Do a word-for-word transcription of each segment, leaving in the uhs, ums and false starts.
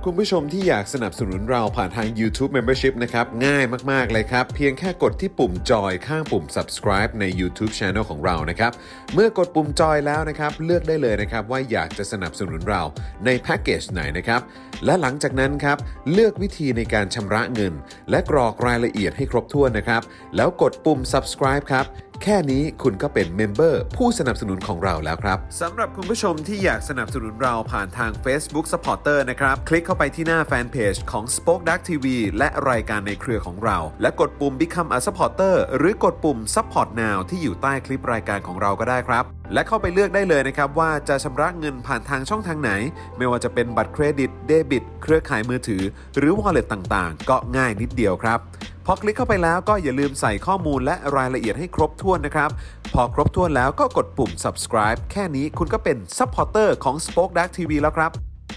คุณผู้ชมที่อยากสนับสนุนเราผ่านทาง YouTube Membership นะครับง่ายมากๆเลยครับเพียงแค่กดที่ปุ่มจอยข้างปุ่ม Subscribe ใน YouTube Channel ของเรานะครับเมื่อกดปุ่มจอยแล้วนะครับเลือกได้เลยนะครับว่าอยากจะสนับสนุนเราในแพ็กเกจไหนนะครับและหลังจากนั้นครับเลือกวิธีในการชำระเงินและกรอกรายละเอียดให้ครบถ้วนนะครับแล้วกดปุ่ม Subscribe ครับแค่นี้คุณก็เป็นเมมเบอร์ผู้สนับสนุนของเราแล้วครับสำหรับคุณผู้ชมที่อยากสนับสนุนเราผ่านทาง Facebook Supporter นะครับคลิกเข้าไปที่หน้าแฟนเพจของ Spoke Dark ที วี และรายการในเครือของเราและกดปุ่ม Become a Supporter หรือกดปุ่ม Support Now ที่อยู่ใต้คลิปรายการของเราก็ได้ครับและเข้าไปเลือกได้เลยนะครับว่าจะชำระเงินผ่านทางช่องทางไหนไม่ว่าจะเป็นบัตรเครดิตเดบิตเครือข่ายมือถือหรือ Wallet ต่างๆก็ง่ายนิดเดียวครับพอคลิกเข้าไปแล้วก็อย่าลืมใส่ข้อมูลและรายละเอียดให้ครบถ้วนนะครับพอครบถ้วนแล้วก็กดปุ่ม Subscribe แค่นี้คุณก็เป็น Supporter ของ Spoke Dark ที วี แล้วครับ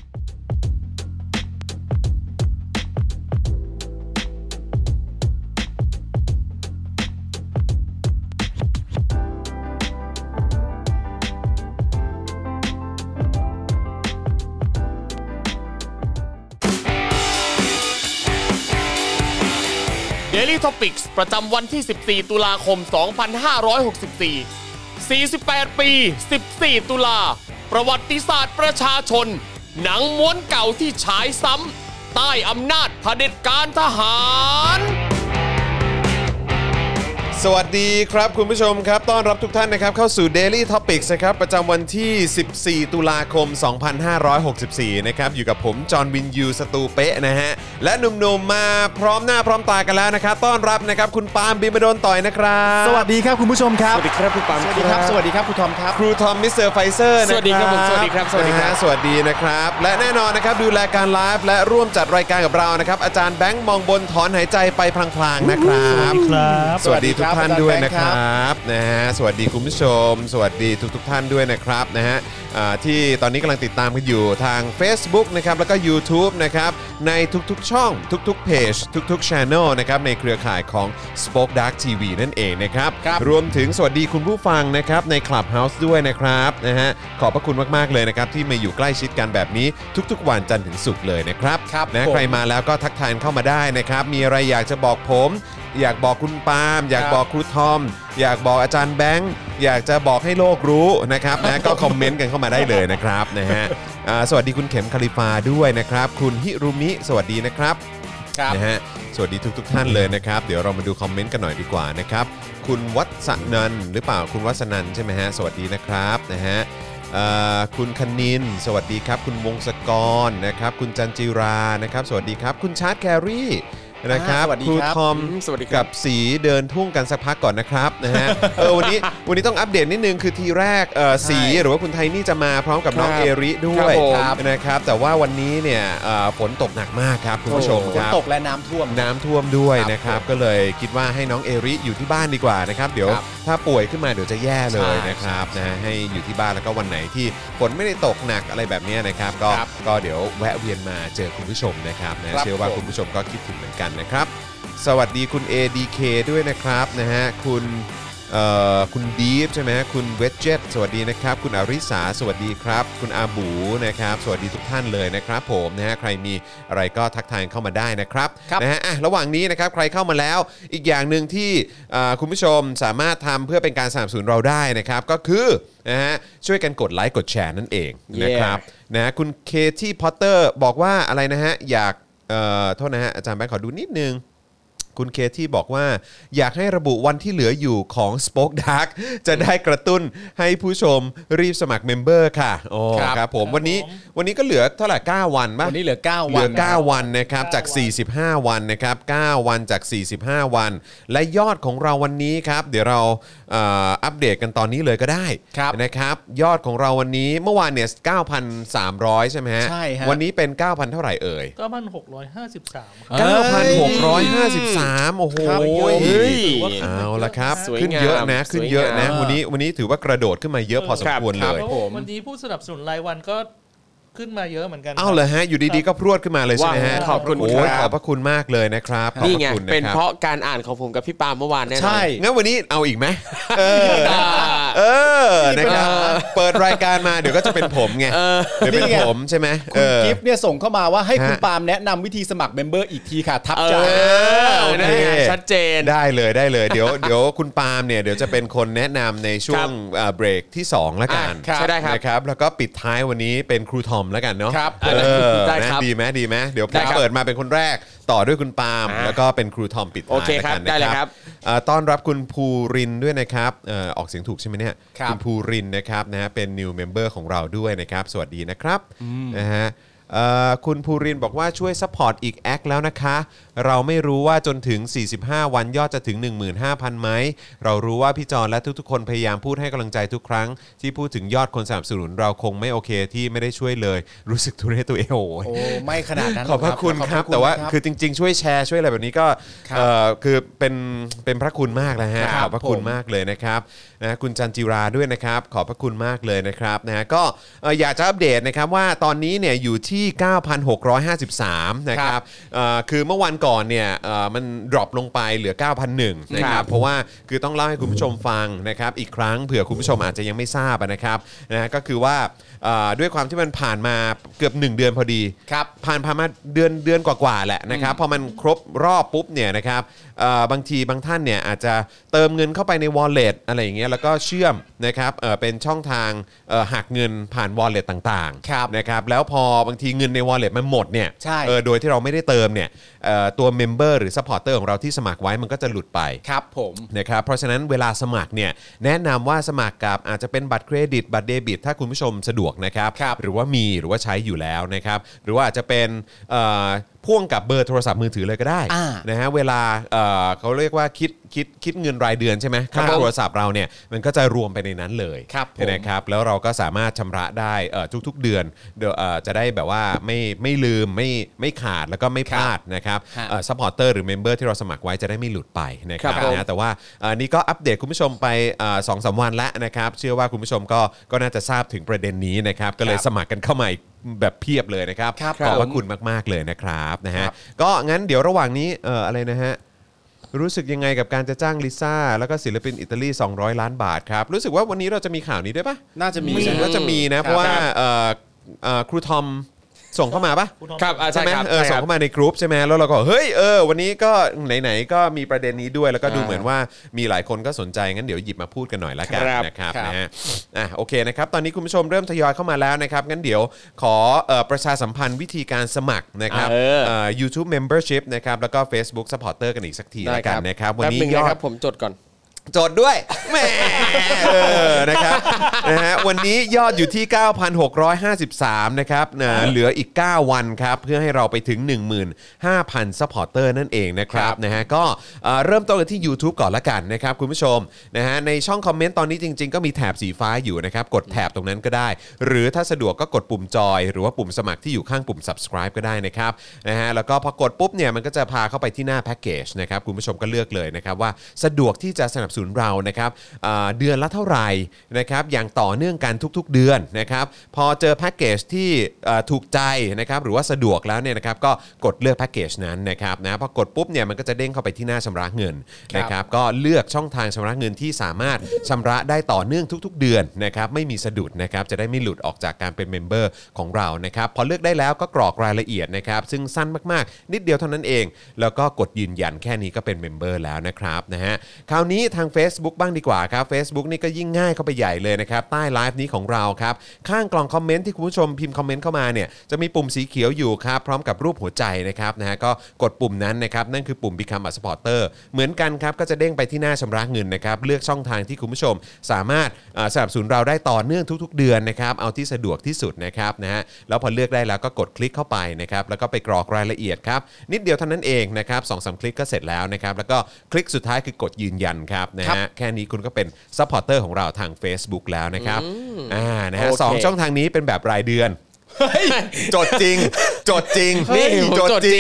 Daily Topics ประจำวันที่สิบสี่ตุลาคมสองพันห้าร้อยหกสิบสี่ สี่สิบแปดปีสิบสี่ตุลาประวัติศาสตร์ประชาชนหนังม้วนเก่าที่ฉายซ้ำใต้อำนาจเผด็จการทหารสวัสดีครับคุณผู้ชมครับต้อนรับทุกท่านนะครับเข้าสู่ Daily Topics นะครับประจำวันที่สิบสี่ตุลาคมสองพันห้าร้อยหกสิบสี่นะครับอยู่กับผมจอห์นวินยูสตูเป๊ะนะฮะและหนุ่มๆมาพร้อมหน้าพร้อมตากันแล้วนะครับต้อนรับนะครับคุณปาล์มบิมโดนต่อยนะครับสวัสดีครับคุณผู้ชมครับสวัสดีครับคุณปาล์มสวัสดีครับสวัสดีครับครูทอมครับครูทอมมิสเตอร์ไฟเซอร์นะครับสวัสดีครับผมสวัสดีครับสวัสดีครับสวัสดีนะครับและแน่นอนนะครับดูแลการไลฟ์และร่วมจัดรายการกับเรานะครับอาจารย์แบงค์มองบนถอนหายใจไปพลางๆนะครับสวัสดีครับสวัสดีทุกท่านด้วยนะครับครับนะฮะสวัสดีคุณผู้ชมสวัสดีทุกๆท่านด้วยนะครับนะฮะที่ตอนนี้กำลังติดตามกันอยู่ทาง Facebook นะครับแล้วก็ YouTube นะครับในทุกๆช่องทุกๆเพจทุกๆ Channel นะครับในเครือข่ายของ Spoke Dark ที วี นั่นเองนะครับรวมถึงสวัสดีคุณผู้ฟังนะครับใน Clubhouse ด้วยนะครับนะฮะขอบพระคุณมากๆเลยนะครับที่มาอยู่ใกล้ชิดกันแบบนี้ทุกๆวันจันทร์ถึงศุกร์เลยนะครับนะใครมาแล้วก็ทักทายเข้ามาได้นะครับมีอะไรอยากจะบอกผมอยากบอกคุณปาล์มอยากบอกครูทอมอยากบอกอาจารย์แบงค์อยากจะบอกให้โลกรู้นะครับนะก็คอมเมนต์กันเข้ามาได้เลยนะครับนะฮะสวัสดีคุณเข็มคาลิฟาด้วยนะครับคุณฮิรุมิสวัสดีนะครับนะฮะสวัสดีทุกๆท่านเลยนะครับเดี๋ยวเรามาดูคอมเมนต์กันหน่อยดีกว่านะครับคุณวัฒนันหรือเปล่าคุณวัฒนันใช่ไหมฮะสวัสดีนะครับนะฮะคุณคณินสวัสดีครับคุณวงศกรนะครับคุณจันจิรานะครับสวัสดีครับคุณชาร์ตแครี่นะครับครูทอมกับสีเดินทุ่งกันสักพักก่อนนะครับนะฮะเออวันนี้วันนี้ต้องอัปเดตนิดนึงคือทีแรกเออสีหรือว่าคุณไทนี่จะมาพร้อมกับน้องเอริด้วยนะครับแต่ว่าวันนี้เนี่ยฝนตกหนักมากครับคุณผู้ชมครับฝนตกและน้ำท่วมน้ำท่วมด้วยนะครับก็เลยคิดว่าให้น้องเอริอยู่ที่บ้านดีกว่านะครับเดี๋ยวถ้าป่วยขึ้นมาเดี๋ยวจะแย่เลยนะครับนะฮะให้อยู่ที่บ้านแล้วก็วันไหนที่ฝนไม่ได้ตกหนักอะไรแบบนี้นะครับก็ก็เดี๋ยวแวะเวียนมาเจอคุณผู้ชมนะครับนะเชื่อว่าคุณผู้ชมก็คิดถึงเหมือนกันนะครับสวัสดีคุณ เอ ดี เค ด้วยนะครับนะฮะคุณเอ่อคุณดีฟใช่ไหมคุณเวจเจ็ตสวัสดีนะครับคุณอริสาสวัสดีครับคุณอาบูนะครับสวัสดีทุกท่านเลยนะครับผมนะฮะใครมีอะไรก็ทักทายเข้ามาได้นะครับนะฮะอ่ะระหว่างนี้นะครับใครเข้ามาแล้วอีกอย่างนึงที่คุณผู้ชมสามารถทำเพื่อเป็นการสนับสนุนเราได้นะครับก็คือนะฮะช่วยกันกดไลค์กดแชร์นั่นเองนะครับนะคุณเคที่พอตเตอร์บอกว่าอะไรนะฮะอยากเอ่อโทษนะฮะอาจารย์แบงค์ขอดูนิดนึงคุณเคที่บอกว่าอยากให้ระบุวันที่เหลืออยู่ของ Spoke Dark จะได้กระตุ้นให้ผู้ชมรีบสมัครเมมเบอร์ค่ะโอ้ครับผมวันนี้วันนี้ก็เหลือเท่าไหร่เก้าวันป่ะวันนี้เหลือเก้าวันเหลือเก้าวันนะครับจากสี่สิบห้าวันนะครับเก้าวันจากสี่สิบห้าวันและยอดของเราวันนี้ครับเดี๋ยวเราเอ่ออัปเดตกันตอนนี้เลยก็ได้นะครับยอดของเราวันนี้เมื่อวานเนี่ย เก้าพันสามร้อย ใช่มั้ยฮะวันนี้เป็น เก้าพัน เท่าไหร่เอ่ยเก้าพันหกร้อยห้าสิบสามเก้าพันหกร้อยห้าสิบสามโอ้โหเอาละครับขึ้นเยอะนะขึ้นเยอะนะวันนี้วันนี้ถือว่ากระโดดขึ้นมาเยอะพอสมควรเลยวันนี้ผู้สนับสนุนรายวันก็ขึ้นมาเยอะเหมือนกันอ้าวเหรอฮะอยู่ดีๆก็พรวดขึ้นมาเลยใช่ไหมฮะขอบคุณขอบพระคุณมากเลยนะครับนี่ไงเป็นเพราะการอ่านของผมกับพี่ปาล์มเมื่อวานแน่นอนใช่งั้นวันนี้เอาอีกไหมเออนะครับเปิดรายการมาเดี๋ยวก็จะเป็นผมไงเดี๋ยวเป็นผมใช่ไหมคุณกิฟต์เนี่ยส่งเข้ามาว่าให้คุณปาล์มแนะนำวิธีสมัครเมมเบอร์อีกทีค่ะทับใจเออโอเคชัดเจนได้เลยได้เลยเดี๋ยวเดี๋ยวคุณปาล์มเนี่ยเดี๋ยวจะเป็นคนแนะนำในช่วงเอ่อเบรกที่สองแล้วกันอ่ะใช่ได้ครับนะครับแล้วก็ปิดท้ายวันนี้เป็นครูทอมแล้วกันเนาะครับเออได้นะครับ ดีไหมดีไหมเดี๋ยวผมได้ครับเปิดมาเป็นคนแรกต่อด้วยคุณปาล์มอ่าแล้วก็เป็นครูทอมปิดท้ายโอเคครับแล้วกันนะได้เลยครับเอ่อต้อนรับคุณภูรินทร์ด้วยนะครับเอ่อออกเสียงถูกใช่ไหมเนี่ยครับณภูรินทร์นะครับนะฮะเป็น new member ของเราด้วยนะครับสวัสดีนะครับนะฮะเอ่อคุณภูรินทร์บอกว่าช่วยซัพพอร์ตอีกแอคแล้วนะคะ เราไม่รู้ว่าจนถึงสี่สิบห้าวันยอดจะถึง หนึ่งหมื่นห้าพัน ไหมเรารู้ว่าพี่จอนและทุกๆคนพยายามพูดให้กำลังใจทุกครั้งที่พูดถึงยอดคนสนับสนุนเราคงไม่โอเคที่ไม่ได้ช่วยเลยรู้สึกทุเรศตัวเองโอ้ยโอ้ไม่ขนาดนั้นขอบพระคุณครับแต่ว่าคือจริงๆช่วยแชร์ช่วยอะไรแบบนี้ก็ครับเอ่อคือเป็นเป็นพระคุณมากนะฮะคขรับอบพระคุณผมมากเลยนะครับนะคุณจันจิราด้วยนะครับขอบพระคุณมากเลยนะครับนะฮะก็เอ่ออยากจะอัปเดตนะครับว่าตอนนี้เนี่ยอยู่ที่ เก้าพันหกร้อยห้าสิบสาม นะครับเอ่อคือเมื่อวันก่อนเนี่ยเอ่อมันดรอปลงไปเหลือ เก้าพันหนึ่ง นะครับเพราะว่าคือต้องเล่าให้คุณผู้ชมฟังนะครับอีกครั้งเผื่อคุณผู้ชมอาจจะยังไม่ทราบนะครับนะฮะก็คือว่าเอ่อด้วยความที่มันผ่านมาเกือบหนึ่งเดือนพอดีครับผ่านผ่านมาเดือนเดือนกว่าๆแหละนะครับพอมันครบรอบปุ๊บเนี่ยนะครับเอ่อบางทีบางท่านเนี่ยอาจจะเติมเงินเข้าไปใน wallet อะไรอย่างเงี้ยแล้วก็เชื่อมนะครับเอ่อเป็นช่องทางเอ่อหักเงินผ่าน wallet ต่างครับๆนะครับแล้วพอบางทีเงินใน wallet มันหมดเนี่ยใช่เออโดยที่เราไม่ได้เติมเนี่ยเอ่อตัว member หรือ supporter ของเราที่สมัครไว้มันก็จะหลุดไปครับผมนะครับเพราะฉะนั้นเวลาสมัครเนี่ยแนะนำว่าสมัครกับอาจจะเป็นบัตรเครดิตบัตรเดบิตถ้าคุณผู้ชมสะดวกนะครับครับหรือว่ามีหรือว่าใช้อยู่แล้วนะครับหรือว่าอาจจะเป็นเอ่อพ่วงกับเบอร์โทรศัพท์มือถือเลยก็ได้อ่านะฮะเวลาเอ่อเขาเรียกว่าคิดคิดคิดเงินรายเดือนใช่ไหมครัค่าบโทรศัพท์เราเนี่ยมันก็จะรวมไปในนั้นเลยครับผมนะครับแล้วเราก็สามารถชำระได้เอ่อทุกๆเดือนเดี๋ยวเอ่อจะได้แบบว่าไม่ไม่ลืมไม่ไม่ขาดแล้วก็ไม่พลาดนะครับฮะซัพพอร์เตอร์หรือเมมเบอร์ที่เราสมัครไว้จะได้ไม่หลุดไปนะครับครับผมนะแต่ว่าเอ่อนี่ก็อัปเดตคุณผู้ชมไปสองสามวันแล้วนะครับเชื่อว่าคุณผู้ชมก็ก็น่าจะทราบถึงประเด็นนี้นะครับก็เลยครับสมัครกันเข้ามาอีกแบบเพียบเลยนะครับครับขอบพระผมคุณมากๆเลยนะครับนะฮะครับก็งั้นเดี๋ยวระหว่างนี้เอ่ออะไรนะฮะรู้สึกยังไงกับการจะจ้างลิซ่าแล้วก็ศิลปินอิตาลีสองร้อยล้านบาทครับรู้สึกว่าวันนี้เราจะมีข่าวนี้ด้วยปะน่าจะมีรู้สึกว่าจะมีนะเพราะว่าเอ่อเอ่อครูทอมส่งเข้ามาปะครับอ่าใช่ใช่ไหมครับเออใช่คส่งรับเข้ามาในกรุ๊ปใช่ไหมแล้วเราก็เฮ้ยเออวันนี้ก็ไหนๆก็มีประเด็นนี้ด้วยแล้วก็ดูอ่าเหมือนว่ามีหลายคนก็สนใจงั้นเดี๋ยวหยิบมาพูดกันหน่อยละกันครับนะครับครับนะฮะอ่ะโอเคนะครับตอนนี้คุณผู้ชมเริ่มทยอยเข้ามาแล้วนะครับงั้นเดี๋ยวขอเอ่อประชาสัมพันธ์วิธีการสมัครนะครับเออเอ่อ YouTube Membership นะครับแล้วก็ Facebook Supporter กันอีกสักทีได้ละกันนะครับวันแป๊บนี้หนึ่งยอนะคดรับผมจดก่อนโจทย์ด้วยแหมเออนะครับนะฮะวันนี้ยอดอยู่ที่ เก้าพันหกร้อยห้าสิบสาม นะครับนะเหลืออีกเก้าวันครับเพื่อให้เราไปถึง หนึ่งหมื่นห้าพัน ซัพพอร์เตอร์นั่นเองนะครับนะฮะก็เอ่อเริ่มต้นกันที่ YouTube ก่อนละกันนะครับคุณผู้ชมนะฮะในช่องคอมเมนต์ตอนนี้จริงๆ ก็มีแถบสีฟ้าอยู่นะครับกดแถบตรงนั้นก็ได้ หรือถ้าสะดวกก็กดปุ่มจอยหรือว่าปุ่มสมัครที่อยู่ข้างปุ่ม subscribe ก็ได้นะครับนะฮะแล้วก็พอกดปุ๊บเนี่ยมันก็จะพาเข้าไปที่หน้าแพ็กเกจนะครับคุณผู้ชมก็เลือกเลยนะครับว่าสะดวกที่จะสนับสนุนเรานะครับอ่าเดือนละเท่าไหร่นะครับอย่างต่อเนื่องกันทุกๆเดือนนะครับพอเจอแพ็กเกจที่อ่าถูกใจนะครับหรือว่าสะดวกแล้วเนี่ยนะครับก็กดเลือกแพ็กเกจนั้นนะครับนะพอกดปุ๊บเนี่ยมันก็จะเด้งเข้าไปที่หน้าชำระเงินนะครับก็เลือกช่องทางชำระเงินที่สามารถชำระได้ต่อเนื่องทุกๆเดือนนะครับไม่มีสะดุดนะครับจะได้ไม่หลุดออกจากการเป็นเมมเบอร์ของเรานะครับพอเลือกได้แล้วก็กรอกรายละเอียดนะครับซึ่งสั้นมากๆนิดเดียวเท่านั้นเองแล้วก็กดยืนยันแค่นี้ก็เป็นเมมเบอร์แล้วนะครับนะฮะคราวนี้ทาง Facebook บ้างดีกว่าครับ Facebook นี่ก็ยิ่งง่ายเข้าไปใหญ่เลยนะครับใต้ไลฟ์นี้ของเราครับข้างกล่องคอมเมนต์ที่คุณผู้ชมพิมพ์คอมเมนต์เข้ามาเนี่ยจะมีปุ่มสีเขียวอยู่ครับพร้อมกับรูปหัวใจนะครับนะฮะก็กดปุ่มนั้นนะครับนั่นคือปุ่ม Become a supporter เหมือนกันครับก็จะเด้งไปที่หน้าชำระเงินนะครับเลือกช่องทางที่คุณผู้ชมสามารถเอ่อสนับสนุนเราได้ต่อเนื่องทุกๆเดือนนะครับเอาที่สะดวกที่สุดนะครับนะฮะแล้วพอเลือกได้แล้วก็กดคลิกเข้าไปนะครับแล้วก็ไปกรอกรายละเอียดครับนิดเดียวเท่านั้นเองนะครับ สองสาม คลิกก็เสร็จแล้วนะครับแล้วก็คลิกสุดท้ายคือกดยืนยันครับนะครัฮะบแค่นี้คุณก็เป็นซัพพอร์เตอร์ของเราทาง Facebook แล้วนะครับอ่านะฮะโอเคสองช่องทางนี้เป็นแบบรายเดือนจดจริงจดจริงนี่ผมจดจริง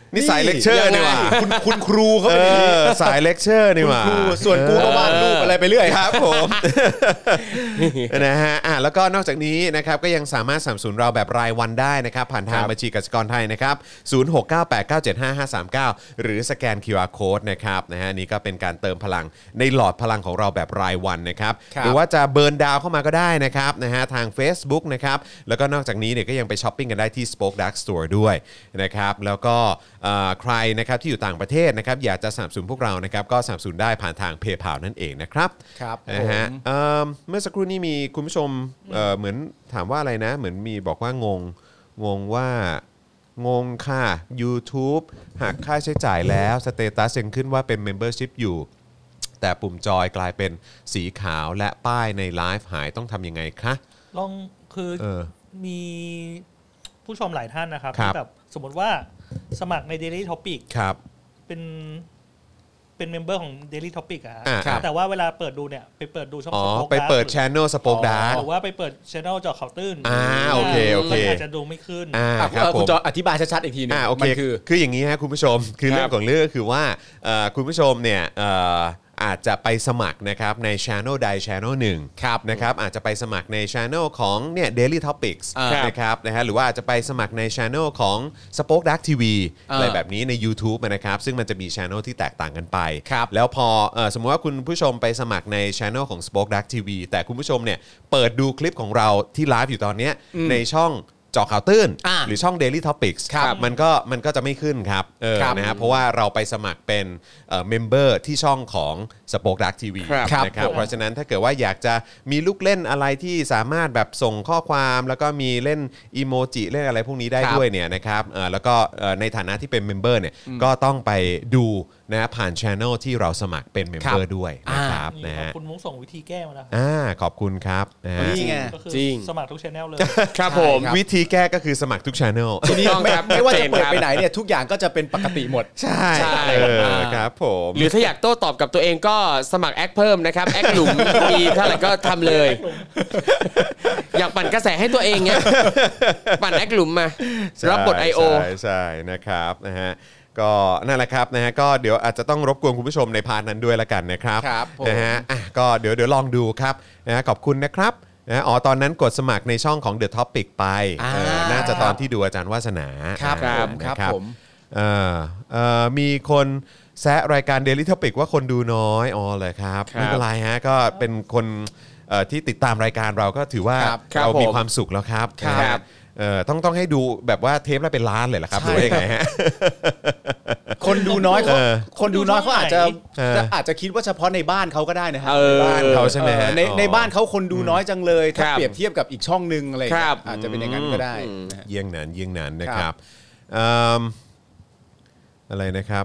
นี่สายเลคเชอร์นี่หว่าคุณคุณครูเขาเอเป็นอย่างนี้อสายเลคเชอร์นี่หว่าคุณครูส่วนกูก็วาดรูปอะไรไปเรื่อยครับผม นะฮะอ่ะแล้วก็นอกจากนี้นะครับก็ยังสามารถสนับสนุนเราแบบรายวันได้นะครับผ่านทางครับบัญชีกสิกรไทยนะครับศูนย์ หก เก้า แปด เก้า เจ็ด ห้า ห้า สาม เก้าหรือสแกน คิว อาร์ Code นะครับนะฮะนี่ก็เป็นการเติมพลังในหลอดพลังของเราแบบรายวันนะครับครับหรือว่าจะเบิร์นดาวเข้ามาก็ได้นะครับนะฮะทาง Facebook นะครับแล้วก็นอกจากนี้เนี่ยก็ยังไปช้อปปิ้งกันได้ที่ Spoke Dark Store ด้วยนะครับแล้วก็เอ่อใครนะครับที่อยู่ต่างประเทศนะครับอยากจะสนับสนุนพวกเรานะครับก็สนับสนุนได้ผ่านทาง PayPal นั่นเองนะครับครับนะฮะผมเอิ่มเมื่อสักครู่นี้มีคุณผู้ชมเอ่อเหมือนถามว่าอะไรนะ เหมือนมีบอกว่างงงงว่างงค่ะ YouTube หักค่าใช้จ่ายแล้วสเตตัสยังขึ้นว่าเป็น Membership อยู่ แต่ปุ่มจอยกลายเป็นสีขาวและป้ายในไลฟ์หายต้องทำยังไงคะลองคือเออมีผู้ชมหลายท่านนะครับครับที่แบบสมมติว่าสมัครใน Daily Topic ครับเป็นเป็นเมมเบอร์ของ Daily Topic อะฮะอ่าครับแต่ว่าเวลาเปิดดูเนี่ยไปเปิดดูช่องอ๋อ Spoke ไปเปิด Dark Channel Spoke Dark หรือว่าไปเปิด Channel เจาะข่าวตื้นอ่าโอเคโอเคมันอาจจะดูไม่ขึ้นอ่าอ่ะครับเอ่อผคุณมจออธิบายชัดๆอีกทีหนึงอ่าโอเคมันคือคืออย่างนี้ฮะคุณผู้ชมคือครับเรื่องของเรื่องก็คือว่าเอ่อคุณผู้ชมเนี่ยเอ่ออาจจะไปสมัครนะครับใน Channel ใด Channel หนึ่งครับนะครับอาจจะไปสมัครใน Channel ของเนี่ย Daily Topics อ่านะครับนะฮะหรือว่าอาจจะไปสมัครใน Channel ของ Spoke Dark ที วีอ่าอะไรแบบนี้ใน YouTube นะครับซึ่งมันจะมี Channel ที่แตกต่างกันไปครับแล้วพอเอ่อสมมติว่าคุณผู้ชมไปสมัครใน Channel ของ Spoke Dark ที วี แต่คุณผู้ชมเนี่ยเปิดดูคลิปของเราที่ไลฟ์อยู่ตอนเนี้ยในช่องเจาะข่าวตื้นอ่าหรือช่อง Daily Topics ครับมันก็มันก็จะไม่ขึ้นครับเออครับนะฮะเพราะว่าเราไปสมัครเป็นเอ่อเมมเบอร์ที่ช่องของ Spoke Dark ที วีครับนะครับผมเพราะฉะนั้นถ้าเกิดว่าอยากจะมีลูกเล่นอะไรที่สามารถแบบส่งข้อความแล้วก็มีเล่นอีโมจิเล่นอะไรพวกนี้ได้ครับด้วยเนี่ยนะครับเอ่อแล้วก็เอ่อในฐานะที่เป็นเมมเบอร์เนี่ยก็ต้องไปดูนะฮะผ่าน Channel ที่เราสมัครเป็นเมมเบอร์ด้วยนะครับนี่นะขอบฮะคุณมุ้งส่งวิธีแก้มาแล้วอ่าขอบคุณครับนะฮะนี่ไงก็คือจริงสมัครทุก channel เลยครับผมครับวิธีแก้ก็คือสมัครทุก Channel ทีนี้ต้องไม่ครับไม่ว่าจะชัดเจนเปิดครับไปไหนเนี่ยทุกอย่างก็จะเป็นปกติหมดใช่ใช่เออครับผมหรือถ้าอยากโต้ตอบกับตัวเองก็สมัครแอคเพิ่มนะครับ แอคหลุม มีเท่าไหร่ก็ทำเลย อยากปั่นกระแสให้ตัวเองไงปั่นแอคหลุมมา รับบท ไอ โอใช่ใช่นะครับนะฮะก็นั่นแหละครับนะฮะก็เดี๋ยวอาจจะต้องรบกวนคุณผู้ชมในพาร์ทนั้นด้วยละกันนะครับครับผมนะฮะอ่ะก็เดี๋ยวเดี๋ยวลองดูครับนะฮะขอบคุณนะครับนะอ๋อตอนนั้นกดสมัครในช่องของ The Topic ไปอ่าเออน่าจะตอนที่ดูอาจารย์วาสนาครับอ่าผมครับนะผมเอ่อเอ่อมีคนแซะรายการ Daily Topic ว่าคนดูน้อยอ๋อเลยครับครับไม่เป็นไรฮะก็เป็นคนเอ่อที่ติดตามรายการเราก็ถือว่าครับครับเรามีผมความสุขแล้วครับครับนะฮะเอ่อต้องต้องให้ดูแบบว่าเทปละเป็นล้านเลยเหรอครับหรือว่ายังไงฮะคนดูน้อยเขาเออคนดูน้อยเขาอาจจะเอออาจจะคิดว่าเฉพาะในบ้านเขาก็ได้นะฮะเออบ้านเขาใช่ไหมฮะเออในอ๋อในบ้านเขาคนดูน้อยจังเลย ถ้าครับเปรียบเทียบกับอีกช่องหนึ่งอะไรอย่างคเงี้รัยบอาจจะเป็นอย่างนั้นก็ได้นะฮะเยี่ยงนั้นเยี่ยงนั้นนะคครัรับบ เอิ่มอะไรนะครับ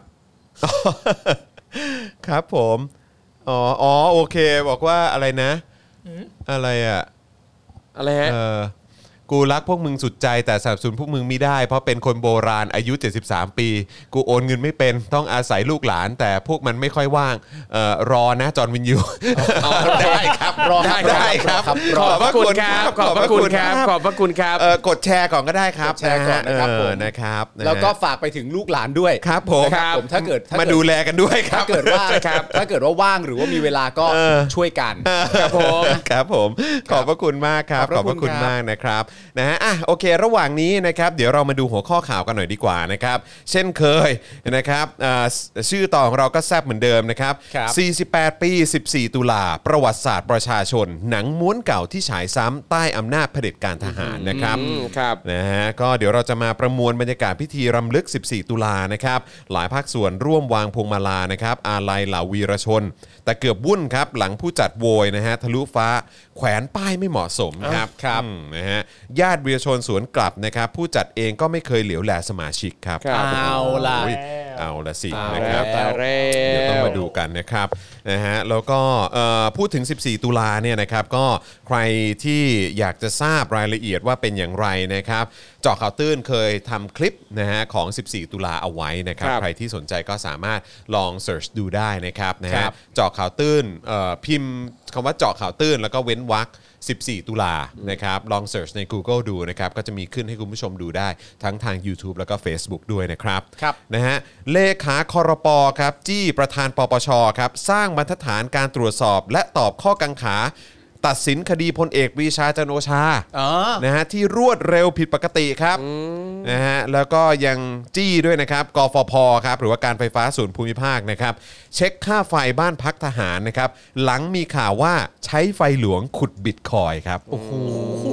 ครับผมอ๋ออ๋อโอเคบอกว่าอะไรนะ อะไรอ่ะอะไรฮะเออกูรักพวกมึงสุดใจแต่สนับสนุนพวกมึงไม่ได้เพราะเป็นคนโบราณอายุเจ็ดสิบสามปี กูโอนเงินไม่เป็นต้องอาศัยลูกหลาน แต่พวกมันไม่ค่อยว่างเอ่อรอนะจอห์นวินยูได้ครับรอครับได้ครับรอครับขอบพระคุณครับ ขอบพระคุณครับ ขอบพระคุณครับเออกดแชร์ก่อนก็ได้ครับกดแชร์ก่อนนะครับเผมนะครับนะฮะแล้วก็ฝากไปถึงลูกหลานด้วยครับผมนะครับผมถ้าเกิดถ้มาเกิดูแลกันด้วยครัถ้าบเกิดว่าครับถ้าเกิดว่าว่างหรือว่ามีเวลาก็เออช่วยกันครับผมครับผมขอบพระคุณมากครับขขออบบ พพระระคุคุณ ณครับมากนะครับนะฮะอ่ะโอเค ระหว่างนี้นะครับเดี๋ยวเรามาดูหัวข้อข่าวกันหน่อยดีกว่านะครับเช่นเคยนะครับอ่าชื่อต่อของเราก็แซ่บเหมือนเดิมนะครับครับสี่สิบแปด ปี สิบสี่ ตุลาประวัติศาสตร์ประชาชน หนังม้วนเก่าที่ฉายซ้ำใต้อำนาจเผด็จการทหารนะครับอืมครับนะฮะก็เดี๋ยวเราจะมาประมวลบรรยากาศพิธีรำลึก สิบสี่ ตุลานะครับหลายภาคส่วนร่วมวางพวงมาลานะครับอาลัยเหล่าวีรชน แต่เกือบวุ่นครับหลังผู้จัดโวยนะฮะทะลุฟ้าแขวนป้ายไม่เหมาะสมครับครับอืมนะฮะญาติวีรชนสวนกลับนะครับผู้จัดเองก็ไม่เคยเหลียวแลสมาชิกครับครับเอาล่ะโอ้ยเอาละสิเอานะครับแต่แรเดี๋ยวต้องวมาดูกันนะครับนะฮะแล้วก็เอ่อพูดถึง สิบสี่ ตุลาเนี่ยนะครับก็ใครที่อยากจะทราบรายละเอียดว่าเป็นอย่างไรนะครับเจาะข่าวตื้นเคยทำคลิปนะฮะของสิบสี่ตุลาเอาไว้นะครับใครที่สนใจก็สามารถลองเสิร์ชดูได้นะครับนะฮะเจาะข่าวตื้นพิมพ์คำว่าเจาะข่าวตื้นแล้วก็เว้นวรรคสิบสี่ตุลานะครับลองเสิร์ชใน Google ดูนะครับก็จะมีขึ้นให้คุณผู้ชมดูได้ทั้งทาง YouTube แล้วก็ Facebook ด้วยนะครับครับนะฮะเลขาครป.ครับจี้ประธานปปชครับสร้างบรรทัดฐานการตรวจสอบและตอบข้อกังขาตัดสินคดีพลเอกปรีชาจันทร์โอชานะฮะที่รวดเร็วผิดปกติครับนะฮะแล้วก็ยังจี้ด้วยนะครับกฟผครับหรือว่าการไฟฟ้าส่วนภูมิภาคนะครับเช็คค่าไฟบ้านพักทหารนะครับหลังมีข่าวว่าใช้ไฟหลวงขุดบิตคอยน์ครับโอ้โห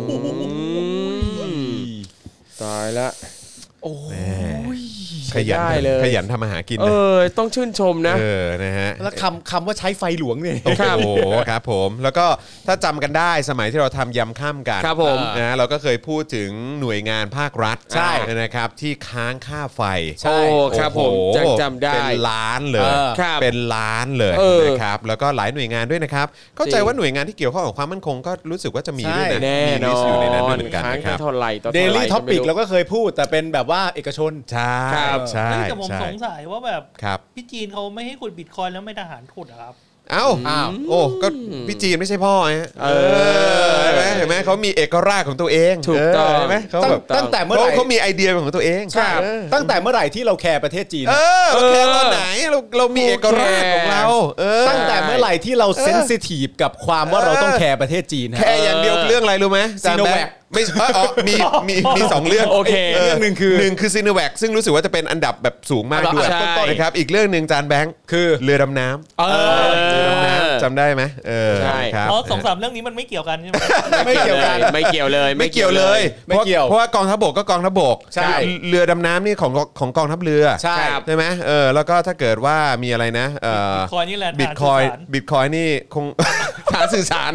ตายละโอ้ยขยันขยันทำอาหารกินนะเออต้องชื่นชมนะเออนะฮะแล้วคำคำว่าใช้ไฟหลวงเนี่ยโอ้โหครับผมแล้วก็ถ้าจำกันได้สมัยที่เราทำยำค่ำกันครับผมนะเราก็เคยพูดถึงหน่วยงานภาครัฐใช่นะครับที่ค้างค่าไฟใช่ครับผมจำจำได้เป็นล้านเลยเป็นล้านเลยนะครับแล้วก็หลายหน่วยงานด้วยนะครับเข้าใจว่าหน่วยงานที่เกี่ยวข้องกับความมั่นคงก็รู้สึกว่าจะมีด้วยนะแน่นอนอยู่ในนั้นเหมือนกันนะครับเท่าไหร่เดลี่ท็อปิกเราก็เคยพูดแต่เป็นแบบว่าเอกชนใช่ใช่แต่ผมสงสัยว่าแบบพี่จีนเขาไม่ให้ขุดบิตคอยน์แล้วไม่ทหารขุดครับเอ้าโอ้ก็พี่จีนไม่ใช่พ่อไงเออเห็นไหมเห็นไหมเขามีเอกราชของตัวเองถูกต้องเห็นไหมเขาแบบตั้งแต่เมื่อไหร่เขามีไอเดียของตัวเองตั้งแต่เมื่อไหร่ที่เราแคร์ประเทศจีนเออเราแคร์ตอนไหนเราเรามีเอกราชของเราตั้งแต่เมื่อไหร่ที่เราเซนซิทีฟกับความว่าเราต้องแคร์ประเทศจีนแค่อย่างเดียวเรื่องอะไรรู้ไหมซีโนแวคไม่อ๋อมีมีมีสองเรื่องโอเคเรื่องนึงคือหนึ่งคือซีโนแวคซึ่งรู้สึกว่าจะเป็นอันดับแบบสูงมากด้วยนะครับอีกเรื่องนึงจานแบงค์คือเรือดำน้ำเออจำได้ไหมเออใช่ครับอ๋อสองสามเรื่องนี้มันไม่เกี่ยวกันใช่ไหมไม่เกี่ยวกันไม่เกี่ยวเลยไม่เกี่ยวเลยไม่เกี่ยวเพราะว่ากองทัพบกก็กองทัพบกใช่เรือดำน้ำนี่ของของกองทัพเรือใช่ใช่ไหมเออแล้วก็ถ้าเกิดว่ามีอะไรนะเออบิตคอยนี่แหละบิตคอยบิตคอยนี่คงฐานสื่อสาร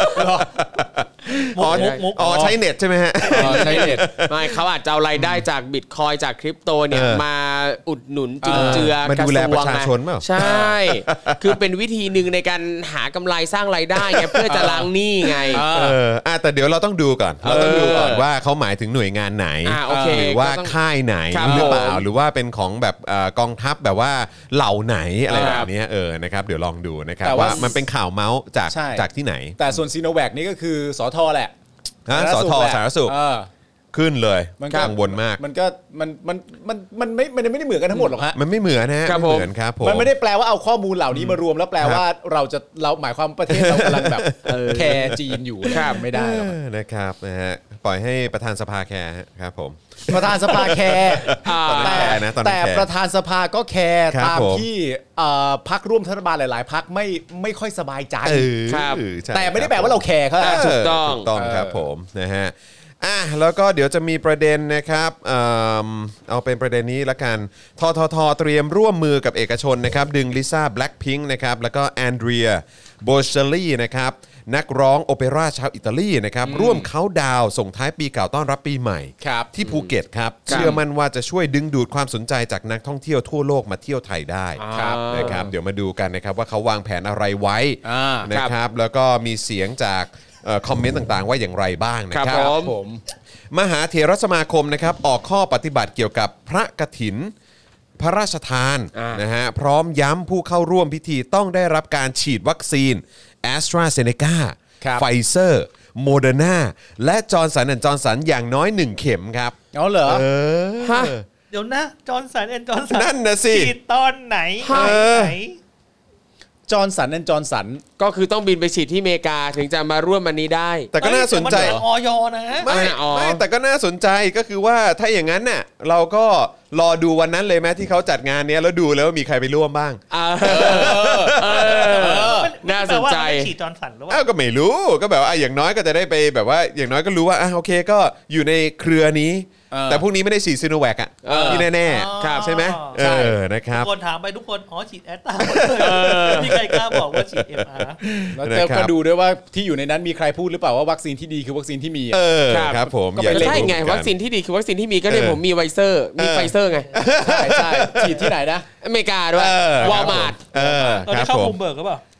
อ๋ออ๋อใช้เน็ตใช่ไหมฮะใช้เน็ตไม่เขาอาจจะเอารายได้จากบิตคอยจากคริปโตเนี่ยมาอุดหนุนจุนเจือมาดูแลประชาชนเปล่าใช่คือเป็นวิธีหนึ่งในการหากำไรสร้างรายได้ไงเพื่อจะล้างหนี้ไงเอออ่ะแต่เดี๋ยวเราต้องดูก่อนเราต้องดูก่อนว่าเขาหมายถึงหน่วยงานไหนหรือว่าค่ายไหนหรือเปล่าหรือว่าเป็นของแบบกองทัพแบบว่าเหล่าไหนอะไรแบบนี้เออนะครับเดี๋ยวลองดูนะครับว่ามันเป็นข่าวเมาส์จากจากที่ไหนแต่ส่วนซีโนแวคนี่ก็คือสทแหละสทสาธารณสุขขึ้นเลยกังวลมากมันก็มันมันมันมันไม่มันไม่ได้เหมือนกันทั้งหมดหรอกฮะมันไม่เหมือนนะไม่เหมือนครับผมมันไม่ได้แปลว่าเอาข้อมูลเหล่านี้มารวมแล้วแปลว่าเราจะเราหมายความประเทศเรากำลังแบบแคร์จีนอยู่ไม่ได้หรอกนะครับนะฮะปล่อยให้ประธานสภาแคร์ครับผมประธานสภาแคร์แต่แต่ประธานสภาก็แคร์ตามที่พรรคร่วมรัฐบาลหลายๆพรรคไม่ไม่ค่อยสบายใจแต่ไม่ได้แปลว่าเราแคร์เขาถูกต้องถูกต้องครับผมนะฮะอ่ะแล้วก็เดี๋ยวจะมีประเด็นนะครับ เอ่อ เอาเป็นประเด็นนี้ละกันทททเตรียมร่วมมือกับเอกชนนะครับดึงลิซ่าแบล็คพิงค์นะครับแล้วก็แอนเดรียโบเชลลี่นะครับนักร้องโอเปร่าชาวอิตาลีนะครับร่วมเค้าดาวส่งท้ายปีเก่าต้อนรับปีใหม่ที่ภูเก็ตครับเชื่อมั่นว่าจะช่วยดึงดูดความสนใจจากนักท่องเที่ยวทั่วโลกมาเที่ยวไทยได้นะครับเดี๋ยวมาดูกันนะครับว่าเขาวางแผนอะไรไว้นะครับแล้วก็มีเสียงจากคอมเมนต์ต่างๆว่าอย่างไรบ้างนะครับผมมหาเถรสมาคมนะครับออกข้อปฏิบัติเกี่ยวกับพระกฐินพระราชทานนะฮะพร้อมย้ำผู้เข้าร่วมพิธีต้องได้รับการฉีดวัคซีน AstraZeneca ไฟเซอร์โมเดอร์นาและจอร์นสันแอนด์จอร์นสันอย่างน้อยหนึ่งเข็มครับอ๋อเหรอเออฮะเดี๋ยวนะจอร์นสันแอนด์จอร์นสันนั่นนะสิฉีดตอนไหนไหนจอร์นสันนั่นจอร์นสันก็คือต้องบินไปฉีดที่อเมริกาถึงจะมาร่วมมันนี้ได้แต่ก็น่าสนใจออยนะไม่ไม่แต่ก็น่าสนใจก็คือว่าถ้าอย่างนั้นน่ะเราก็รอดูวันนั้นเลยไหมที่เขาจัดงานนี้แล้วดูแล้วว่ามีใครไปร่วมบ้างน่าสนใจฉีดจอร์นสันหรือว่าอ้าวก็ไม่รู้ก็แบบว่าอย่างน้อยก็จะได้ไปแบบว่าอย่างน้อยก็รู้ว่าอ่ะโอเคก็อยู่ในเครือนี้แต่พวกนี้ไม่ได้ฉีดซีโนแวคอ่ะที่แน่ๆใช่ไหมเออนะครับทุกคนถามไปทุกคนอ๋อฉีดแอสตราพี่ใครกล้าบอกว่าฉีด เอ็ม อาร์แล้วก็ดูด้วยว่าที่อยู่ในนั้นมีใครพูดหรือเปล่าว่าวัคซีนที่ดีคือวัคซีนที่มีเออครับผมก็ไม่ใช่ไงวัคซีนที่ดีคือวัคซีนที่มีก็เนี่ยผมมีไวเซอร์มีไฟเซอร์ไงใช่ใช่ฉีดที่ไหนนะอเมริกาด้วยวอลมาร์ทเออครับผมเข้ามุมเบิร์กหรือเปล่า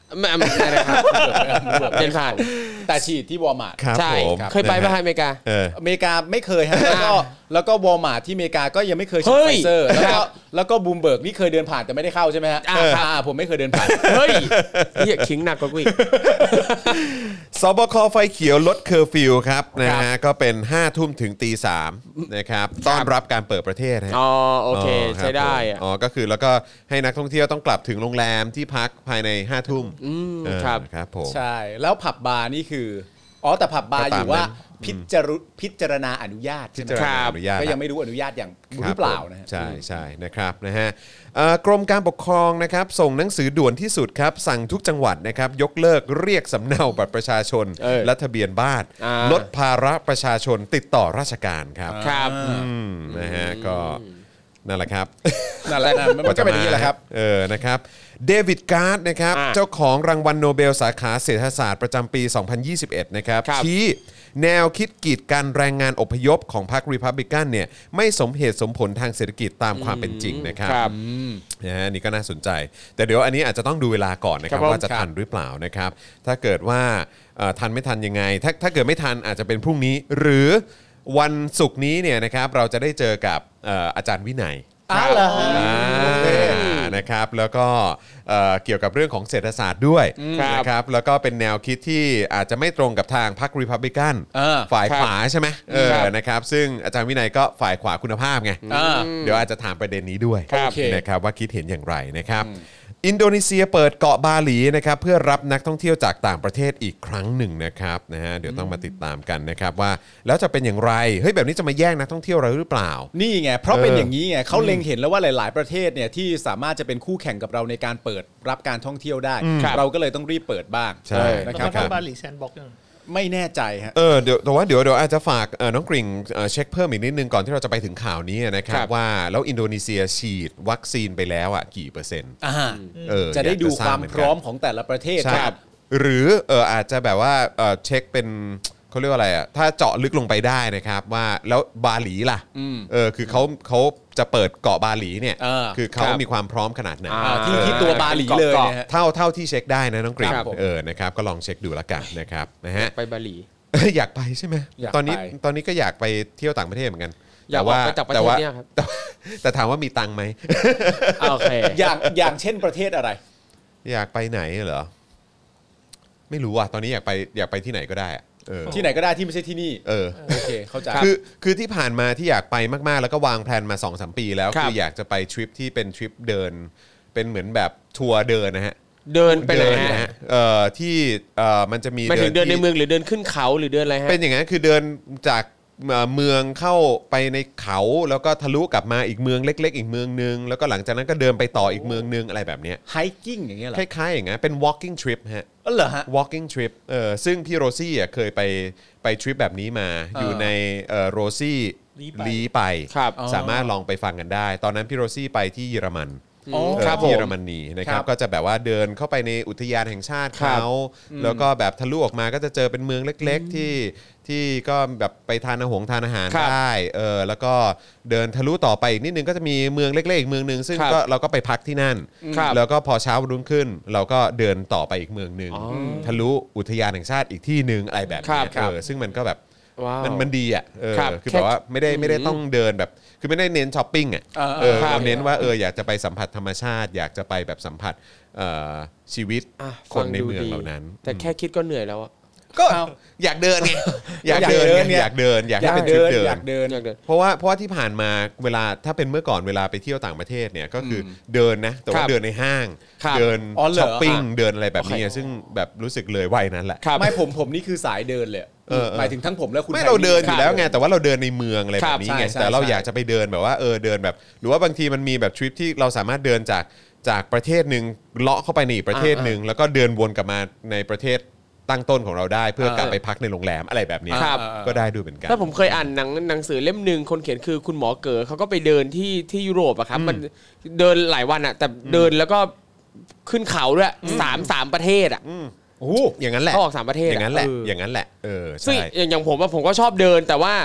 ไม่ไม่ได้ครับเดินผ่านแต่ฉีดที่วอลมาร์ทใช่เคยไปป่ะอเมริกาอเมริกาไม่เคยฮะแล้วก็แล้วก็วอลมาร์ทที่อเมริกาก็ยังไม่เคยฉีดไฟเซอร์แล้วก็แล้วก็บูมเบิร์กนี่เคยเดินผ่านแต่ไม่ได้เข้าใช่ไหมฮะอ่าผมไม่เคยเดินผ่านเฮ้ยนี่ขิงหนักกว่ากูอีกสบคไฟเขียวลดเคอร์ฟิวครับนะฮะก็เป็นห้าทุ่มถึงตีสามนะครับต้อนรับการเปิดประเทศอ๋อโอเคใช้ได้อ๋อก็คือแล้วก็ให้นักท่องเที่ยวต้องกลับถึงโรงแรมที่พักภายในห้าทุ่มครับครับผมใช่แล้วผับบาร์นี่คืออ๋อแต่ผับบาร์อยู่ว่าพิจารพิจารณาอนุญาตพิจารณาอนุญาตก็ยังไม่รู้อนุญาตอย่างหรือเปล่านะใช่ใช่นะครับนะฮะกรมการปกครองนะครับส่งหนังสือด่วนที่สุดครับสั่งทุกจังหวัดนะครับยกเลิกเรียกสำเนาบัตรประชาชนและทะเบียนบ้านลดภาระประชาชนติดต่อราชการครับครับนะฮะก็นั่นแหละครับนั่นแหละมันก็เป็นอย่างนี้แหละครับเออนะครับเดวิดการ์ดนะครับเจ้าของรางวัลโนเบลสาขาเศรษฐศาสตร์ประจำปีสองพันยี่สิบเอ็ดนะครับชี้แนวคิดกีดกันแรงงานอพยพของพรรครีพับลิกันเนี่ยไม่สมเหตุสมผลทางเศรษฐกิจตามความเป็นจริงนะครับนะฮะนี่ก็น่าสนใจแต่เดี๋ยวอันนี้อาจจะต้องดูเวลาก่อนนะครับว่าจะทันหรือเปล่านะครับถ้าเกิดว่าทันไม่ทันยังไงถ้าถ้าเกิดไม่ทันอาจจะเป็นพรุ่งนี้หรือวันศุกร์นี้เนี่ยนะครับเราจะได้เจอกับอาจารย์วินัยอ้าวเหรอนะครับแล้วก็เกี่ยวกับเรื่องของเศรษฐศาสตร์ด้วยนะครับแล้วก็เป็นแนวคิดที่อาจจะไม่ตรงกับทางพรรครีพับลิกันฝ่ายขวาใช่ไหมเออนะครับซึ่งอาจารย์วินัยก็ฝ่ายขวาคุณภาพไงเดี๋ยวอาจจะถามประเด็นนี้ด้วยนะครับว่าคิดเห็นอย่างไรนะครับอินโดนีเซียเปิดเกาะบาหลีนะครับเพื่อรับนักท่องเที่ยวจากต่างประเทศอีกครั้งหนึ่งนะครับนะฮะเดี๋ยวต้องมาติดตามกันนะครับว่าแล้วจะเป็นอย่างไรเฮ้ยแบบนี้จะมาแย่งนักท่องเที่ยวเราหรือเปล่านี่ไงเพราะเป็นอย่างนี้ไงเขาเล็งเห็นแล้วว่าหลายๆประเทศเนี่ยที่สามารถจะเป็นคู่แข่งกับเราในการเปิดรับการท่องเที่ยวได้เราก็เลยต้องรีบเปิดบ้างใช่นะครับบาหลีแซนด์บ็อกซ์ไม่แน่ใจฮะเออเดี๋ยวแต่ว่าเดี๋ยวเดี๋ยวอาจจะฝากน้องกริ่งเช็คเพิ่มอีกนิดนึงก่อนที่เราจะไปถึงข่าวนี้นะครับว่าแล้วอินโดนีเซียฉีดวัคซีนไปแล้วอ่ะกี่เปอร์เซ็นต์เออจะได้ดูความพร้อมของแต่ละประเทศครับหรือเอออาจจะแบบว่าเออเช็คเป็นเขาเรียกว่าอะไรอ่ะถ้าเจาะลึกลงไปได้นะครับว่าแล้วบาหลีล่ะเออคือเขาเขาจะเปิดเกาะบาหลีเนี่ยคือเขามีความพร้อมขนาดไหนที่ที่ตัวบาหลีเลยเท่าเท่าที่เช็คได้นะน้องกริ่งเออนะครับก็ลองเช็คดูละกันนะครับนะฮะไปบาหลีอยากไปใช่ไหมตอนนี้ตอนนี้ก็อยากไปเที่ยวต่างประเทศเหมือนกันอยากว่าแต่ว่าแต่ถามว่ามีตังค์ไหมโอเคอย่างอย่างเช่นประเทศอะไรอยากไปไหนเหรอไม่รู้อ่ะตอนนี้อยากไปอยากไปที่ไหนก็ได้ที่ไหนก็ได้ที่ไม่ใช่ที่นี่เออโอเคเข้าใจคือคือที่ผ่านมาที่อยากไปมากๆแล้วก็วางแผนมา สองถึงสาม ปีแล้วคืออยากจะไปทริปที่เป็นทริปเดินเป็นเหมือนแบบทัวร์เดินนะฮะเดินไปเลยนะฮะเอ่อที่เอ่อมันจะมีหมายถึงเดินในเมืองหรือเดินขึ้นเขาหรือเดินอะไรฮะเป็นอย่างนั้นคือเดินจากเมืองเข้าไปในเขาแล้วก็ทะลุกลับมาอีกเมืองเล็กๆอีกเมืองนึงแล้วก็หลังจากนั้นก็เดินไปต่ออีกเมืองนึงอะไรแบบนี้ hiking อย่างเงี้ยเหรอคล้ายๆอย่างเงี้ยเป็น walking trip ฮะอ๋อเหรอฮะ walking trip เออซึ่งพี่โรซี่อ่ะเคยไปไปทริปแบบนี้มาอยู่ในเอ่อโรซี่ลีไปสามารถลองไปฟังกันได้ตอนนั้นพี่โรซี่ไปที่เยอรมันที่เยอรมนีนะครับก็จะแบบว่าเดินเข้าไปในอุทยานแห่งชาติเขาแล้วก็แบบทะลุออกมาก็จะเจอเป็นเมืองเล็กๆที่ที่ก็แบบไปทานอาหารทานอาหารได้เออแล้วก็เดินทะลุต่อไปอีกนิดนึงก็จะมีเมืองเล็กๆอีกเมืองนึงซึ่งก็เราก็ไปพักที่นั่นแล้วก็พอเช้ารุ่งขึ้นเราก็เดินต่อไปอีกเมืองนึงทะลุอุทยานแห่งชาติอีกที่นึงอะไรแบบนี้เออซึ่งมันก็แบบมันมันดีอ่ะเออคือแบบว่าไม่ได้ไม่ได้ต้องเดินแบบคือไม่ได้เน้นช้อปปิ้งอ่ะเออเราเน้นว่าเอออยากจะไปสัมผัสธรรมชาติอยากจะไปแบบสัมผัสชีวิตคนในเมืองเหล่านั้นแต่แค่คิดก็เหนื่อยแล้วอ่ะก็อยากเดินไงอยากเดินอยากเดินอยากให้เป็นทริปเดินอยากเดินเพราะว่าเพราะว่าที่ผ่านมาเวลาถ้าเป็นเมื่อก่อนเวลาไปเที่ยวต่างประเทศเนี่ยก็คือเดินนะแต่ว่าเดินในห้างเดินช้อปปิ้งเดินอะไรแบบนี้ซึ่งแบบรู้สึกเลยวัยนั้นแหละไม่ผมผมนี่คือสายเดินเลยหมายถึงทั้งผมและคุณไม่เราเดินอยู่แล้วไงแต่ว่าเราเดินในเมืองอะไรแบบนี้ไงแต่เราอยากจะไปเดินแบบว่าเออเดินแบบหรือว่าบางทีมันมีแบบทริปที่เราสามารถเดินจากจากประเทศนึงเลาะเข้าไปในอีกประเทศนึงแล้วก็เดินวนกลับมาในประเทศตั้งต้นของเราได้เพื่อกลับไปพักในโรงแรมอะไรแบบนี้ก็ได้ดูเหมือนกันถ้าผมเคยอ่านหนังหนังสือเล่มนึงคนเขียนคือคุณหมอเก๋อเขาก็ไปเดินที่ที่ยุโรปอะครับมันเดินหลายวันอะแต่เดินแล้วก็ขึ้นเขาด้วยสามสามประเทศอะโอ้อย่างนั้นแหละเขาออกสามประเทศอย่างนั้นแหละอย่างนั้นแหละเออใช่อย่างผมว่าผมก็ชอบเดินแต่ว่า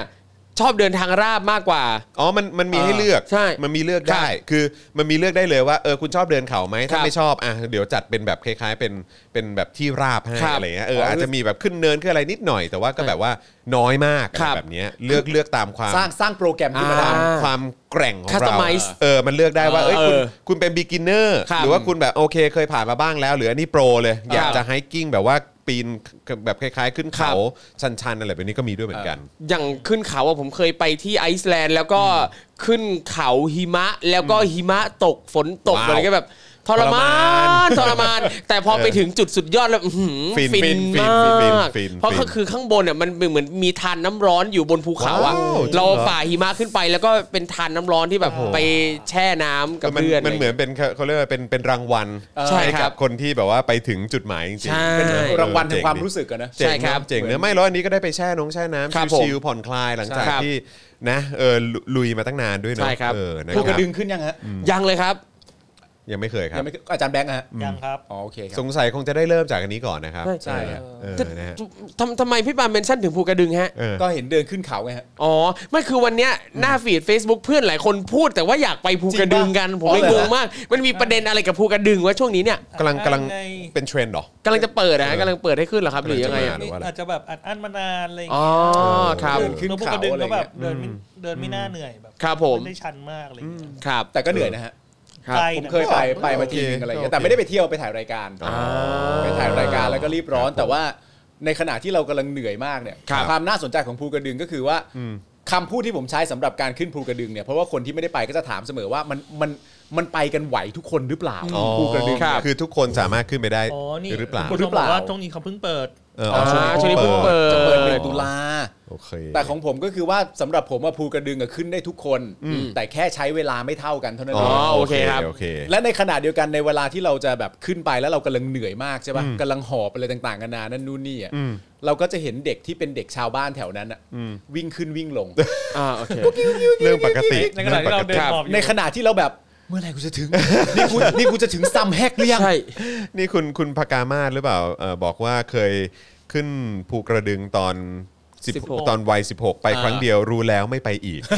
ชอบเดินทางราบมากกว่าอ๋อมันมันมีให้เลือกใช่มันมีเลือกได้คือมันมีเลือกได้เลยว่าเออคุณชอบเดินเขาไหมถ้าไม่ชอบอ่ะเดี๋ยวจัดเป็นแบบคล้ายๆเป็นเป็นแบบที่ราบให้อะไรเงี้ยเอออาจจะมีแบบขึ้นเนินขึ้นอะไรนิดหน่อยแต่ว่าก็แบบว่าน้อยมากแบบนี้เลือกเลือกตามความสร้างสร้างโปรแกรมขึ้นมาความความแกร่งของเราเออมันเลือกได้ว่าเอ้ยคุณคุณเป็น beginner หรือว่าคุณแบบโอเคเคยผ่านมาบ้างแล้วหรืออันนี้โปรเลยอยากจะไฮกิ้งแบบว่าปีนแบบคล้ายๆขึ้นเขาชันๆอะไรแบบนี้ก็มีด้วยเหมือนกันอย่างขึ้นเขาอะผมเคยไปที่ไอซ์แลนด์แล้วก็ขึ้นเขาหิมะแล้วก็หิมะตกฝนตกอะไรก็แบบทรมานทรมานแต่พอไปถึงจุดสุดยอดแล้วฟินมากเพราะก็คือข้างบนเนี่ยมันเหมือนมีทานน้ำร้อนอยู่บนภูเขาอ่ะเราฝ่าหิมะขึ้นไปแล้วก็เป็นทานน้ำร้อนที่แบบไปแช่น้ำกับเพื่อนมันเหมือนเป็นเขาเรียกว่าเป็นเป็นรางวัลให้กับคนที่แบบว่าไปถึงจุดหมายจริงๆเป็นรางวัลแห่งความรู้สึกกันนะใช่ครับเจ๋งเนอะไม่ร้อนนี้ก็ได้ไปแช่น้องแช่น้ำชิลๆผ่อนคลายหลังจากที่นะเออลุยมาตั้งนานด้วยเนาะเออภูกระดึงขึ้นยังฮะยังเลยครับยังไม่เคยครับอาจารย์แบงค์ฮะยังครับอ๋อโอเคครับสงสัยคงจะได้เริ่มจากอันนี้ก่อนนะครับใช่ครับทำทำไมพี่ปาเมนชั่นถึงภูกระดึงฮะก็เห็นเดินขึ้นเขาไงฮะอ๋อไม่คือวันเนี้ยหน้าฟีด Facebook เพื่อนหลายคนพูดแต่ว่าอยากไปภูกระดึงกันผมเลยงงมากมันมีประเด็นอะไรกับภูกระดึงวะช่วงนี้เนี่ยกำลังกำลังเป็นเทรนด์หรอกำลังจะเปิดนะฮะกำลังเปิดให้ขึ้นเหรอครับหรือยังไงอาจจะแบบอัดอั้นมานานอะไรอย่างเงี้ยอ๋อครับขึ้นภูกระดึงก็แบบเดินเดินไม่น่าเหนื่อยแบบครับผมได้ชันมากอะไรอย่างเงี้ยครับแต่ก็เหนื่อยนะฮะผมเคยไปไปมาทีนึงอะไรอย่างเงี้ยแต่ไม่ได้ไปเที่ยวไปถ่ายรายการไปถ่ายรายการแล้วก็รีบร้อนแต่ว่าในขณะที่เรากำลังเหนื่อยมากเนี่ยความน่าสนใจของภูกระดึงก็คือว่าคำพูดที่ผมใช้สำหรับการขึ้นภูกระดึงเนี่ยเพราะว่าคนที่ไม่ได้ไปก็จะถามเสมอว่ามันมันมันไปกันไหวทุกคนหรือเปล่าภูกระดึงคือทุกคนสามารถขึ้นไปได้หรือเปล่าหรือเปล่าว่าช่วงนี้เขาเพิ่งเปิดอ๋อช่วงนี้เพิ่งเปิดจะเปิดเป็นตุลาโอเคแต่ของผมก็คือว่าสำหรับผมว่าภูกระดึงขึ้นได้ทุกคนแต่แค่ใช้เวลาไม่เท่ากันเท่านั้นเองอ๋อโอเคครับและในขณะเดียวกันในเวลาที่เราจะแบบขึ้นไปแล้วเรากำลังเหนื่อยมากใช่ป่ะกำลังหอบอะไรต่างๆกันานานั่นนู่นนี่อ่ะเราก็จะเห็นเด็กที่เป็นเด็กชาวบ้านแถวนั้นอ่ะวิ่งขึ้นวิ่งลงอ่าโอเคเรื่องปกติในขณะที่เราเดินหอบในขณะที่เราแบบเมื่อไหร่กูจะถึงนี่กูนี่กูจะถึงซัมแฮกหรือยังใช่นี่คุณคุณพกามาศหรือเปล่าเออบอกว่าเคยขึ้นภูกระดึงตอนตอนวัยสิบหกไปครั้งเดียวรู้แล้วไม่ไปอีก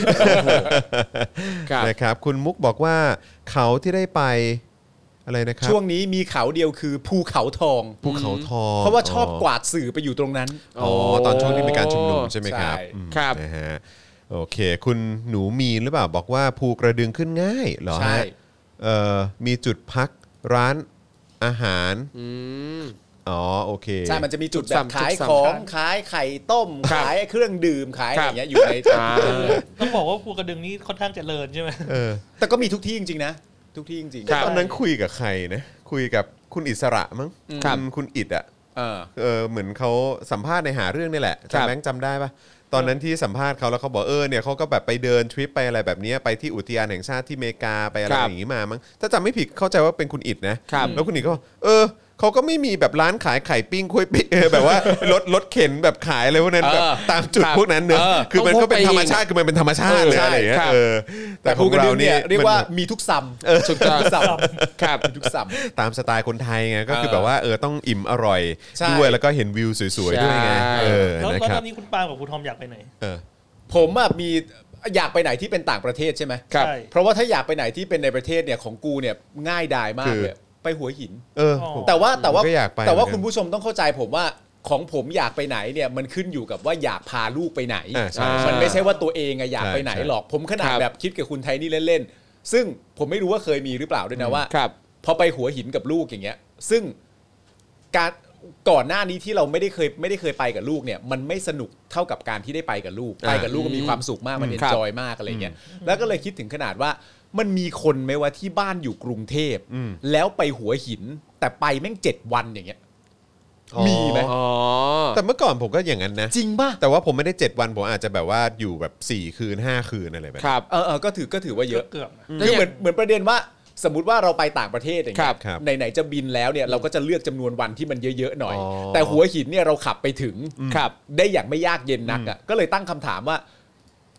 นะครับคุณมุกบอกว่าเขาที่ได้ไปอะไรนะครับช่วงนี้มีเขาเดียวคือภูเขาทองภูเขาทองเพราะว่าชอบกวาดสื่อไปอยู่ตรงนั้นอ๋อตอนช่วงที่มีการชุมนุมใช่ไหมครับครับนะฮะโอเคคุณหนูมีหรือเปล่าบอกว่าภูกระดึงขึ้นง่ายเหรอใช่เอ่อมีจุดพักร้านอาหารอ๋อโอเคใช่มันจะมีจุดแบบขายของขายไข่ต้มขายเครื่องดื่มขายอะไรอย่างเงี้ยอยู่ในต้องบอกว่าภูกระดึงนี่ค่อนข้างเจริญใช่ไหมเออแต่ก็มีทุกที่จริงๆนะทุกที่จริงๆตอนนั้นคุยกับใครนะคุยกับคุณอิสระมั้งคุณอิดอ่ะเออเหมือนเขาสัมภาษณ์ในหาเรื่องนี่แหละจำแบงค์จำได้ปะตอนนั้นที่สัมภาษณ์เขาแล้วเขาบอกเออเนี่ยเขาก็แบบไปเดินทริปไปอะไรแบบนี้ไปที่อุทยานแห่งชาติที่อเมริกาไปอะไรอย่างงี้มามั้งถ้าจำไม่ผิดเข้าใจว่าเป็นคุณอิดนะแล้วคุณอิดก็เออเขาก็ไม่มีแบบร้านขายไข่ปิ้งคุยปิ้งแบบว่ารถรถเข็นแบบขายอะไรพวกนั้นแบบตามจุดพวกนั้นเนอะคือมันก็เป็นธรรมชาติคือมันเป็นธรรมชาติเลยอะไรอย่างเงี้ยแต่ภูกระดึงเนี่ยเรียกว่ามีทุกซัมทุกซัมครับทุกซัมตามสไตล์คนไทยไงก็คือแบบว่าเออต้องอิ่มอร่อยด้วยแล้วก็เห็นวิวสวยๆด้วยไงเออแล้วตอนนี้คุณปากับคุณทอมอยากไปไหนผมอ่ะมีอยากไปไหนที่เป็นต่างประเทศใช่ไหมครับเพราะว่าถ้าอยากไปไหนที่เป็นในประเทศเนี่ยของกูเนี่ยง่ายดายมากเลยไปหัวหินเออแต่ว่าแต่ว่าแต่ว่าคุณผู้ชมต้องเข้าใจผมว่าของผมอยากไปไหนเนี่ยมันขึ้นอยู่กับว่าอยากพาลูกไปไหนมันไม่ใช่ว่าตัวเองอะอยากไปไหนหรอกผมขนาดแบบคิดกับคุณไทนี่เล่นๆซึ่งผมไม่รู้ว่าเคยมีหรือเปล่าด้วยนะว่าพอไปหัวหินกับลูกอย่างเงี้ยซึ่งการก่อนหน้านี้ที่เราไม่ได้เคยไม่ได้เคยไปกับลูกเนี่ยมันไม่สนุกเท่ากับการที่ได้ไปกับลูกไปกับลูกก็มีความสุขมากมันเอนจอยมากอะไรเงี้ยแล้วก็เลยคิดถึงขนาดว่ามันมีคนไหมว่าที่บ้านอยู่กรุงเทพแล้วไปหัวหินแต่ไปแม่งเจ็ดวันอย่างเงี้ยมีไหมแต่เมื่อก่อนผมก็อย่างนั้นนะจริงป่ะแต่ว่าผมไม่ได้เจ็ดวันผมอาจจะแบบว่าอยู่แบบสี่คืนห้าคืนอะไรแบบครับเออก็ถือก็ถือว่าเยอะคือเหมือนเหมือนประเด็นว่าสมมุติว่าเราไปต่างประเทศอย่างเงี้ยไหนๆจะบินแล้วเนี่ยเราก็จะเลือกจำนวนวันที่มันเยอะๆหน่อยแต่หัวหินเนี่ยเราขับไปถึงได้อย่างไม่ยากเย็นนักอ่ะก็เลยตั้งคำถามว่า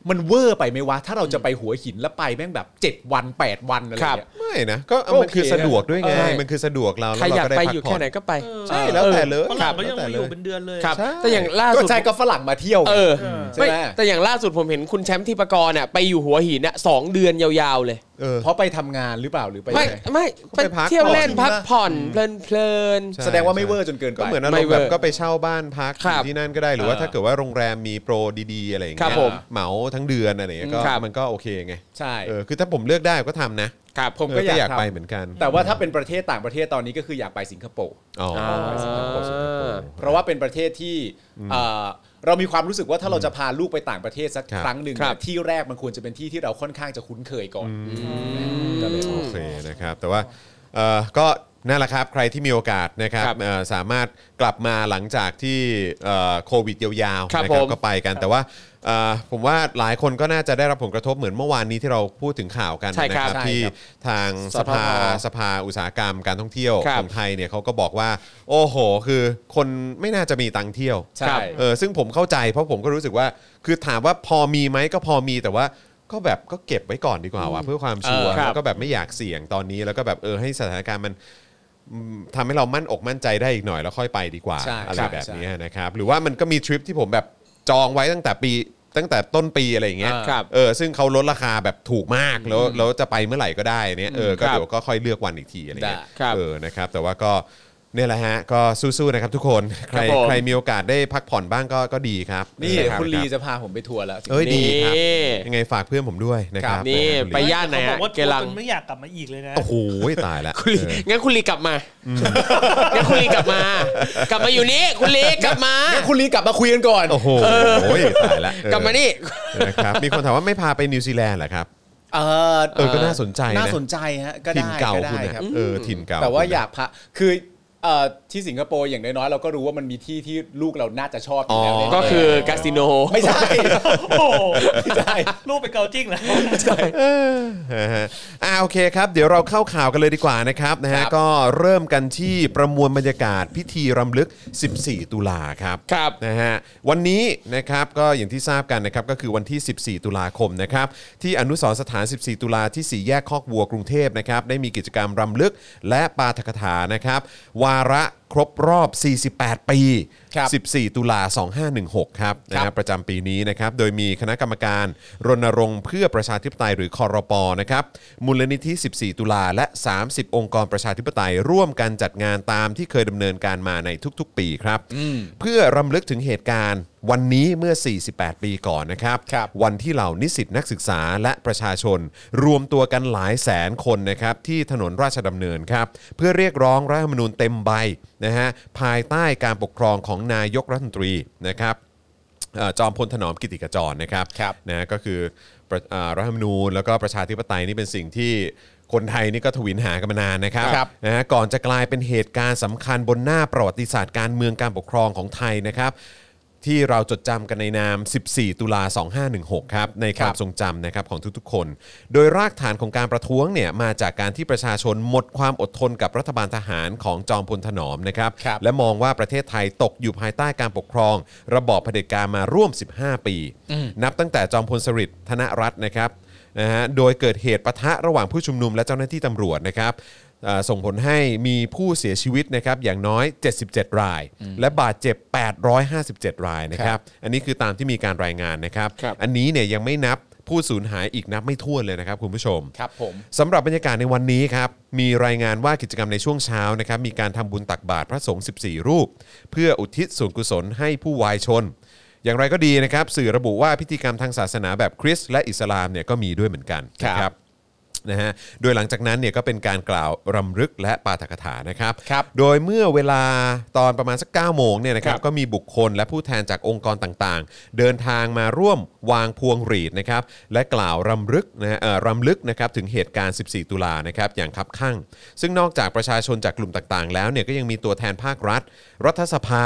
มันเวอร์ไปไหมวะถ้าเราจะไปหัวหินแล้วไปแม่งแบบเจ็ดวันแปดวันอะไรเงี้ยไม่นะก็มันคือสะดวกด้วยไงมันคือสะดวกเราแล้วเราก็ได้พักผ่อนใครอยากไปอยู่แค่ไหนก็ไปใช่แล้วแต่เลยฝรั่งก็ยังมาอยู่เป็นเดือนเลยแต่อย่างล่าสุดก็ใช่ก็ฝรั่งมาเที่ยวเออใช่ไหมแต่อย่างล่าสุดผมเห็นคุณแชมป์ทิพกรเนี่ยไปอยู่หัวหินเนี่ยสองเดือนยาวๆเลยเพราะไปทำงานหรือเปล่าหรือไปไม่ไม่ไปเที่ยวเล่นพักผ่อนเพลินๆแสดงว่าไม่เวอร์จนเกินไปก็เหมือนอารมณ์แบบก็ไปเช่าบ้านพักที่นั่นก็ได้หรือว่าถ้าเกิดว่าโรงแรมมีโปรดีๆอะไรอย่างเงี้ยเหมาทั้งเดือนอะไรอย่างเงี้ยก็มันก็โอเคไงใช่เออคือถ้าผมเลือกได้ก็ทำนะครับผมก็อยากไปเหมือนกันแต่ว่าถ้าเป็นประเทศต่างประเทศตอนนี้ก็คืออยากไปสิงคโปร์อ๋อสิงคโปร์เพราะว่าเป็นประเทศที่เรามีความรู้สึกว่าถ้าเราจะพาลูกไปต่างประเทศสักครั้งหนึ่งที่แรกมันควรจะเป็นที่ที่เราค่อนข้างจะคุ้นเคยก่อนก็เลยโอเคนะครับแต่ว่าก็นั่นแหละครับใครที่มีโอกาสนะครับสามารถกลับมาหลังจากที่โควิดยาวๆนะครับก็ไปกันแต่ว่าผมว่าหลายคนก็น่าจะได้รับผลกระทบเหมือนเมื่อวานนี้ที่เราพูดถึงข่าวกันนะครับที่ทางสภาสภาอุตสาหกรรมการท่องเที่ยวของไทยเนี่ยเขาก็บอกว่าโอ้โหคือคนไม่น่าจะมีตังค์เที่ยวเออซึ่งผมเข้าใจเพราะผมก็รู้สึกว่าคือถามว่าพอมีไหมก็พอมีแต่ว่าก็แบบก็เก็บไว้ก่อนดีกว่าว่ะเพื่อความชัวร์แล้วก็แบบไม่อยากเสี่ยงตอนนี้แล้วก็แบบเออให้สถานการณ์มันทำให้เรามั่นอกมั่นใจได้อีกหน่อยแล้วค่อยไปดีกว่าอะไรแบบนี้นะครับหรือว่ามันก็มีทริปที่ผมแบบจองไว้ตั้งแต่ปีตั้งแต่ต้นปีอะไรอย่างเงี้ยเออซึ่งเขาลดราคาแบบถูกมากแล้วแล้วจะไปเมื่อไหร่ก็ได้เนี่ยเออก็เดี๋ยวก็ค่อยเลือกวันอีกทีอะไรเงี้ยเออนะครับแต่ว่าก็เนี่ยแหละฮะก็สู้ๆนะครับทุกคนใครใครมีโอกาสได้พักผ่อนบ้างก็ก็ดีครับนี่คุณลีจะพาผมไปทัวร์แล้วเอ้ยดีครับยังไงฝากเพื่อนผมด้วยนะครับนี่ไปย่านไหนฮะเกลังไม่อยากกลับมาอีกเลยนะโอ้โหตายแล้วงั้นคุณลีกลับมางั้นคุณลีกลับมา กลับมาอยู่นี่คุณลีกลับมางั้นคุณลีกลับมาคุยกันก่อนโอ้โหตายแล้วกลับมานี่นะครับมีคนถามว่าไม่พาไปนิวซีแลนด์เหรอครับเออเออก็น่าสนใจนะน่าสนใจฮะก็ได้ถิ่นเก่าคุณครับเออถิ่นเก่าแต่ว่าอยากพาคือที่สิงคโปร์อย่างน้อยๆเราก็รู้ว่ามันมีที่ที่ลูกเราน่าจะชอบอยู่แล้วก็คือคาสิโนไม่ใช่โอ้ไม่ใช่ลูกไปเกาจิ้งแล้วใช่อ่าโอเคครับเดี๋ยวเราเข้าข่าวกันเลยดีกว่านะครับนะฮะก็เริ่มกันที่ประมวลบรรยากาศพิธีรำลึกสิบสี่ตุลาครับครับนะฮะวันนี้นะครับก็อย่างที่ทราบกันนะครับก็คือวันที่สิบสี่ตุลาคมนะครับที่อนุสรณ์สถานสิบสี่ตุลาที่สี่แยกคอกวัวกรุงเทพนะครับได้มีกิจกรรมรำลึกและปาฐกถานะครับวาระครบรอบสี่สิบแปดปีสิบสี่ตุลาสองพันห้าร้อยสิบหกครับนะฮะประจำปีนี้นะครับโดยมีคณะกรรมการรณรงค์เพื่อประชาธิปไตยหรือครป.นะครับมูลนิธิสิบสี่ตุลาและสามสิบองค์กรประชาธิปไตยร่วมกันจัดงานตามที่เคยดำเนินการมาในทุกๆปีครับเพื่อรำลึกถึงเหตุการณ์วันนี้เมื่อสี่สิบแปดปีก่อนนะครับวันที่เหล่านิสิตนักศึกษาและประชาชนรวมตัวกันหลายแสนคนนะครับที่ถนนราชดำเนินครับเพื่อเรียกร้องรัฐธรรมนูญเต็มใบนะฮะภายใต้การปกครองของนายกรัฐมนตรีนะครับจอมพลถนอมกิติขจรนะครับนะก็คือรัฐธรรมนูญแล้วก็ประชาธิปไตยนี่เป็นสิ่งที่คนไทยนี่ก็ทวินหากันมานานนะครับนะฮะก่อนจะกลายเป็นเหตุการณ์สำคัญบนหน้าประวัติศาสตร์การเมืองการปกครองของไทยนะครับที่เราจดจำกันในนามสิบสี่ตุลาสองพันห้าร้อยสิบหกครับในความทรงจำนะครับของทุกๆคนโดยรากฐานของการประท้วงเนี่ยมาจากการที่ประชาชนหมดความอดทนกับรัฐบาลทหารของจอมพลถนอมนะครับและมองว่าประเทศไทยตกอยู่ภายใต้การปกครองระบอบเผด็จการมาร่วมสิบห้าปีนับตั้งแต่จอมพลสฤษดิ์ธนรัตน์นะครับนะฮะโดยเกิดเหตุปะทะระหว่างผู้ชุมนุมและเจ้าหน้าที่ตำรวจนะครับส่งผลให้มีผู้เสียชีวิตนะครับอย่างน้อยเจ็ดสิบเจ็ดรายและบาดเจ็บแปดร้อยห้าสิบเจ็ดรายนะครับอันนี้คือตามที่มีการรายงานนะครับอันนี้เนี่ยยังไม่นับผู้สูญหายอีกนับไม่ถ้วนเลยนะครับคุณผู้ชมครับผมสำหรับบรรยากาศในวันนี้ครับมีรายงานว่ากิจกรรมในช่วงเช้านะครับมีการทำบุญตักบาตรพระสงฆ์สิบสี่รูปเพื่ออุทิศส่วนกุศลให้ผู้วายชนอย่างไรก็ดีนะครับสื่อระบุว่าพิธีกรรมทางศาสนาแบบคริสต์และอิสลามเนี่ยก็มีด้วยเหมือนกันนะครับนะฮะโดยหลังจากนั้นเนี่ยก็เป็นการกล่าวรำลึกและปาฐกถานะครับโดยเมื่อเวลาตอนประมาณสักเก้าโมงเนี่ยนะครับก็มีบุคคลและผู้แทนจากองค์กรต่างๆเดินทางมาร่วมวางพวงหรีดนะครับและกล่าวรำลึกนะเอ่อรำลึกนะครับถึงเหตุการณ์สิบสี่ตุลานะครับอย่างคับคั่งซึ่งนอกจากประชาชนจากกลุ่มต่างๆแล้วเนี่ยก็ยังมีตัวแทนภาครัฐรัฐสภา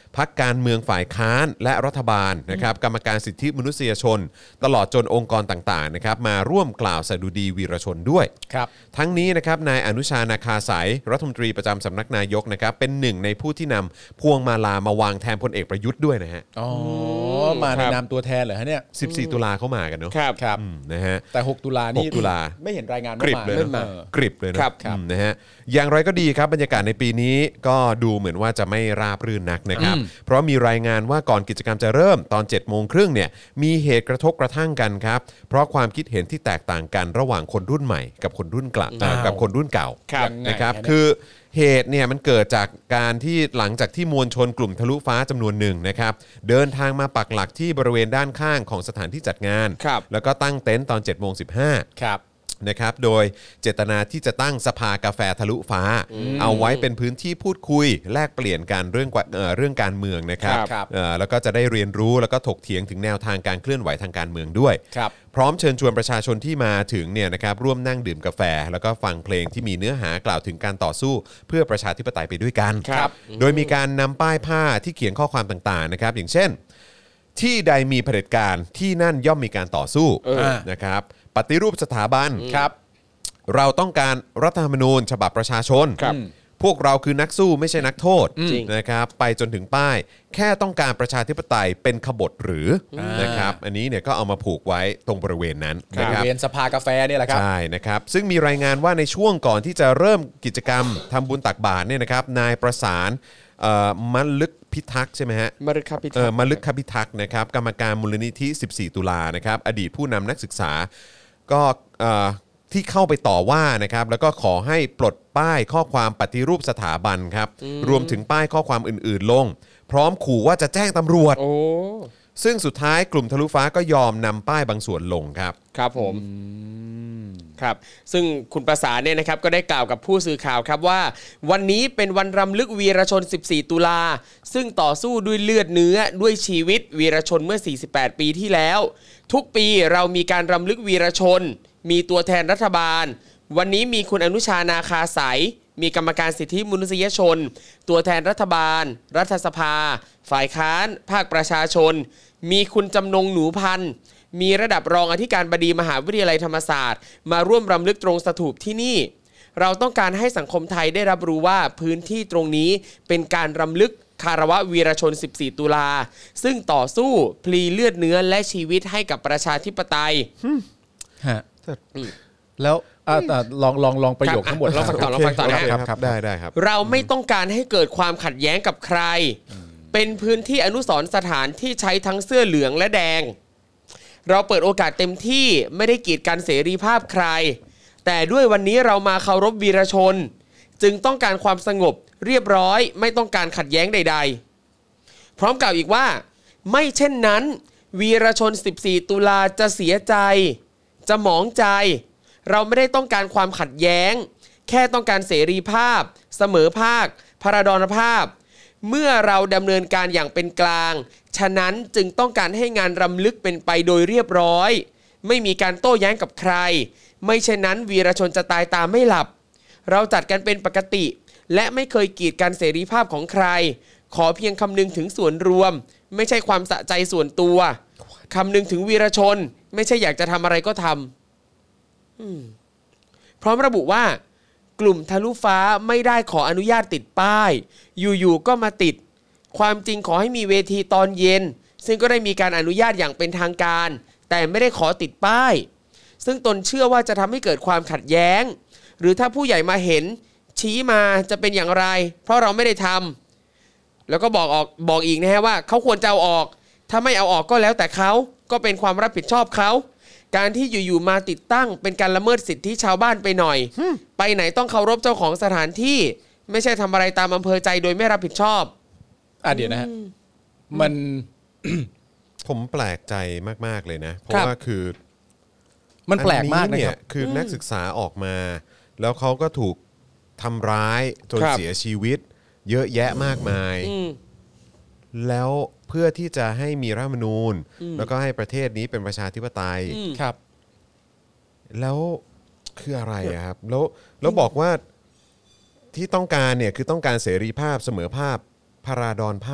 พรรคการเมืองฝ่ายค้านและรัฐบาลนะครับกรรมการสิทธิมนุษยชนตลอดจนองค์กรต่างๆนะครับมาร่วมกล่าวสดุดีวีรชนด้วยครับทั้งนี้นะครับนายอนุชานาคาสายรัฐมนตรีประจำสำนักนายกนะครับเป็นหนึ่งในผู้ที่นำพวงมาลามาวางแทนพลเอกประยุทธ์ด้วยนะฮะอ๋อมาในนามตัวแทนเหรอฮะเนี่ยสิบสี่ตุลาเข้ามากันเนาะครับครับนะฮะแต่หกตุลานี่หกตุลาไม่เห็นรายงานกริบเลยไม่นะมากริบเลยนะครับนะฮะอย่างไรก็ดีครับบรรยากาศในปีนี้ก็ดูเหมือนว่าจะไม่ราบรื่นนักนะครับเพราะมีรายงานว่าก่อนกิจกรรมจะเริ่มตอนเจ็ดโมงครึ่งเนี่ยมีเหตุกระทบกระทั่งกันครับเพราะความคิดเห็นที่แตกต่างกันระหว่างคนรุ่นใหม่กับคนรุ่นเก่ากับคนรุ่นเก่านะครับคือเหตุเนี่ยมันเกิดจากการที่หลังจากที่มวลชนกลุ่มทะลุฟ้าจำนวนหนึ่งนะครับเดินทางมาปักหลักที่บริเวณด้านข้างของสถานที่จัดงานแล้วก็ตั้งเต็นท์ตอน เจ็ดโมงสิบห้าครับนะครับโดยเจตนาที่จะตั้งสภากาแฟทะลุฟ้าเอาไว้เป็นพื้นที่พูดคุยแลกเปลี่ยนกันเรื่องเอ่อเรื่องการเมืองนะครับเอ่อแล้วก็จะได้เรียนรู้แล้วก็ถกเถียงถึงแนวทางการเคลื่อนไหวทางการเมืองด้วยพร้อมเชิญชวนประชาชนที่มาถึงเนี่ยนะครับร่วมนั่งดื่มกาแฟแล้วก็ฟังเพลงที่มีเนื้อหากล่าวถึงการต่อสู้เพื่อประชาธิปไตยไปด้วยกันโดยมีการนำป้ายผ้าที่เขียนข้อความต่างๆนะครับอย่างเช่นที่ใดมีเผด็จการที่นั่นย่อมมีการต่อสู้นะครับปฏิรูปสถาบันครับเราต้องการรัฐธรรมนูญฉบับประชาชนพวกเราคือนักสู้ไม่ใช่นักโทษนะครับไปจนถึงป้ายแค่ต้องการประชาธิปไตยเป็นขบฏหรือนะครับอันนี้เนี่ยก็เอามาผูกไว้ตรงบริเวณนั้นบริเวณสภากาแฟเนี่ยแหละครับใช่นะครับซึ่งมีรายงานว่าในช่วงก่อนที่จะเริ่มกิจกรรมทำบุญตักบาตรเนี่ยนะครับนายประสานมัลลึกพิทักษ์ใช่ไหมฮะมลึกคพิทักษ์มลึกคพิทักษ์นะครับกรรมการมูลนิธิสิบสี่ตุลานะครับอดีตผู้นำนักศึกษาก็ที่เข้าไปต่อว่านะครับแล้วก็ขอให้ปลดป้ายข้อความปฏิรูปสถาบันครับรวมถึงป้ายข้อความอื่นๆลงพร้อมขู่ว่าจะแจ้งตำรวจซึ่งสุดท้ายกลุ่มทะลุฟ้าก็ยอมนำป้ายบางส่วนลงครับครับผมครับซึ่งคุณประสานเนี่ยนะครับก็ได้กล่าวกับผู้สื่อข่าวครับว่าวันนี้เป็นวันรำลึกวีรชนสิบสี่ตุลาซึ่งต่อสู้ด้วยเลือดเนื้อด้วยชีวิตวีรชนเมื่อสี่สิบแปดปีที่แล้วทุกปีเรามีการรำลึกวีรชนมีตัวแทนรัฐบาลวันนี้มีคุณอนุชานาคาสายมีกรรมการสิทธิมนุษยชนตัวแทนรัฐบาลรัฐสภาฝ่ายค้านภาคประชาชนมีคุณจำนงหนูพันธ์มีระดับรองอธิการบดีมหาวิทยาลัยธรรมศาสตร์มาร่วมรำลึกตรงสถูปที่นี่เราต้องการให้สังคมไทยได้รับรู้ว่าพื้นที่ตรงนี้เป็นการรำลึกคารวะวีรชนสิบสี่ตุลาซึ่งต่อสู้พลีเลือดเนื้อและชีวิตให้กับประชาธิปไตยฮะแล้วลองลองลองประโยคทั้งหมดลองฟังต่อลองฟังต่อนะครับได้ได้ครับเราไม่ต้องการให้เกิดความขัดแย้งกับใครเป็นพื้นที่อนุสรณ์สถานที่ใช้ทั้งเสื้อเหลืองและแดงเราเปิดโอกาสเต็มที่ไม่ได้กีดกันเสรีภาพใครแต่ด้วยวันนี้เรามาเคารพวีรชนจึงต้องการความสงบเรียบร้อยไม่ต้องการขัดแย้งใดๆพร้อมกล่าวอีกว่าไม่เช่นนั้นวีรชนสิบสี่ตุลาจะเสียใจจะหมองใจเราไม่ได้ต้องการความขัดแย้งแค่ต้องการเสรีภาพเสมอภาคพราดรภาพเมื่อเราดำเนินการอย่างเป็นกลางฉะนั้นจึงต้องการให้งานรำลึกเป็นไปโดยเรียบร้อยไม่มีการโต้แย้งกับใครไม่เช่นนั้นวีรชนจะตายตามไม่หลับเราจัดกันเป็นปกติและไม่เคยกีดกันเสรีภาพของใครขอเพียงคำนึงถึงส่วนรวมไม่ใช่ความสะใจส่วนตัวคำนึงถึงวีรชนไม่ใช่อยากจะทำอะไรก็ทำพร้อมระบุว่ากลุ่มทะลุฟ้าไม่ได้ขออนุญาตติดป้ายอยู่ๆก็มาติดความจริงขอให้มีเวทีตอนเย็นซึ่งก็ได้มีการอนุญาตอย่างเป็นทางการแต่ไม่ได้ขอติดป้ายซึ่งตนเชื่อว่าจะทำให้เกิดความขัดแย้งหรือถ้าผู้ใหญ่มาเห็นชี้มาจะเป็นอย่างไรเพราะเราไม่ได้ทำแล้วก็บอกออกบอกอีกนะฮะว่าเขาควรจะเอาออกถ้าไม่เอาออกก็แล้วแต่เขาก็เป็นความรับผิดชอบเขาการที่อยู่ๆมาติดตั้งเป็นการละเมิดสิทธิชาวบ้านไปหน่อยไปไหนต้องเคารพเจ้าของสถานที่ไม่ใช่ทำอะไรตามอำเภอใจโดยไม่รับผิดชอบอ่ะเดี๋ยวนะฮะมันผมแปลกใจมากๆเลยนะเพราะว่าคือมันแปลกมากนะครับคือนักศึกษาออกมาแล้วเขาก็ถูกทำร้ายจนเสียชีวิตเยอะแยะมากมายแล้วเพื่อที่จะให้มีรัฐธรรมนูญแล้วก็ให้ประเทศนี้เป็นประชาธิปไตยครับแล้วคืออะไรครับแล้วแล้วบอกว่าที่ต้องการเนี่ยคือต้องการเสรีภาพเสมอภาพพราดรภาพ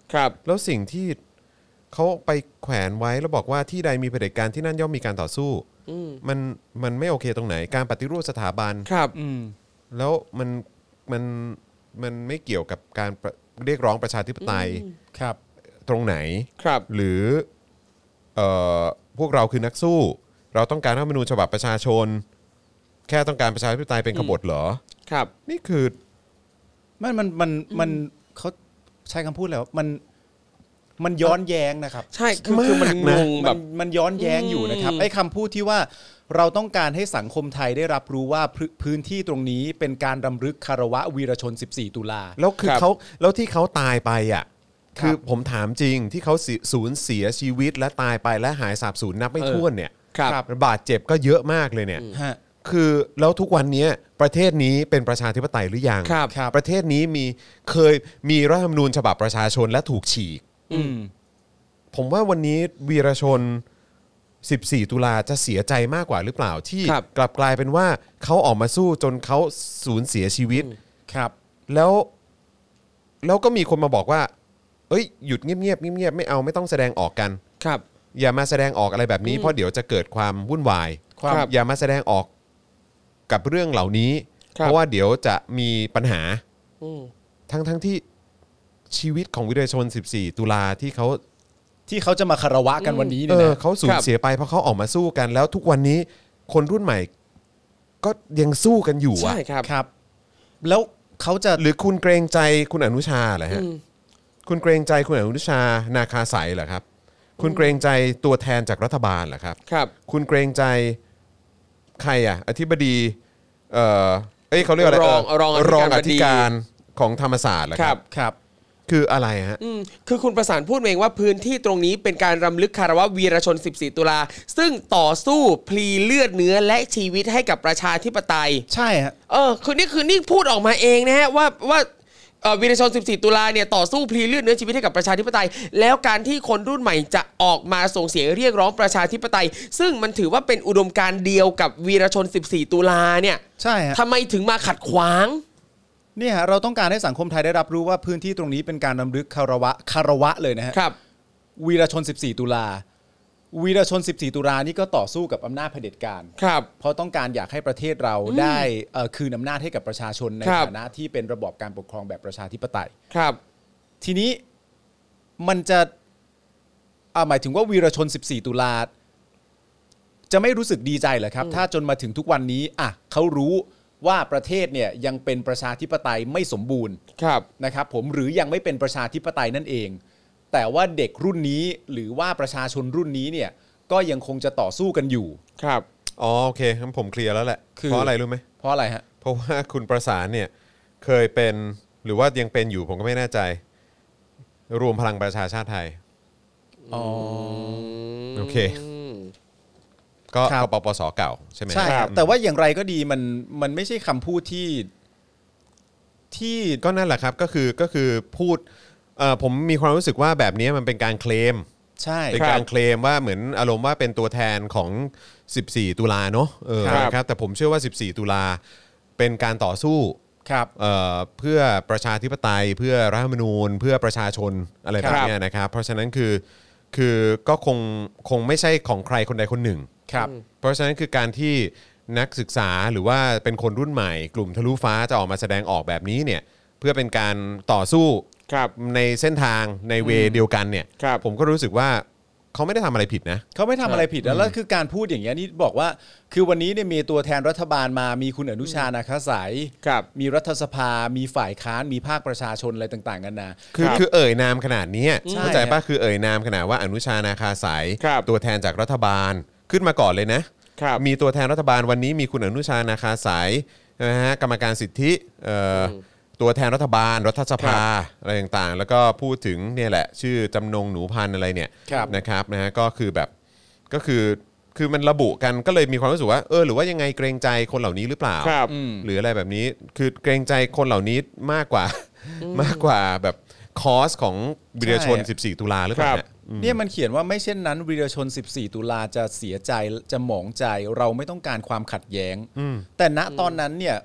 ครับแล้วสิ่งที่เขาไปแขวนไว้แล้วบอกว่าที่ใดมีเผด็จการที่นั่นย่อมมีการต่อสู้มันมันไม่โอเคตรงไหนการปฏิรูปสถาบันครับแล้วมันมันมันไม่เกี่ยวกับการเรียกร้องประชาธิปไตยครับตรงไหนครับหรือเอ่อพวกเราคือนักสู้เราต้องการรัฐธรรมนูญฉบับประชาชนแค่ต้องการประชาธิปไตยเป็นขบฏเหรอครับนี่คือมันมันมันมันเขาใช้คำพูดแล้วมันมันย้อนแย้งนะครับใช่คือคือมันงงแบบมันย้อนแย้งอยู่นะครับไอ้คำพูดที่ว่าเราต้องการให้สังคมไทยได้รับรู้ว่าพื้นที่ตรงนี้เป็นการรำลึกคารวะวีรชนสิบสี่ตุลาแล้วคือเขาแล้วที่เขาตายไปอ่ะคือผมถามจริงที่เขาสูญเสียชีวิตและตายไปและหายสาบสูญนับไม่ถ้วนเนี่ยบาดเจ็บก็เยอะมากเลยเนี่ยคือแล้วทุกวันนี้ประเทศนี้เป็นประชาธิปไตยหรือยังประเทศนี้มีเคยมีรัฐธรรมนูญฉบับประชาชนและถูกฉีกผมว่าวันนี้วีรชนสิบสี่ตุลาจะเสียใจมากกว่าหรือเปล่าที่กลับกลายเป็นว่าเขาออกมาสู้จนเขาสูญเสียชีวิตครับแล้วแล้วก็มีคนมาบอกว่าเอ้ยหยุดเงียบๆเงียบๆไม่เอาไม่ต้องแสดงออกกันครับอย่ามาแสดงออกอะไรแบบนี้เพราะเดี๋ยวจะเกิดความวุ่นวายอย่ามาแสดงออกกับเรื่องเหล่านี้เพราะว่าเดี๋ยวจะมีปัญหาทั้งทั้งที่ชีวิตของวีรชนสิบสี่ตุลาที่เขาที่เขาจะมาคารวะกันวันนี้เนี่ยนะเขาสูญเสียไปเพราะเขาออกมาสู้กันแล้วทุกวันนี้คนรุ่นใหม่ก็ยังสู้กันอยู่อ่ะใช่ครับครับแล้วเขาจะหรือคุณเกรงใจคุณอนุชาเหรอฮะคุณเกรงใจคุณอนุชานาคาใสเหรอครับคุณเกรงใจตัวแทนจากรัฐบาลเหรอครับครับคุณเกรงใจใครอ่ะอธิบดีเอ่อเอ้ยเขาเรียกอะไรรองรองรองอธิการของธรรมศาสตร์เหรอครับครับคืออะไรฮะคือคุณประสานพูดเองว่าพื้นที่ตรงนี้เป็นการรำลึกคารวะวีรชนสิบสี่ตุลาซึ่งต่อสู้พลีเลือดเนื้อและชีวิตให้กับประชาธิปไตยใช่ฮะเออคือนี่คือนี่พูดออกมาเองนะฮะว่าว่าวีรชนสิบสี่ตุลาเนี่ยต่อสู้พลีเลือดเนื้อชีวิตให้กับประชาธิปไตยแล้วการที่คนรุ่นใหม่จะออกมาส่งเสียงเรียกร้องประชาธิปไตยซึ่งมันถือว่าเป็นอุดมการณ์เดียวกับวีรชนสิบสี่ตุลาเนี่ยใช่ฮะทำไมถึงมาขัดขวางเนี่ยเราต้องการให้สังคมไทยได้รับรู้ว่าพื้นที่ตรงนี้เป็นการรำลึกคารวะคารวะเลยนะฮะครับวีรชนสิบสี่ตุลาวีรชนสิบสี่ตุลานี่ก็ต่อสู้กับอำนาจเผด็จการครับเพราะต้องการอยากให้ประเทศเราได้คืนอำนาจให้กับประชาชนในฐานะที่เป็นระบอบการปกครองแบบประชาธิปไตยครับทีนี้มันจะหมายถึงว่าวีรชนสิบสี่ตุลาจะไม่รู้สึกดีใจเหรอครับถ้าจนมาถึงทุกวันนี้อ่ะเขารู้ว่าประเทศเนี่ยยังเป็นประชาธิปไตยไม่สมบูรณ์นะครับผมหรือยังไม่เป็นประชาธิปไตยนั่นเองแต่ว่าเด็กรุ่นนี้หรือว่าประชาชนรุ่นนี้เนี่ยก็ยังคงจะต่อสู้กันอยู่ครับอ๋อโอเคงั้นผมเคลียร์แล้วแหละเพราะอะไรรู้ไหมเพราะอะไรฮะเพราะว่าคุณประสานเนี่ยเคยเป็นหรือว่ายังเป็นอยู่ผมก็ไม่แน่ใจรวมพลังประชาชาติไทยอ๋อโอเคก็ปปสเก่าใช่ไหมใช่ครับแต่ว่าอย่างไรก็ดีมันมันไม่ใช่คำพูดที่ที่ก็นั่นแหละครับก็คือก็คือพูดเอ่อผมมีความรู้สึกว่าแบบนี้มันเป็นการเคลมใช่เป็นการเคลมว่าเหมือนอารมณ์ว่าเป็นตัวแทนของสิบสี่ตุลาเนาะเออครับแต่ผมเชื่อว่าสิบสี่ตุลาเป็นการต่อสู้ครับเอ่อเพื่อประชาธิปไตยเพื่อรัฐธรรมนูญเพื่อประชาชนอะไรแบบนี้นะครับเพราะฉะนั้นคือคือก็คงคงไม่ใช่ของใครคนใดคนหนึ่งครับเพราะฉะนั้นคือการที่นักศึกษาหรือว่าเป็นคนรุ่นใหม่กลุ่มทะลุฟ้าจะออกมาแสดงออกแบบนี้เนี่ยเพื่อเป็นการต่อสู้ในเส้นทางในเวเดียวกันเนี่ยผมก็รู้สึกว่าเขาไม่ได้ทำอะไรผิดนะเขาไม่ทำอะไรผิดแล้วแล้วคือการพูดอย่างเงี้ยนี่บอกว่าคือวันนี้เนี่ยมีตัวแทนรัฐบาลมามีคุณอนุชานาคาสายมีรัฐสภามีฝ่ายค้านมีภาคประชาชนอะไรต่างๆกันนะคือคือเอ่ยนามขนาดนี้เข้าใจป่ะคือเอ่ยนามขนาดว่าอนุชานาคาสายตัวแทนจากรัฐบาลขึ้นมาก่อนเลยนะมีตัวแทนรัฐบาลวันนี้มีคุณอนุชานาคาสายนะฮะกรรมการสิทธิตัวแทนรัฐบาลรัฐสภาอะไรต่างๆแล้วก็พูดถึงเนี่ยแหละชื่อจำนงหนูพันอะไรเนี่ยนะครับนะฮะก็คือแบบก็คือคือมันระบุกันก็เลยมีความรู้สึกว่าเออหรือว่ายังไงเกรงใจคนเหล่านี้หรือเปล่าหรืออะไรแบบนี้คือเกรงใจคนเหล่านี้มากกว่ามากกว่าแบบคอสของวีรชนสิบสี่ตุลาหรือเปล่าเนี่ยมันเขียนว่าไม่เช่นนั้นวีรชนสิบสี่ตุลาจะเสียใจจะหมองใจเราไม่ต้องการความขัดแย้งแต่ณตอนนั้นเนี่ย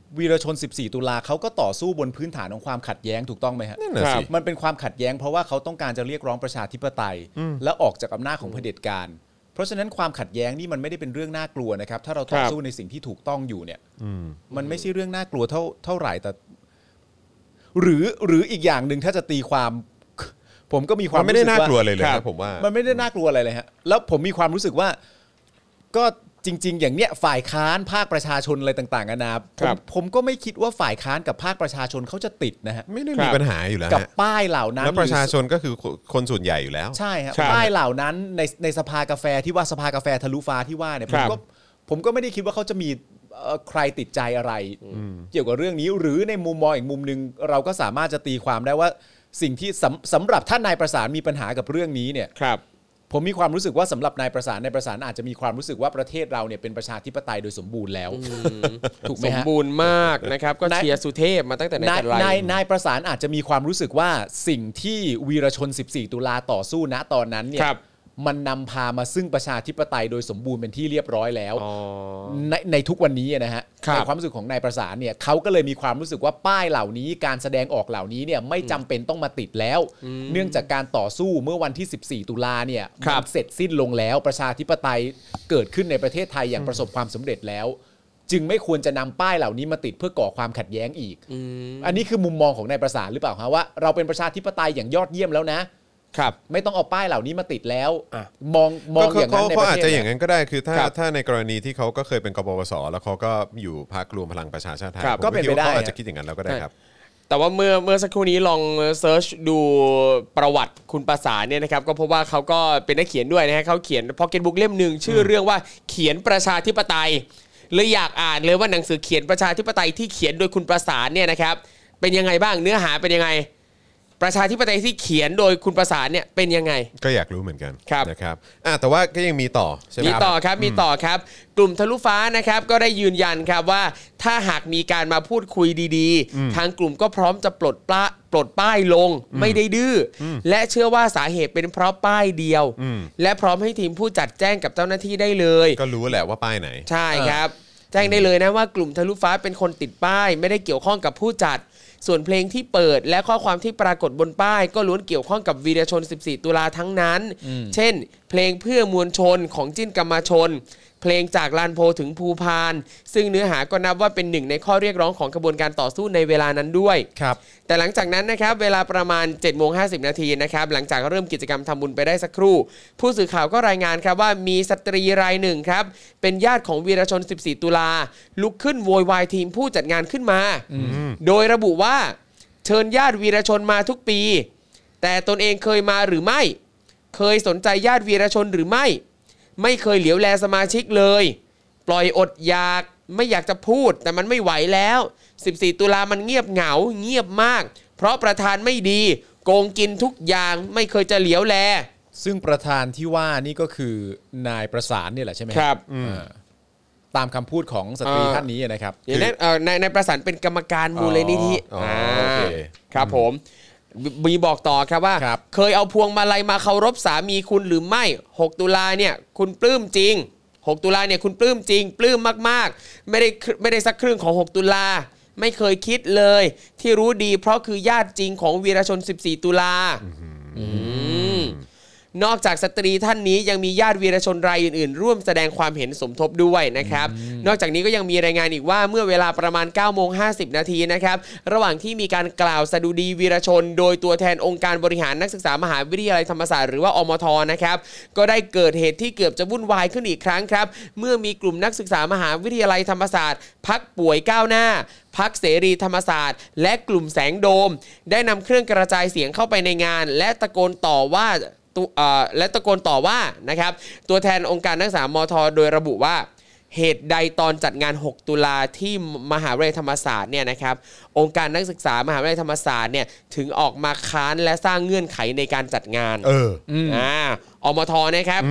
วีรชนสิบสี่ตุลาเขาก็ต่อสู้บนพื้นฐานของความขัดแย้งถูกต้องไหมฮะนั่นน่ะสิมันเป็นความขัดแย้งเพราะว่าเขาต้องการจะเรียกร้องประชาธิปไตยและออกจากอำนาจของเผด็จการเพราะฉะนั้นความขัดแย้งนี่มันไม่ได้เป็นเรื่องน่ากลัวนะครับถ้าเราต่อสู้ในสิ่งที่ถูกต้องอยู่เนี่ยมันไม่ใช่เรื่องน่ากลัวเท่าเท่าไหร่แต่หรือหรืออีกอย่างหนึ่งถ้าจะตีความผมก็มีความมันไม่ได้น่ากลัวเลยเลยนะผมว่ามันไม่ได้น่ากลัวอะไรเลยฮะแล้วผมมีความรู้สึกว่าก็จริงๆอย่างเนี้ยฝ่ายค้านภาคประชาชนอะไรต่างๆนานาผมผมก็ไม่คิดว่าฝ่ายค้านกับภาคประชาชนเขาจะติดนะฮะไม่ได้มีปัญหาอยู่แล้วกับป้ายเหล่านั้นแล้วประชาชนก็คือคนส่วนใหญ่อยู่แล้วใช่ครับป้ายเหล่านั้นในในสภากาแฟที่ว่าสภากาแฟทะลุฟ้าที่ว่าเนี่ยผมก็ผมก็ไม่ได้คิดว่าเขาจะมีใครติดใจอะไรเกี่ยวกับเรื่องนี้หรือในมุมมองอีกมุมนึงเราก็สามารถจะตีความได้ว่าสิ่งที่สำสำหรับท่านนายประสานมีปัญหากับเรื่องนี้เนี่ยผมมีความรู้สึกว่าสำหรับนายประสานนายประสานอาจจะมีความรู้สึกว่าประเทศเราเนี่ยเป็นประชาธิปไตยโดยสมบูรณ์แล้วถูกไหมฮะสมบูรณ์มากนะครับก็เชียร์สุเทพมาตั้งแต่ไหนแต่ไรนายนายประสานอาจจะมีความรู้สึกว่าสิ่งที่วีรชนสิบสี่ตุลาต่อสู้ณตอนนั้นเนี่ยมันนำพามาซึ่งประชาธิปไตยโดยสมบูรณ์เป็นที่เรียบร้อยแล้วในในทุกวันนี้นะฮะในความรู้สึกของนายประสานเนี่ยเขาก็เลยมีความรู้สึกว่าป้ายเหล่านี้การแสดงออกเหล่านี้เนี่ยไม่จำเป็นต้องมาติดแล้วเนื่องจากการต่อสู้เมื่อวันที่สิบสี่ตุลาเนี่ยมันเสร็จสิ้นลงแล้วประชาธิปไตยเกิดขึ้นในประเทศไทยอย่างประสบความสำเร็จแล้วจึงไม่ควรจะนำป้ายเหล่านี้มาติดเพื่อก่อความขัดแย้งอีกอันนี้คือมุมมองของนายประสานหรือเปล่าฮะว่าเราเป็นประชาธิปไตยอย่างยอดเยี่ยมแล้วนะครับไม่ต้องเอาป้ายเหล่านี้มาติดแล้วมองมองอย่างนั้นในประเทศเขาอาจจะอย่างนั้นก็ได้คือถ้าถ้าในกรณีที่เขาก็เคยเป็นกปปสแล้วเขาก็อยู่พรรครวมพลังประชาชาติไทยก็เป็นไปได้เขาอาจจะคิดอย่างนั้นแล้วก็ได้ครับแต่ว่าเมื่อเมื่อสักครู่นี้ลองเซิร์ชดูประวัติคุณประสานเนี่ยนะครับก็พบว่าเขาก็เป็นนักเขียนด้วยนะฮะเขาเขียนพ็อกเก็ตบุ๊กเล่มหนึ่งชื่อเรื่องว่าเขียนประชาธิปไตยเลยอยากอ่านเลยว่าหนังสือเขียนประชาธิปไตยที่เขียนโดยคุณประสานเนี่ยนะครับเป็นยังไงบ้างเนื้อหาเป็นยังไงประชาธิปไตยที่เขียนโดยคุณประสานเนี่ยเป็นยังไงก็อยากรู้เหมือนกันนะครับอ่ะแต่ว่าก็ยังมีต่อใช่ไหมมีต่อครับมีต่อครับกลุ่มทะลุฟ้านะครับก็ได้ยืนยันครับว่าถ้าหากมีการมาพูดคุยดีๆทางกลุ่มก็พร้อมจะปลดปละปลดป้ายลงไม่ได้ดื้อและเชื่อว่าสาเหตุเป็นเพราะป้ายเดียวและพร้อมให้ทีมผู้จัดแจ้งกับเจ้าหน้าที่ได้เลยก็รู้แหละว่าป้ายไหนใช่ครับแจ้งได้เลยนะว่ากลุ่มทะลุฟ้าเป็นคนติดป้ายไม่ได้เกี่ยวข้องกับผู้จัดส่วนเพลงที่เปิดและข้อความที่ปรากฏบนป้ายก็ล้วนเกี่ยวข้องกับวีรชนสิบสี่ตุลาทั้งนั้นเช่นเพลงเพื่อมวลชนของจิ้นกรรมชนเพลงจากลานโพถึงภูพานซึ่งเนื้อหาก็นับว่าเป็นหนึ่งในข้อเรียกร้องของกระบวนการต่อสู้ในเวลานั้นด้วยครับแต่หลังจากนั้นนะครับเวลาประมาณ เจ็ดโมงห้าสิบ นาทีนะครับหลังจากเริ่มกิจกรรมทำบุญไปได้สักครู่ผู้สื่อข่าวก็รายงานครับว่ามีสตรีรายหนึ่งครับเป็นญาติของวีรชนสิบสี่ตุลาลุกขึ้นโวยวายทีมผู้จัดงานขึ้นมาโดยระบุว่าเชิญญาติวีรชนมาทุกปีแต่ตนเองเคยมาหรือไม่เคยสนใจญาติวีรชนหรือไม่ไม่เคยเหลียวแลสมาชิกเลยปล่อยอดอยากไม่อยากจะพูดแต่มันไม่ไหวแล้วสิบสี่ตุลามันเงียบเหงาเงียบมากเพราะประธานไม่ดีโกงกินทุกอย่างไม่เคยจะเหลียวแลซึ่งประธานที่ว่านี่ก็คือนายประสานเนี่ยแหละใช่ไหมครับตามคำพูดของสตรีท่านนี้นะครับอย่างนั้นนายนายประสานเป็นกรรมการมูลนิธิครับผมมีบอกต่อครับว่าเคยเอาพวงมาลัยมาเคารพสามีคุณหรือไม่หกตุลาเนี่ยคุณปลื้มจริงหกตุลาเนี่ยคุณปลื้มจริงปลื้มมากๆไม่ได้ไม่ได้สักครึ่งของหกตุลาไม่เคยคิดเลยที่รู้ดีเพราะคือญาติจริงของวีรชนสิบสี่ตุลานอกจากสตรีท่านนี้ยังมีญาติวีรชนรายอื่นๆร่วมแสดงความเห็นสมทบด้วยนะครับนอกจากนี้ก็ยังมีรายงานอีกว่าเมื่อเวลาประมาณ เก้าโมงห้าสิบ นาทีนะครับระหว่างที่มีการกล่าวสดุดีวีรชนโดยตัวแทนองค์การบริหารนักศึกษามหาวิทยาลัยธรรมศาสตร์หรือว่าอมทนะครับก็ได้เกิดเหตุที่เกือบจะวุ่นวายขึ้นอีกครั้งครับเมื่อมีกลุ่มนักศึกษามหาวิทยาลัยธรรมศาสตร์พรรคป่วยก้าวหน้าพรรคเสรีธรรมศาสตร์และกลุ่มแสงโดมได้นำเครื่องกระจายเสียงเข้าไปในงานและตะโกนต่อว่าและตะโกนต่อว่านะครับตัวแทนองค์การนักศึกษามทโดยระบุว่าเหตุใดตอนจัดงานหกตุลาที่มหาวิทยาลัยธรรมศาสตร์เนี่ยนะครับองค์การนักศึกษามหาวิทยาลัยธรรมศาสตร์เนี่ยถึงออกมาค้านและสร้างเงื่อนไขในการจัดงานเอออ่าอมทนะครับ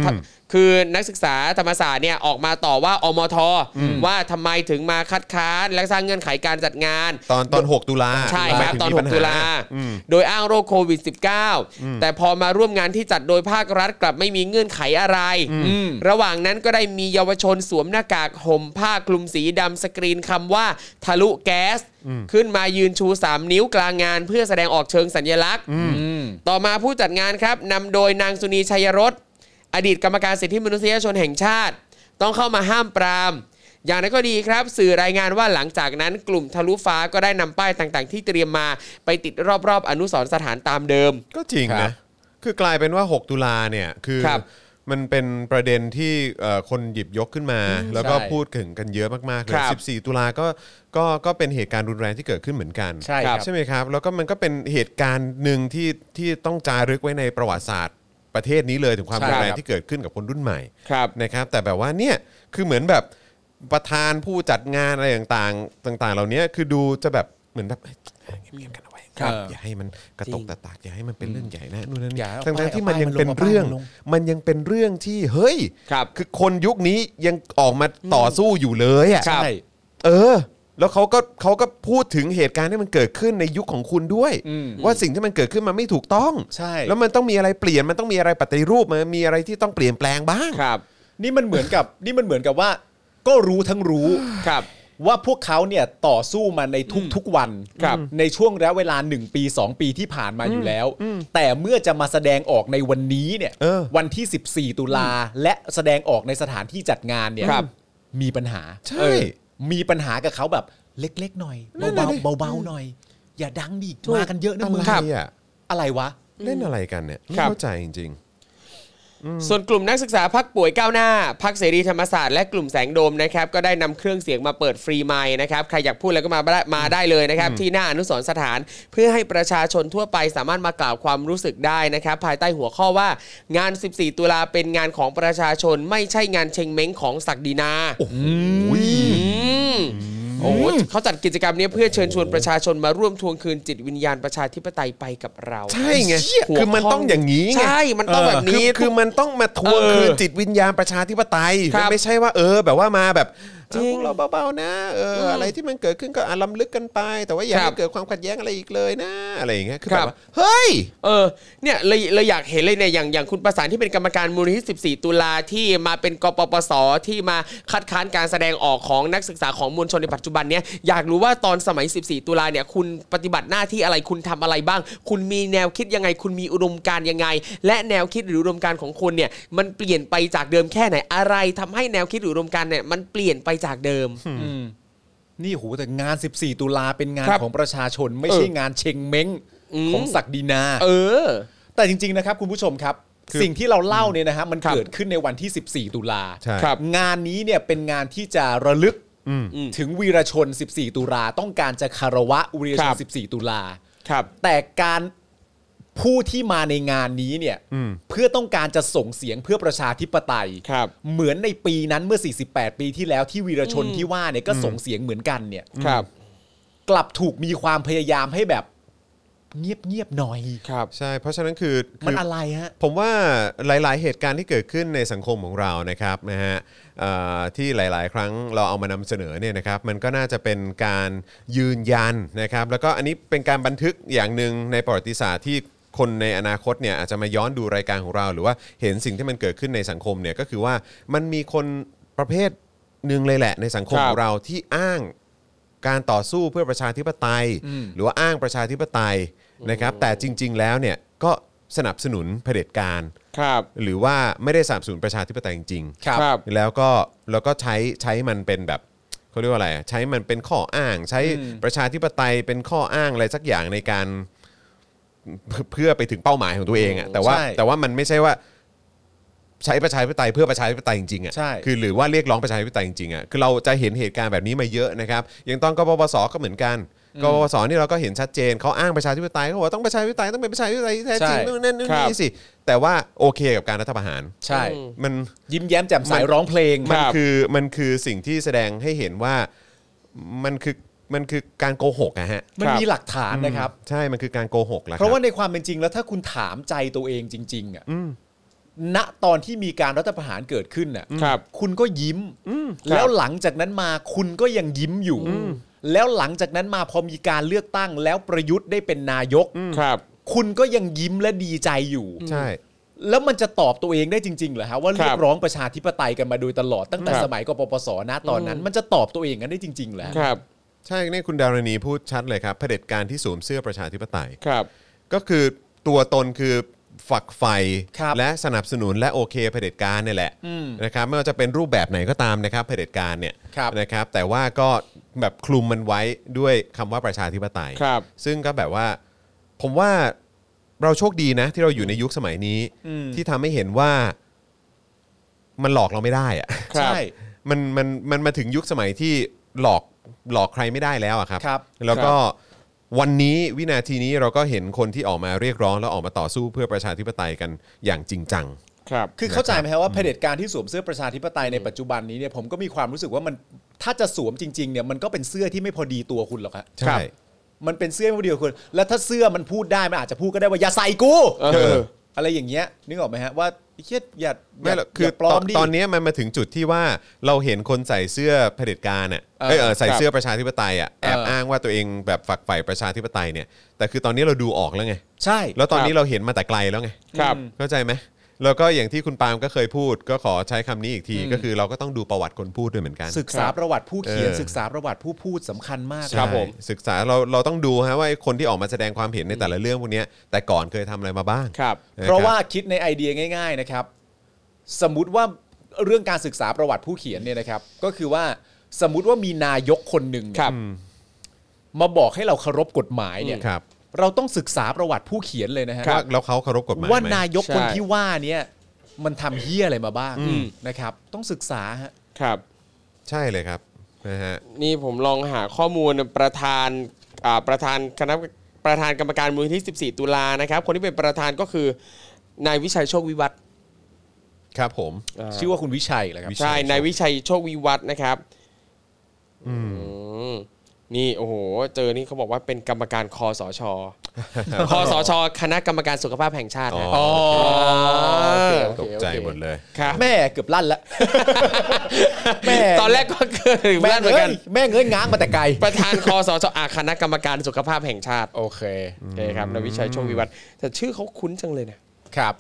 คือนักศึกษาธรรมศาสตร์เนี่ยออกมาต่อว่าอมทว่าทำไมถึงมาคัดค้านและสร้างเงื่อนไขการจัดงานตอนตอนหกตุลาใช่ครับตอนหกตุลาโดยอ้างโรคโควิด สิบเก้า แต่พอมาร่วมงานที่จัดโดยภาครัฐกลับไม่มีเงื่อนไขอะไรระหว่างนั้นก็ได้มีเยาวชนสวมหน้ากากห่มผ้าคลุมสีดำสกรีนคำว่าทะลุแก๊สขึ้นมายืนชูสามนิ้วกลางงานเพื่อแสดงออกเชิงสัญลักษณ์ต่อมาผู้จัดงานครับนำโดยนางสุนีชัยรสอดีตกรรมการสิทธิมนุษยชนแห่งชาติต้องเข้ามาห้ามปรามอย่างนั้นก็ดีครับสื่อรายงานว่าหลังจากนั้นกลุ่มทะลุฟ้าก็ได้นำป้ายต่างๆที่เตรียมมาไปติดรอบๆอนุสรณ์สถานตามเดิมก็จริงนะคือกลายเป็นว่าหกตุลาเนี่ยคือมันเป็นประเด็นที่คนหยิบยกขึ้นมาแล้วก็พูดถึงกันเยอะมากๆเลยสิบสี่ตุลาก็ก็ก็เป็นเหตุการณ์รุนแรงที่เกิดขึ้นเหมือนกันใช่ใช่ไหมครับแล้วก็มันก็เป็นเหตุการณ์หนึ่งที่ที่ต้องจารึกไว้ในประวัติศาสตร์ประเทศนี้เลยถึงความรุนแรงที่เกิดขึ้นกับคนรุ่นใหม่นะครับแต่แบบว่าเนี่ยคือเหมือนแบบประธานผู้จัดงานอะไรต่างๆต่างๆเหล่านี้คือดูจะแบบเหมือนแบบเงียบๆกันเอาไว้อย่าให้มันกระตกตะตากอย่าให้มันเป็นเรื่องใหญ่นะนู่นนั่นนี่ทั้งๆที่มันยังเป็นเรื่องมันยังเป็นเรื่องที่เฮ้ยคือคนยุคนี้ยังออกมาต่อสู้อยู่เลยอ่ะใช่เออแล้วเขาก็เขาก็พูดถึงเหตุการณ์ที่มันเกิดขึ้นในยุคของคุณด้วยว่าสิ่งที่มันเกิดขึ้นมันไม่ถูกต้องใช่แล้วมันต้องมีอะไรเปลี่ยนมันต้องมีอะไรปฏิรูปมันมีอะไรที่ต้องเปลี่ยนแปลงบ้างครับนี่มันเหมือนกับนี่มันเหมือนกับว่าก็รู้ทั้งรู้ครับว่าพวกเขาเนี่ยต่อสู้มาในทุกๆวันในช่วงระยะเวลาหนึ่งปีสองปีที่ผ่านมาอยู่แล้วแต่เมื่อจะมาแสดงออกในวันนี้เนี่ยวันที่สิบสี่ตุลาและแสดงออกในสถานที่จัดงานเนี่ยมีปัญหาใช่มีปัญหากับเขาแบบเล็กๆหน่อยเบาๆเบาๆหน่อยอย่าดังดิมากันเยอะนะมึงอะไรวะเล่นอะไรกันเนี่ยไม่เข้าใจจริงส่วนกลุ่มนักศึกษาพรรคป่วยก้าวหน้าพรรคเสรีธรรมศาสตร์และกลุ่มแสงโดมนะครับก็ได้นำเครื่องเสียงมาเปิดฟรีไมค์นะครับใครอยากพูดอะไรก็มามาได้เลยนะครับที่หน้าอนุสรณ์สถานเพื่อให้ประชาชนทั่วไปสามารถมากล่าวความรู้สึกได้นะครับภายใต้หัวข้อว่างานสิบสี่ตุลาเป็นงานของประชาชนไม่ใช่งานเชงเม้งของศักดินาโอ้โหโอ้เขาจัดกิจกรรมนี้เพื่อเชิญชวนประชาชนมาร่วมทวงคืนจิตวิญญาณประชาธิปไตยไปกับเราใช่ไงคือมันต้องอย่างนี้ไงใช่มันต้องแบบนี้คือมันต้องมาทวงคืนจิตวิญญาณประชาธิปไตยไม่ใช่ว่าเออแบบว่ามาแบบจริงเราเบาๆนะเอออะไรที่มันเกิดขึ้นก็อ่ะล้ำลึกกันไปแต่ว่าอย่าให้เกิดความขัดแย้งอะไรอีกเลยนะอะไรอย่างเงี้ยคือแบบว่าเฮ้ยเออเนี่ยเลยเลยอยากเห็นเลยเนี่ยอย่างอย่างคุณประสานที่เป็นกรรมการมูลนิธิสิบสี่ตุลาที่มาเป็นกปปสที่มาคัดค้านการแสดงออกของนักศึกษาของมวลชนในปัจจุบันเนี้ยอยากรู้ว่าตอนสมัยสิบสี่ตุลาเนี่ยคุณปฏิบัติหน้าที่อะไรคุณทำอะไรบ้างคุณมีแนวคิดยังไงคุณมีอุดมการณ์ยังไงและแนวคิดหรืออุดมการณ์ของคุณเนี่ยมันเปลี่ยนไปจากเดิมแค่ไหนอะไรทำให้แนวคิดหรืออุดมการณ์เนี่ยมันเปลี่ยนไปจากเดิมนี่โหแต่งานสิบสี่ตุลาเป็นงานของประชาชนไม่ใช่งานเชงเม้งของศักดินาเออแต่จริงๆนะครับคุณผู้ชมครับสิ่งที่เราเล่าเนี่ยนะฮะมันเกิดขึ้นในวันที่สิบสี่ตุลาครับงานนี้เนี่ยเป็นงานที่จะระลึกถึงวีรชนสิบสี่ตุลาต้องการจะคารวะวีรชนสิบสี่ตุลาครับแต่การผู้ที่มาในงานนี้เนี่ยเพื่อต้องการจะส่งเสียงเพื่อประชาธิปไตยเหมือนในปีนั้นเมื่อสี่สิบแปดปีที่แล้วที่วีรชนที่ว่าเนี่ยก็ส่งเสียงเหมือนกันเนี่ยกลับถูกมีความพยายามให้แบบเงียบๆหน่อยครับใช่เพราะฉะนั้นคือมันอะไรฮะผมว่าหลายๆเหตุการณ์ที่เกิดขึ้นในสังคมของเรานะครับนะฮะที่หลายๆครั้งเราเอามานำเสนอเนี่ยนะครับมันก็น่าจะเป็นการยืนยันนะครับแล้วก็อันนี้เป็นการบันทึกอย่างนึงในประวัติศาสตร์ที่คนในอนาคตเนี่ยอาจจะมาย้อนดูรายการของเราหรือว่าเห็นสิ่งที่มันเกิดขึ้นในสังคมเนี่ยก็คือว่ามันมีคนประเภทนึงเลยแหละในสังคมของเราที่อ้างการต่อสู้เพื่อประชาธิปไตยหรือว่าอ้างประชาธิปไตยนะครับแต่จริงๆแล้วเนี่ยก็สนับสนุนเผด็จการหรือว่าไม่ได้สนับสนุนประชาธิปไตยจริงๆแล้วก็แล้วก็ใช้ใช้มันเป็นแบบเขาเรียกว่าอะไรใช้มันเป็นข้ออ้างใช้ประชาธิปไตยเป็นข้ออ้างอะไรสักอย่างในการเพื่อไปถึงเป้าหมายของตัวเองอ่ะแต่ว่าแต่ว่ามันไม่ใช่ว่าใช้ประชาธิปไตยเพื่อประชาธิปไตยจริงๆอ่ะคือหรือว่าเรียกร้องประชาธิปไตยจริงๆอ่ะคือเราจะเห็นเหตุการณ์แบบนี้มาเยอะนะครับอย่างตอนกปปสก็เหมือนกันกปปสนี่เราก็เห็นชัดเจนเขาอ้างประชาธิปไตยเขาบอกว่าต้องประชาธิปไตยต้องเป็นประชาธิปไตยแท้จริงนู่นนั่นนี่สิแต่ว่าโอเคกับการรัฐประหารใช่มันยิ้มแย้มแจ่มใสร้องเพลงมันคือมันคือสิ่งที่แสดงให้เห็นว่ามันคือมันคือการโกหกอะฮะมันมีหลักฐานนะครับใช่มันคือการโกหกแหละเพราะว่าในความเป็นจริงแล้วถ้าคุณถามใจตัวเองจริงๆอ่ะณตอนที่มีการรัฐประหารเกิดขึ้นน่ะครับคุณก็ยิ้มแล้วหลังจากนั้นมาคุณก็ยังยิ้มอยู่แล้วหลังจากนั้นมาพอมีการเลือกตั้งแล้วประยุทธ์ได้เป็นนายกครับคุณก็ยังยิ้มและดีใจอยู่ใช่แล้วมันจะตอบตัวเองได้จริงๆเหรอฮะว่าครับเรียกร้องประชาธิปไตยกันมาโดยตลอดตั้งแต่ครับสมัยกปปสณตอนนั้น มันจะตอบตัวเองกันได้จริงๆเหรอฮะครับใช่นี่คุณดารณีพูดชัดเลยครับเผด็จการที่สวมเสื้อประชาธิปไตยครับก็คือตัวตนคือฝักใฝ่ครับและสนับสนุนและโอเคเผด็จการเนี่ยแหละอืมนะครับไม่ว่าจะเป็นรูปแบบไหนก็ตามนะครับเผด็จการเนี่ยครับนะครับแต่ว่าก็แบบคลุมมันไว้ด้วยคำว่าประชาธิปไตยครับซึ่งก็แบบว่าผมว่าเราโชคดีนะที่เราอยู่ในยุคสมัยนี้อืมที่ทำให้เห็นว่ามันหลอกเราไม่ได้อะครับใช่มันมันมันมาถึงยุคสมัยที่หลอกหลอกใครไม่ได้แล้วอะครับครับแล้วก็วันนี้วินาทีนี้เราก็เห็นคนที่ออกมาเรียกร้องแล้วออกมาต่อสู้เพื่อประชาธิปไตยกันอย่างจริงจังครับคือเข้าใจไหมครับว่าเผด็จการที่สวมเสื้อประชาธิปไตยในปัจจุบันนี้เนี่ยผมก็มีความรู้สึกว่ามันถ้าจะสวมจริงๆเนี่ยมันก็เป็นเสื้อที่ไม่พอดีตัวคุณหรอกครับใช่มันเป็นเสื้อไม่พอดีตัวคุณแล้วถ้าเสื้อมันพูดได้มันอาจจะพูดก็ได้ว่าอย่าใส่กูเอออะไรอย่างเงี้ยนึกออกไหมฮะว่าเฮียอย่าไม่หรอกคืออย่าปลอมดิตอนนี้มันมาถึงจุดที่ว่าเราเห็นคนใส่เสื้อเผด็จการอ่ะเออเอยเออใส่ครับเสื้อประชาธิปไตยอ่ะแอบเอออ้อ้างว่าตัวเองแบบฝักใฝ่ประชาธิปไตยเนี่ยแต่คือตอนนี้เราดูออกแล้วไงใช่แล้วตอนนี้ครับเราเห็นมาแต่ไกลแล้วไงครับเข้าใจไหมแล้วก็อย่างที่คุณปาล์มก็เคยพูดก็ขอใช้คำนี้อีกที ก็คือเราก็ต้องดูประวัติคนพูดด้วยเหมือนกันศึกษาประวัติผู้เขียนเออศึกษาประวัติผู้พูดสำคัญมากครับใช่ผมศึกษาเราเราต้องดูฮะว่าไอ้คนที่ออกมาแสดงความเห็นในแต่ละเรื่องพวกเนี้ยแต่ก่อนเคยทำอะไรมาบ้างครับนคบเพราะว่าคิดในไอเดียง่าย ๆนะครับ สมมุติว่าเรื่องการศึกษาประวัติผู้เขียนเนี่ยนะครับ ก็คือว่าสมมุติว่ามีนายกคนหนึ่งครับมาบอกให้เราเคารพกฎหมายเนี่ยครับเราต้องศึกษาประวัติผู้เขียนเลยนะฮะว่าแล้วเขาเคารพกฎหมายไหมว่านายกคนใช่ที่ว่าเนี่ยมันทำเฮี้ยอะไรมาบ้างอืมนะครับ ต้องศึกษาฮะครับใช่เลยครับนะฮะนี่ผมลองหาข้อมูลประธานอ่าประธานคณะประธานกรรมการมูลนิธิสิบสี่ตุลานะครับ คนที่เป็นประธานก็คือนายวิชัยโชควิวัฒน์ครับผมชื่อว่าคุณวิชัยเหรอครับวิชัยใช่นายวิชัยโชควิวัฒน์นะครับอืมนี่โอ้โหเจอนี่เขาบอกว่าเป็นกรรมการคอสช คอสช คณะกรรมการสุขภาพแห่งชาตินะอ๋อโอเคโอตเคกใจโอเคหมดเลยครับแม่เกือบลั่นละแม่ตอนแรกก็เกิดถึงแม่บ้านเหมือเอ้นกัยนแม่เงยง้างมาแต่ไกลประธานคอสชอาคณะกรรมการสุขภาพแห่งชาติโอเคโอเคครับนายวิชัยโชควิวัฒน์แต่ชื่อเขาคุ้นจังเลยนะครับ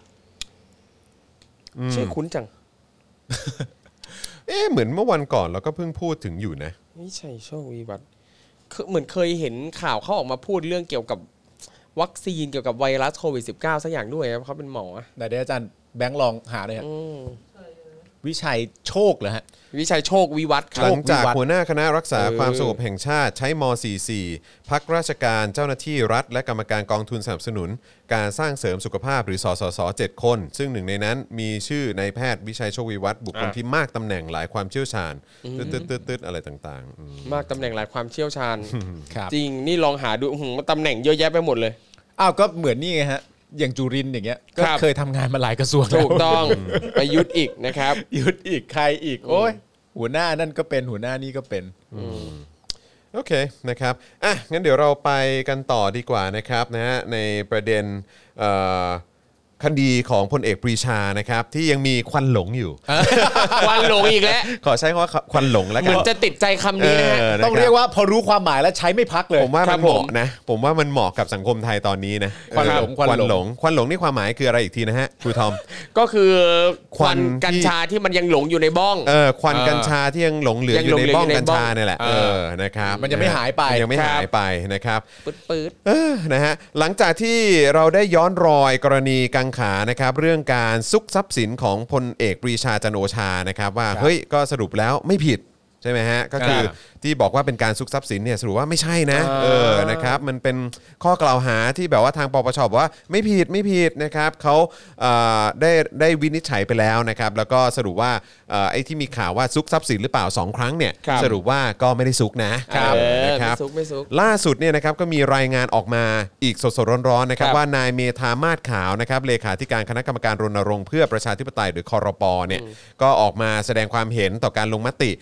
ชื่อคุ้นจังเอ๊ะเหมือนเมื่อวันก่อนเราก็เพิ่งพูดถึงอยู่นะวิชัยโชควิวัฒน์คือเหมือนเคยเห็นข่าวเขาออกมาพูดเรื่องเกี่ยวกับวัคซีนเกี่ยวกับไวรัสโควิด สิบเก้า สักอย่างด้วยครับเขาเป็นหมอไหนเดี๋ยวอาจารย์แบงค์ลองหาหน่อยฮะอืมวิชัยโชคเหรอฮะวิชัยโชควิวัฒน์คหรับลังจากวิวัฒน์หัวหน้าคณะรักษาเออความสงบแห่งชาติใช้ม สี่สิบสี่ พักราชการเจ้าหน้าที่รัฐ และกรรมการกองทุนสนับสนุน การสร้างเสริมสุขภาพหรือสสสเจ็ดคน ซึ่งหนึ่งในนั้นมีชื่อนายแพทย์วิชัยโชควิวัฒน์บุคคลที่มากตำแหน่งหลายความเชี่ยวชาญตืดๆๆๆอะไรต่างๆอืมมากตำแหน่งหลายความเชี่ยวชาญครับจริงนี่ลองหาดูอื้อหือตำแหน่งเยอะแยะไปหมดเลยอ้าวก็เหมือนนี่ไงฮะ อย่างจุรินทร์อย่างเงี้ยก็ครับเคยทำงานมาหลายกระทรวงถูกต้องไปยุทธอีกนะครับหยุดอีกใครอีกโอ้ยหัวหน้านั่นก็เป็นหัวหน้านี่ก็เป็นโอเคนะครับอ่ะงั้นเดี๋ยวเราไปกันต่อดีกว่านะครับนะฮะในประเด็นเอ่อคดีของพลเอกปรีชานะครับที่ยังมีควันหลงอยู่ควันหลงอีกแล้วขอใช้คำว่าควันหลงแล้วเหกัมือน นจะติดใจคำนี้นะฮะนะต้องคบเรียกว่าพอรู้ความหมายแล้วใช้ไม่พักเลยผมว่าครัมันบเหผมมาะนะผมว่ามันเหมาะกับสังคมไทยตอนนี้นะควันหลงเออควันหลงควันหลงนี่ความหมายคืออะไรอีกทีนะฮะครูทอมก็คือควันควันที่กัญชาที่มันยังหลงอยู่ในบ้องเออควันกัญชาที่ยังหลงเหลือยังอยู่ในหลงเหลือบ้องอยู่ในกัญชาเนี่ยแหละบ้องเออนะครับมันยังไม่หายไปมันยังไม่ครับหายไปนะครับปืดปืดเออนะฮะหลังจากที่เราได้ย้อนรอยกรณีกังขานะครับเรื่องการซุกทรัพย์สินของพลเอกปรีชาจันทร์โอชานะครับว่าครับเฮ้ยก็สรุปแล้วไม่ผิดใช่ไหมฮะก็คือครับที่บอกว่าเป็นการซุกทรัพย์สินเนี่ยสรุปว่าไม่ใช่นะอ่าเออนะครับมันเป็นข้อกล่าวหาที่แบบว่าทางปปชบอกว่าไม่ผิดไม่ผิดนะครับเขาเอ่อได้ได้วินิจฉัยไปแล้วนะครับแล้วก็สรุปว่าเอ่อไอ้ที่มีข่าวว่าซุกทรัพย์สินหรือเปล่าสองครั้งเนี่ยครับสรุปว่าก็ไม่ได้ซุกนะครับเออนะครับไม่ซุกไม่ซุกล่าสุดเนี่ยนะครับก็มีรายงานออกมาอีกสดๆร้อนๆนะครับครับว่านายเมธามาศขาวนะครับเลขาธิการคณะกรรมการรณรงค์เพื่อประชาธิปไตยหรือคอรปเนี่ยก็ออกมาแสดงความเห็นต่อการลงมติไม่ชี้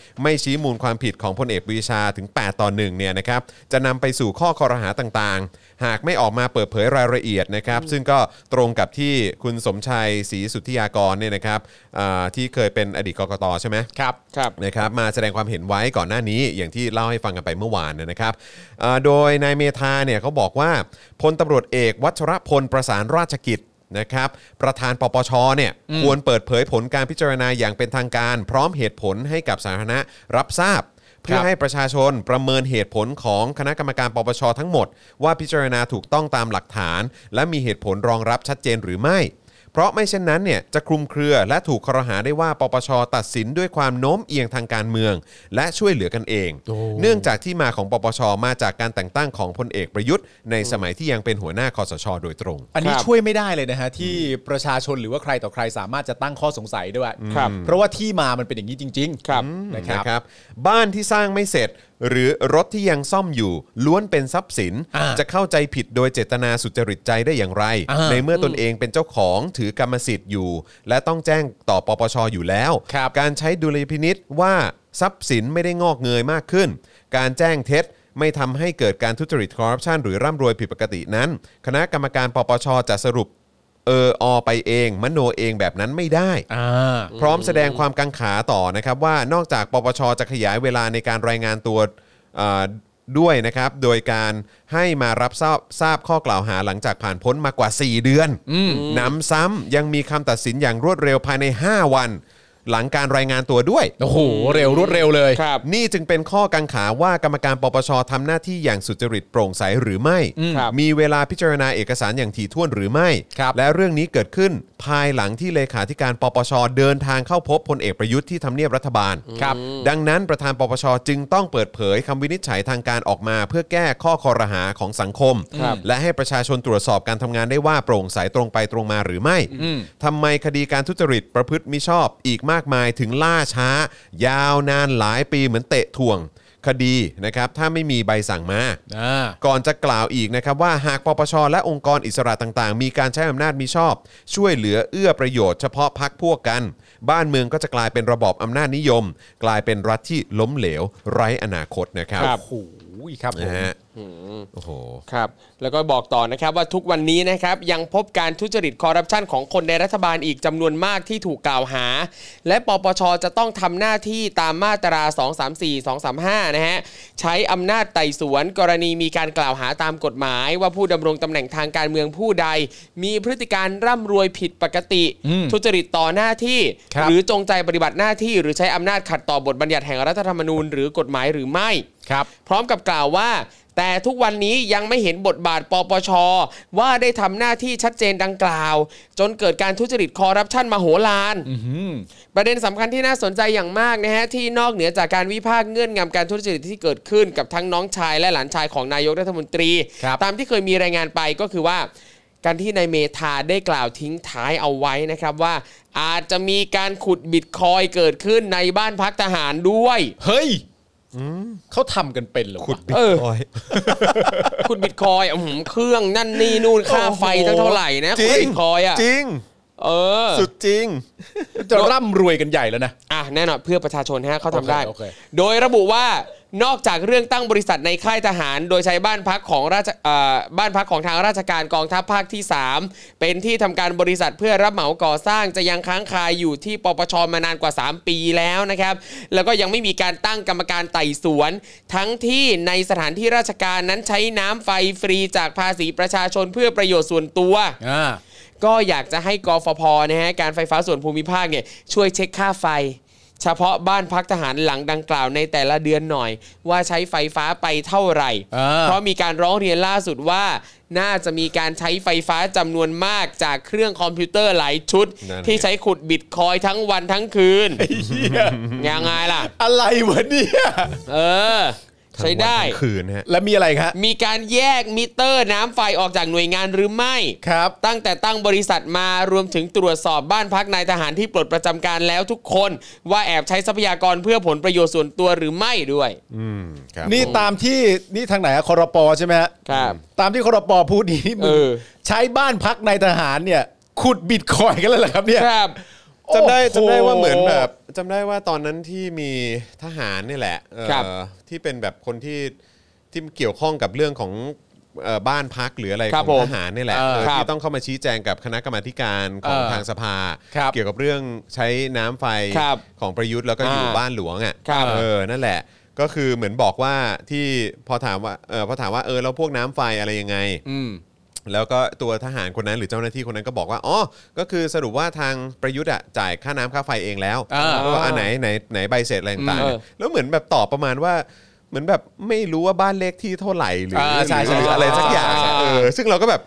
ชี้มูลความผิดของพลเอกปรีชาถึงแปดต่อหนึ่งเนี่ยนะครับจะนำไปสู่ข้อคอรหาต่างๆหากไม่ออกมาเปิดเผยรายละเอียดนะครับซึ่งก็ตรงกับที่คุณสมชัยศรีสุทธิยากรเนี่ยนะครับที่เคยเป็นอดีตกกต.ใช่ไหมครับครับนะครับมาแสดงความเห็นไว้ก่อนหน้านี้อย่างที่เล่าให้ฟังกันไปเมื่อวานนะครับโดยนายเมธาเนี่ยเขาบอกว่าพลตำรวจเอกวัชรพลประสานราชกิจนะครับประธานปปชเนี่ยควรเปิดเผยผลการพิจารณาอย่างเป็นทางการพร้อมเหตุผลให้กับสาธารณะรับทราบเพื่อให้ประชาชนประเมินเหตุผลของคณะกรรมการปปชทั้งหมดว่าพิจารณาถูกต้องตามหลักฐานและมีเหตุผลรองรับชัดเจนหรือไม่เพราะไม่เช่นนั้นเนี่ยจะคลุมเครือและถูกครหาได้ว่าปปชตัดสินด้วยความโน้มเอียงทางการเมืองและช่วยเหลือกันเองเนื่องจากที่มาของปปชมาจากการแต่งตั้งของพลเอกประยุทธ์ในสมัยที่ยังเป็นหัวหน้าคสชโดยตรงอันนี้ช่วยไม่ได้เลยนะฮะที่ประชาชนหรือว่าใครต่อใครสามารถจะตั้งข้อสงสัยด้วยเพราะว่าที่มามันเป็นอย่างนี้จริงๆครับนะครับบ้านที่สร้างไม่เสร็จหรือรถที่ยังซ่อมอยู่ล้วนเป็นทรัพย์สินจะเข้าใจผิดโดยเจตนาสุจริตใจได้อย่างไรในเมื่อตนเองเป็นเจ้าของถือกรรมสิทธิ์อยู่และต้องแจ้งต่อปปชอยู่แล้วการใช้ดุลยพินิษว่าทรัพย์สินไม่ได้งอกเงยมากขึ้นการแจ้งเท็จไม่ทำให้เกิดการทุจริตคอร์รัปชันหรือร่ำรวยผิดปกตินั้นคณะกรรมการปปชจะสรุปเอออไปเองมโนเองแบบนั้นไม่ได้พร้อมแสดงความกังขาต่อนะครับว่านอกจากปปชจะขยายเวลาในการรายงานตัวด้วยนะครับโดยการให้มารับทราบทราบข้อกล่าวหาหลังจากผ่านพ้นมากว่าสี่เดือนนำซ้ำยังมีคำตัดสินอย่างรวดเร็วภายในห้าวันหลังการรายงานตัวด้วยโอ้โหเร็วรวดเร็วเลยนี่จึงเป็นข้อกังขาว่ากรรมการปปชทำหน้าที่อย่างสุจริตโปร่งใสหรือไม่มีเวลาพิจารณาเอกสารอย่างถี่ถ้วนหรือไม่และเรื่องนี้เกิดขึ้นภายหลังที่เลขาธิการปปชเดินทางเข้าพบพลเอกประยุทธ์ที่ทำเนียบรัฐบาลดังนั้นประธานปปชจึงต้องเปิดเผยคำวินิจฉัยทางการออกมาเพื่อแก้ข้อคอรหาของสังคมและให้ประชาชนตรวจสอบการทำงานได้ว่าโปร่งใสตรงไปตรงมาหรือไม่ทำไมคดีการทุจริตประพฤติมิชอบอีกมากมายถึงล่าช้ายาวนานหลายปีเหมือนเตะถ่วงคดีนะครับถ้าไม่มีใบสั่งมาก่อนจะกล่าวอีกนะครับว่าหากปปชและองค์กรอิสระต่างๆมีการใช้อำนาจมิชอบช่วยเหลือเอื้อประโยชน์เฉพาะพรรคพวกกันบ้านเมืองก็จะกลายเป็นระบอบอำนาจนิยมกลายเป็นรัฐที่ล้มเหลวไร้อนาคตนะครับโอ้โหครับผมโอ้โหครับแล้วก็บอกต่อนะครับว่าทุกวันนี้นะครับยังพบการทุจริตคอร์รัปชันของคนในรัฐบาลอีกจำนวนมากที่ถูกกล่าวหาและปปชจะต้องทำหน้าที่ตามมาตราสองสามสี่ สองสามห้านะฮะใช้อำนาจไต่สวนกรณีมีการกล่าวหาตามกฎหมายว่าผู้ดำรงตำแหน่งทางการเมืองผู้ใดมีพฤติการร่ำรวยผิดปกติทุจริตต่อหน้าที่หรือจงใจปฏิบัติหน้าที่หรือใช้อำนาจขัดต่อบทบัญญัติแห่งรัฐธรรมนูญหรือกฎหมายหรือไม่ครับพร้อมกับกล่าวว่าแต่ทุกวันนี้ยังไม่เห็นบทบาทปปชว่าได้ทำหน้าที่ชัดเจนดังกล่าวจนเกิดการทุจริตคอร์รัปชันมโหฬารประเด็นสำคัญที่น่าสนใจอย่างมากนะฮะที่นอกเหนือจากการวิพากษ์เงื่อนงำการทุจริตที่เกิดขึ้นกับทั้งน้องชายและหลานชายของนายกรัฐมนตรีตามที่เคยมีรายงานไปก็คือว่าการที่นายเมธาได้กล่าวทิ้งท้ายเอาไว้นะครับว่าอาจจะมีการขุดบิตคอยน์เกิดขึ้นในบ้านพักทหารด้วยเฮ้ยเขาทำกันเป็นเหรอขุดบิตคอยขุดบิตคอยเครื่องนั่นนี่นู่นค่าไฟทั้งเท่าไหร่นะขุดบิตคอยอ่ะจริงเออสุดจริงจะร่ำรวยกันใหญ่แล้วนะอ่ะแน่นอนเพื่อประชาชนฮะเขาทำได้โดยระบุว่านอกจากเรื่องตั้งบริษัทในค่ายทหารโดยใช้บ้านพักของราชบ้านพักของทางราชการกองทัพภาคที่สามเป็นที่ทำการบริษัทเพื่อรับเหมาก่อสร้างจะยังค้างคาอยู่ที่ปปชมานานกว่าสามปีแล้วนะครับแล้วก็ยังไม่มีการตั้งกรรมการไต่สวนทั้งที่ในสถานที่ราชการนั้นใช้น้ำไฟฟรีจากภาษีประชาชนเพื่อประโยชน์ส่วนตัวก็อยากจะให้กฟผนะฮะการไฟฟ้าส่วนภูมิภาคเนี่ยช่วยเช็คค่าไฟเฉพาะบ้านพักทหารหลังดังกล่าวในแต่ละเดือนหน่อยว่าใช้ไฟฟ้าไปเท่าไหร่เพราะมีการร้องเรียนล่าสุดว่าน่าจะมีการใช้ไฟฟ้าจำนวนมากจากเครื่องคอมพิวเตอร์หลายชุดที่ใช้ขุดบิตคอยทั้งวันทั้งคืนยังไงล่ะอะไรวะเนี่ยเออใช้ได้คืนฮะแล้วมีอะไรครับมีการแยกมิเตอร์น้ำไฟออกจากหน่วยงานหรือไม่ครับตั้งแต่ตั้งบริษัทมารวมถึงตรวจสอบบ้านพักนายทหารที่ปลดประจำการแล้วทุกคนว่าแอบใช้ทรัพยากรเพื่อผลประโยชน์ส่วนตัวหรือไม่ด้วยอืมครับนี่ตามที่นี่ทางไหนอะครป.ใช่ไหมฮะครับตามที่ครป.พูดนี้มึงใช้บ้านพักนายทหารเนี่ยขุดบิตคอยน์กันแล้วเหรอครับเนี่ยครับจำได้จำได้ว่าเหมือนแบบจำได้ว่าตอนนั้นที่มีทหารนี่แหละเอ่อครับที่เป็นแบบคนที่ที่เกี่ยวข้องกับเรื่องของเอ่อบ้านพักหรืออะไรครับของผมทหารนี่แหละเออเออครับที่ต้องเข้ามาชี้แจงกับคณะกรรมาธิการของเออทางสภาครับเกี่ยวกับเรื่องใช้น้ำไฟครับของประยุทธ์แล้วก็อยู่อ่าบ้านหลวงอ่ะครับเออนั่นแหละก็คือเหมือนบอกว่าที่พอถามว่าเออพอถามว่าเออแล้วพวกน้ำไฟอะไรยังไงอืมแล้วก็ตัวทหารคนนั้นหรือเจ้าหน้าที่คนนั้นก็บอกว่าอ๋อก็คือสรุปว่าทางประยุทธ์อ่ะจ่ายค่าน้ำค่าไฟเองแล้วอ่าแล้วก็อันไหนไหนไหนใบเสร็จอะไรต่างๆเอเนี่ยอแล้วเหมือนแบบตอบประมาณว่าเหมือนแบบไม่รู้ว่าบ้านเลขที่เท่าไหร่หรืออ่าใช่ใช่หรืออะไรสักอย่างอะใช่เออซึ่งเราก็แบบ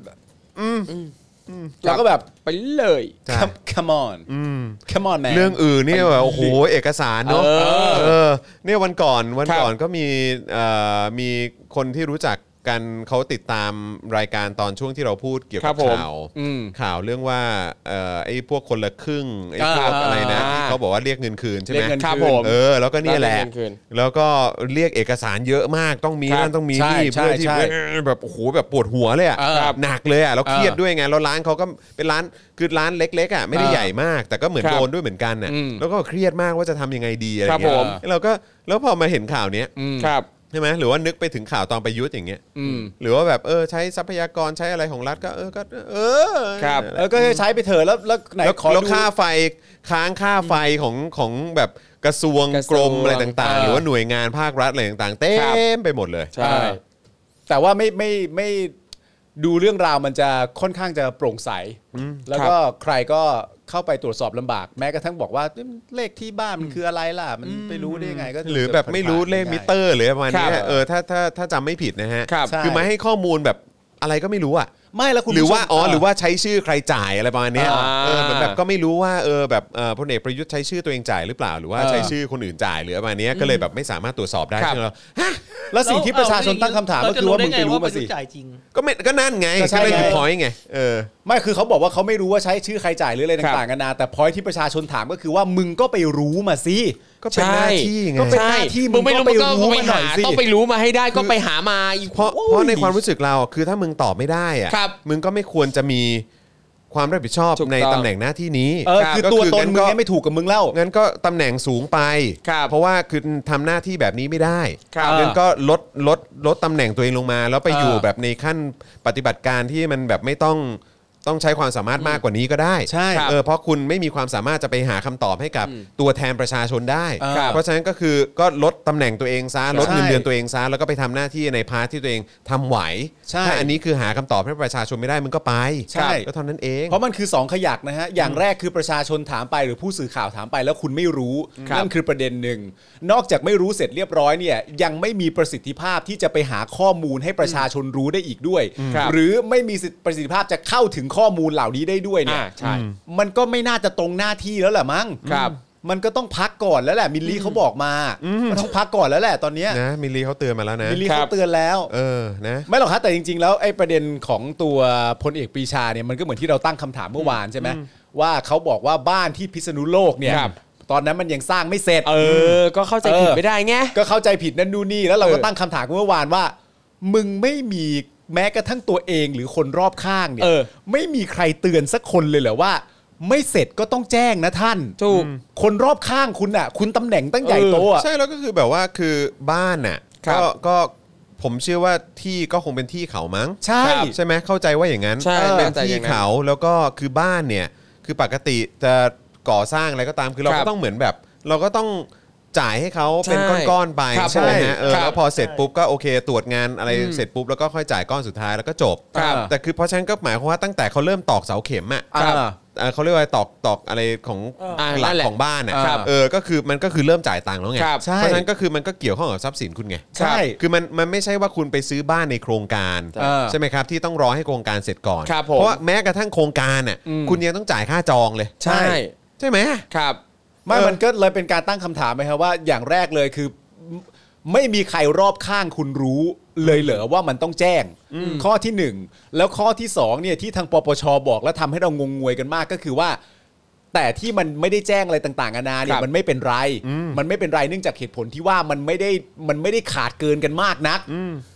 เราก็แบบไปเลยใช่ come come on come on man เรื่องอื่นเนี่ยแบบโอ้โหเอกสารเนาะเออเออเนี่ยวันก่อนวันครับก่อนก็มีเอ่อมีคนที่รู้จักกันเขาติดตามรายการตอนช่วงที่เราพูดเกี่ยวครักับบผมข่าวอืมข่าวเรื่องว่าเอ่อไอ้พวกคนละครึ่งไอ้พวกอ่าอะไรนะอ่าที่เขาบอกว่าเรียกเงินคืนใช่ไหมเรียกเงินครับผมเออแล้วก็เนี่ยแหละเรียกเงินคืนแล้วก็เรียกเอกสารเยอะมากต้องมีครับนั่นต้องมีใช่นี่ใช่เพื่อที่ใช่แบบโอ้โหแบบปวดหัวเลยอ่ะเออหนักเลยอ่ะแล้วเครียดเออด้วยไงแล้วร้านเขาก็เป็นร้านคือร้านเล็กๆอ่ะไม่ได้เออใหญ่มาก แต่ก็เหมือนครับโดนด้วยเหมือนกันน่ะอืมแล้วก็เครียดมากว่าจะทำยังไงดีอะไรครับเงี้ยผมเราก็แล้วพอมาเห็นข่าวเนี้ยอืมครับใช่ไหมหรือว่านึกไปถึงข่าวตอนประยุทธ์อย่างเงี้ยอืมหรือว่าแบบเออใช้ทรัพยากรใช้อะไรของรัฐก็เออก็เออครับเออก็ใช้ไปเถอะแล้วแล้วไหนแล้วขอแล้วดูค่าไฟค้างค่าไฟของของแบบกระทรวงกระทกรรวงมอะไรต่างเออๆ หรือว่าหน่วยงานภาครัฐอะไรต่างๆ เต็ครับมไปหมดเลยใช่แต่ว่าไม่ไม่ไม่ดูเรื่องราวมันจะค่อนข้างจะโปร่งใส แล้วก็ใครก็เข้าไปตรวจสอบลำบาก แม้กระทั่งบอกว่าเอ้ยเลขที่บ้านมันคืออะไรล่ะ มันไปรู้ได้ยังไงก็หรือแบบไม่รู้เลขมิเตอร์หรือประมาณเนี้ยครับเออถ้าถ้าถ้าจำไม่ผิดนะฮะครับใช่คือมาให้ข้อมูลแบบอะไรก็ไม่รู้อ่ะไม่แล้วคุณหรือผู้ชมว่าอ๋อหรือว่าใช้ชื่อใครจ่ายอะไรประมาณเนี้ยอ่าเออเหมือนแบบก็ไม่รู้ว่าเออแบบเออพลเอกประยุทธ์ใช้ชื่อตัวเองจ่ายหรือเปล่าหรือว่าเออใช้ชื่อคนอื่นจ่ายหรือประมาณเนี้ยก็เลยแบบไม่สามารถตรวจสอบได้ครับซึ่งเราแล้วสิ่งที่ประชาชนตั้งคำถามก็คือว่ามึงไปรู้มาสิเจะได้ไงว่าประยุทธ์จ่ายจริงก็ไม่ก็นั่นไงก็ใช่ก็นั่นคือไงพอยต์ไงเออไม่คือเขาบอกว่าเขาไม่รู้ว่าใช้ชื่อใครจ่ายหรืออะไรครับต่างๆกันานาแต่พอยที่ประชาชนถามก็คือว่ามึงก็ไปรู้มาสิก็เป็นหน้าที่ไงก็เป็นหน้าที่มึงไม่รู้มึมึงงก็ก็ไปรู้ไปมาหน่หาอยสิต้องไปรู้มาให้ได้ก็ไปหามาอีกเพราะเพราะในความรู้สึกเราคือถ้ามึงตอบไม่ได้อะครับมึงก็ไม่ควรจะมีความรับผิดชอบถูกต้องในตำแหน่งหน้าที่นี้เออคือตัวตนงั้มึงเนี่ยไม่ถูกกับมึงแล้วงั้นก็ตำแหน่งสูงไปครับเพราะว่าคือทำหน้าที่แบบนี้ไม่ได้ครับงั้นก็ลดลดลดตำแหน่งตัวเองลงมา แล้วไปเออออยู่แบบในขั้นปฏิบัติการที่มันแบบไม่ต้องต้องใช้ความสามารถมากกว่านี้ก็ได้ใช่เออเพราะคุณไม่มีความสามารถจะไปหาคำตอบให้กับตัวแทนประชาชนได้ครับเพราะฉะนั้นก็คือก็ลดตำแหน่งตัวเองซะลดใช่เงินเดือนตัวเองซะแล้วก็ไปทำหน้าที่ในพาร์ทที่ตัวเองทำไหวใช่ถ้าอันนี้คือหาคำตอบให้ประชาชนไม่ได้มึงก็ไปใช่ก็เท่านั้นเองเพราะมันคือสองขยักนะฮะ อย่างแรกคือประชาชนถามไปหรือผู้สื่อข่าวถามไปแล้วคุณไม่รู้ครับนั่นคือประเด็นหนึ่ง นอกจากไม่รู้เสร็จเรียบร้อยเนี่ยยังไม่มีประสิทธิภาพที่จะไปหาข้อมูลให้ประชาชนรู้ได้อีกด้วยครับหรือไม่มีประสิทธิภาพจะเข้าถึงข้อมูลเหล่านี้ได้ด้วยเนี่ยอ่าใช่มันก็ไม่น่าจะตรงหน้าที่แล้วแหละมั้งครับมันก็ต้องพักก่อนแล้วแหละมิลลี่เขาบอกมามันต้องพักก่อนแล้วแหละตอนเนี้ยนะมิลลีเขาเตือนมาแล้วนะมิลลี่ครัเขาบเตือนแล้วเออนะไม่หรอกครับแต่จริงๆ แล้วไอ้ประเด็นของตัวพลเอกปรีชาเนี่ยมันก็เหมือนที่เราตั้งคำถามเมื่อวานใช่ไหมว่าเขาบอกว่าบ้านที่พิษณุโลกเนี่ยครับตอนนั้นมันยังสร้างไม่เสร็จเออ ก็เข้าใจผิดไม่ได้ไงก็เข้าใจผิดนั่นนู่นนี่แล้วเราก็เออตั้งคำถามเมื่อวานว่า มึงไม่มีแม้กระทั่งตัวเองหรือคนรอบข้างเนี่เอย อไม่มีใครเตือนสักคนเลยเหรอว่า ไม่เสร็จก็ต้องแจ้งนะท่านถูกคนรอบข้างคุณอ่ะ คุณตำแหน่งตั้งใหญ่โตอ่ะใช่แล้วก็คือแบบว่าคือบ้านน่ะครับก็ก็ผมเชื่อว่าที่ก็คงเป็นที่เขามั้งใช่ครับใช่ไหมเข้าใจว่าอย่างนั้นใช่เป็นเข้าใจที่อย่างนั้นเขาแล้วก็คือบ้านเนี่ยคือปกติจะก่อสร้างอะไรก็ตามคือเราครัก็บต้องเหมือนแบบ เราก็ต้องจ่ายให้เขาเป็นใช่ก้อนๆไปครับใช่ไหมฮะเออครับแล้วพอเสร็จปุ๊บก็โอเคตรวจงานอะไรเสร็จปุ๊บแล้วก็ค่อยจ่ายก้อนสุดท้ายแล้วก็จบครับแต่คือเพราะฉะนั้นก็หมายความว่าตั้งแต่เขาเริ่มตอกเสาเข็มอ่ะครับเอ่อเขาเรียกว่าตอกตอกอะไรของอ่าหลันั่กนแหละของบ้านอ่ะครับเออก็คือมันก็คือเริ่มจ่ายตังค์แล้วไงครับใช่เพราะฉะนั้นก็คือมันก็เกี่ยวข้องกับทรัพย์สินคุณไงใช่คือมันมันไม่ใช่ว่าคุณไปซื้อบ้านในโครงการเออใช่ไหมครับที่ต้องรอให้โครงการเสร็จก่อนครับผมเพราะว่าแม้กระทั่งโครงการน่ะอืมคุณยังต้องจ่ายค่าจองเลยใช่ใช่ไหมครับไม่เออมันก็เลยเป็นการตั้งคำถามไหมครับว่าอย่างแรกเลยคือไม่มีใครรอบข้างคุณรู้เลยเหรอว่ามันต้องแจ้ง ข้อที่หนึ่งแล้วข้อที่สองเนี่ยที่ทางปปชบอกแล้วทำให้เรางงงวยกันมากก็คือว่า แต่ที่มันไม่ได้แจ้งอะไรต่างๆนานาเนี่ครัยบมันไม่เป็นไร มันไม่เป็นไรเนื่องจากเหตุผลที่ว่ามันไม่ได้มันไม่ได้ขาดเกินกันมากนัก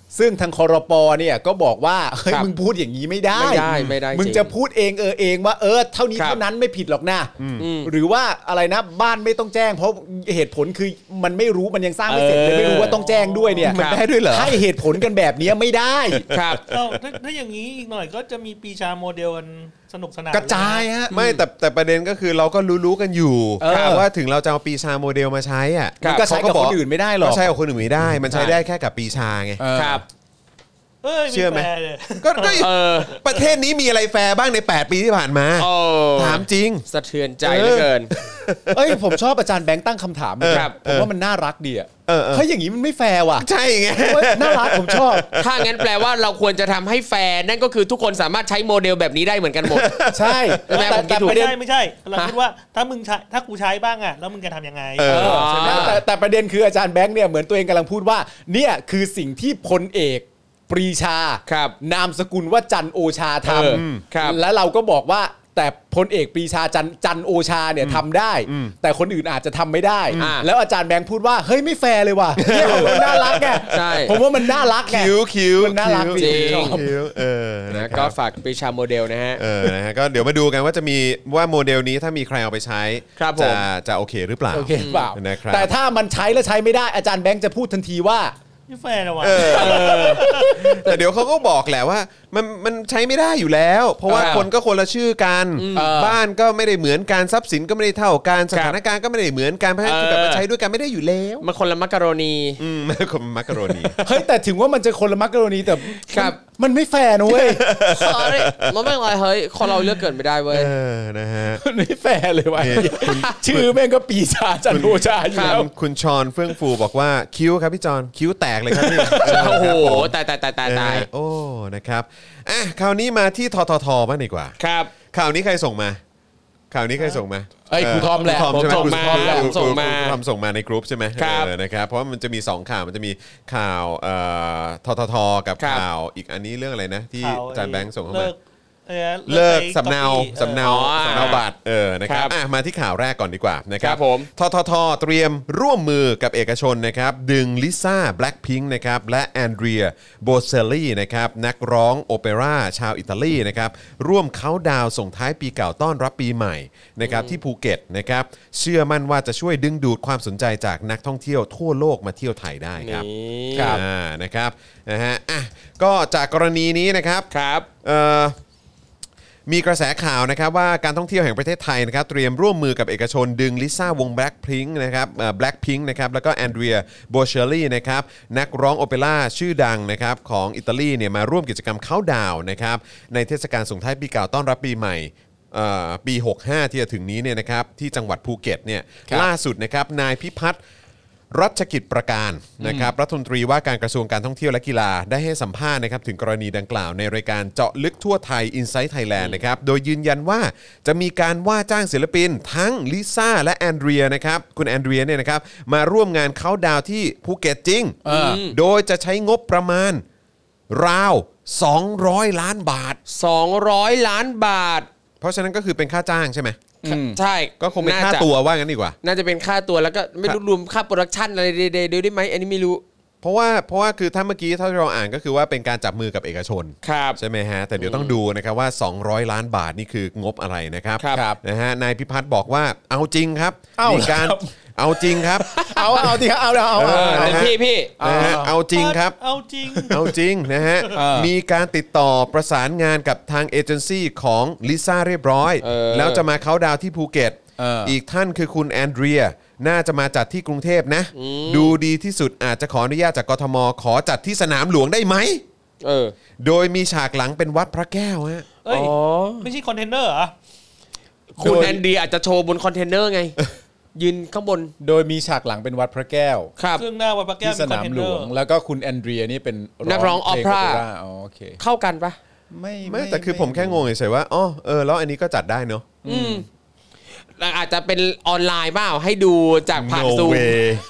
ซึ่งทางครป.เนี่ยก็บอกว่าเฮ้ยมึงพูดอย่างนี้ไม่ได้ไม่ได้ไม่ได้มึงจะพูดเองเออเองว่าเออเท่านี้เท่านั้นไม่ผิดหรอกนะหรือว่าอะไรนะบ้านไม่ต้องแจ้งเพราะเหตุผลคือมันไม่รู้มันยังสร้างไม่เสร็จเลยไม่รู้ว่าต้องแจ้งด้วยเนี่ยมันได้ด้วยเหรอให้เหตุผลกันแบบนี้ไม่ได้ครับถ้าถ้าอย่างนี้อีกหน่อยก็จะมีปีชาโมเดลกันสนุกสนานกระจายฮะไม่แต่แต่ประเด็นก็คือเราก็รู้ๆกันอยู่ว่าถึงเราจะเอาปีชาโมเดลมาใช้อ่ะก็ใช้กับคนอื่นไม่ได้หรอกก็ใช้กับคนอื่นไม่ได้มันใช้ได้แค่กับปีชาไงครับเชื่อไหมก็ประเทศนี้มีอะไรแฟร์บ้างในแปดปีที่ผ่านมาถามจริงสะเทือนใจเหลือเกินเอ้ยผมชอบอาจารย์แบงค์ตั้งคำถามครับผมว่ามันน่ารักดีอ่ะเฮ้ยอย่างนี้มันไม่แฟร์ว่ะใช่ไงน่ารักผมชอบถ้างั้นแปลว่าเราควรจะทำให้แฟร์นั่นก็คือทุกคนสามารถใช้โมเดลแบบนี้ได้เหมือนกันหมดใช่แต่แต่ประเด็นไม่ใช่เราคิดว่าถ้ามึงใช้ถ้ากูใช้บ้างอ่ะแล้วมึงจะทำยังไงใช่ไหมแต่แต่ประเด็นคืออาจารย์แบงค์เนี่ยเหมือนตัวเองกำลังพูดว่าเนี่ยคือสิ่งที่พลเอกปรีชานามสกุลว่าจันโอชาทำและเราก็บอกว่าแต่พลเอกปรีชาจันจันโอชาเนี่ยทำได้แต่คนอื่นอาจจะทำไม่ได้แล้วอาจารย์แบงค์พูดว่าเฮ้ยไม่แฟร์เลยว่ะเนี่ยมันน่ารักไงผมว่ามันน่ารักไงคิ้วคิ้วมันน่ารักจริงเออนะก็ฝากปรีชาโมเดลนะฮะเออนะฮะก็เดี๋ยวมาดูกันว่าจะมีว่าโมเดลนี้ถ้ามีใครเอาไปใช้จะจะโอเคหรือเปล่าโอเคเปล่าแต่ถ้ามันใช้แล้วใช้ไม่ได้อาจารย์แบงค์จะพูดทันทีว่าไม่แฟร์นะวะแต่เดี๋ยวเขาก็บอกแหละว่ามันมันใช้ไม่ได้อยู่แล้วเพราะว่าคนก็คนละชื่อกันบ้านก็ไม่ได้เหมือนกันทรัพย์สินก็ไม่ได้เท่ากันสถานการณ์ก็ไม่ได้เหมือนกันเพราะฉะนั้นแบบมันใช้ด้วยกันไม่ได้อยู่แล้วมันคนละมักกะโรนีอืมมันคนมักกะโรนีเฮ้ยแต่ถึงว่ามันจะคนละมักกะโรนีแต่มันไม่แฟร์นะเว้ยมันไม่อะไรเฮ้ยคนเราเลือกเกิดไม่ได้เว้ยเออนะฮะมันไม่แฟร์เลยว่ะชื่อแม่งก็ปีชาจันโอชาอยู่แล้วคุณชอนเฟื่องฟูบอกว่าคิ้วครับพี่จอนคิ้วแตกเลยครับพี่โอ้โหตายตายตายตายตายโอ้นะครับอ่ะคราวนี้มาที่ทททบ้างดีกว่าครับข่าวนี้ใครส่งมาข่าวนี้ใครส่งมาไอ้ครูทอมแหละผมส่งมาผมส่งมาทำส่งมาในกรุ๊ปใช่ไหมนะครับเพราะมันจะมีสองข่าวมันจะมีข่าวทททกับข่าวอีกอันนี้เรื่องอะไรนะที่อาจารย์แบงค์ส่งเข้ามาเลิกสำเนาสำเนาสำเนาบัตรเออนะครับอ่ะมาที่ข่าวแรกก่อนดีกว่านะครับทททเตรียมร่วมมือกับเอกชนนะครับดึงลิซ่าแบล็คพิงค์นะครับและแอนเดรียโบเซลลี่นะครับนักร้องโอเปร่าชาวอิตาลีนะครับร่วมเค้าท์ดาวน์ส่งท้ายปีเก่าต้อนรับปีใหม่นะครับที่ภูเก็ตนะครับเชื่อมั่นว่าจะช่วยดึงดูดความสนใจจากนักท่องเที่ยวทั่วโลกมาเที่ยวไทยได้ครับครับอ่านะครับนะฮะอ่ะก็จากกรณีนี้นะครับครับเอ่อมีกระแสข่าวนะครับว่าการท่องเที่ยวแห่งประเทศไทยนะครับเตรียมร่วมมือกับเอกชนดึงลิซ่าวง Blackpink นะครับเอ่อ Blackpink นะครับแล้วก็แอนเดรียโบเชลลี่นะครับนักร้องโอเปร่าชื่อดังนะครับของอิตาลีเนี่ยมาร่วมกิจกรรมเค้าท์ดาวน์นะครับในเทศกาลส่งท้ายปีเก่าต้อนรับปีใหม่ปีหกสิบห้าที่จะถึงนี้เนี่ยนะครับที่จังหวัดภูเก็ตเนี่ยล่าสุดนะครับนายพิพัฒน์รัชกิจประการนะครับรัฐมนตรีว่าการกระทรวงการท่องเที่ยวและกีฬาได้ให้สัมภาษณ์นะครับถึงกรณีดังกล่าวในรายการเจาะลึกทั่วไทย Inside Thailand นะครับโดยยืนยันว่าจะมีการว่าจ้างศิลปินทั้งลิซ่าและแอนเดรียนะครับคุณแอนเดรียเนี่ยนะครับมาร่วมงานเค้าท์ดาวน์ที่ภูเก็ตจริงโดยจะใช้งบประมาณราวสองร้อยล้านบาทสองร้อยล้านบาทเพราะฉะนั้นก็คือเป็นค่าจ้างใช่ไหมใช่ก็คงเป็นค่าตัวว่างั้นดีกว่าน่าจะเป็นค่าตัวแล้วก็ไม่รู้รวมค่าโปรดักชันอะไรใดๆได้ไหมอันนี้ไม่รู้เพราะว่าเพราะว่าคือถ้าเมื่อกี้ถ้าเราอ่านก็คือว่าเป็นการจับมือกับเอกชนใช่ไหมฮะแต่เดี๋ยวต้องดูนะครับว่าสองร้อยล้านบาทนี่คืองบอะไรนะครับนะฮะนายพิพัฒน์บอกว่าเอาจริงครับมีการเอาจริงครับเอาเอาจริงครับเอาเอาเอาพี่พี่เอาจริงครับเอาจริงเอาจริงนะฮะมีการติดต่อประสานงานกับทางเอเจนซี่ของลิซ่าเรียบร้อยแล้วจะมาเค้าท์ดาวน์ที่ภูเก็ตอีกท่านคือคุณแอนเดรียน่าจะมาจัดที่กรุงเทพนะดูดีที่สุดอาจจะขออนุญาตจากกทมขอจัดที่สนามหลวงได้ไหมเออโดยมีฉากหลังเป็นวัดพระแก้วฮะเอ้ยไม่ใช่คอนเทนเนอร์เหรอคุณแอนเดรียอาจจะโชว์บนคอนเทนเนอร์ไงยืนข้างบนโดยมีฉากหลังเป็นวัดพระแก้วครับซึ่งหน้าวัดพระแก้วที่สนามหลวงแล้วก็คุณแอนเดรียนี่เป็นนักร้องออเปร่าโอเคเข้ากันปะไม่ไม่แต่คือผมแค่งงเฉยๆว่าอ๋อเออแล้วอันนี้ก็จัดได้เนอะอืมอาจจะเป็นออนไลน์เปล่าให้ดูจากผ่านซูม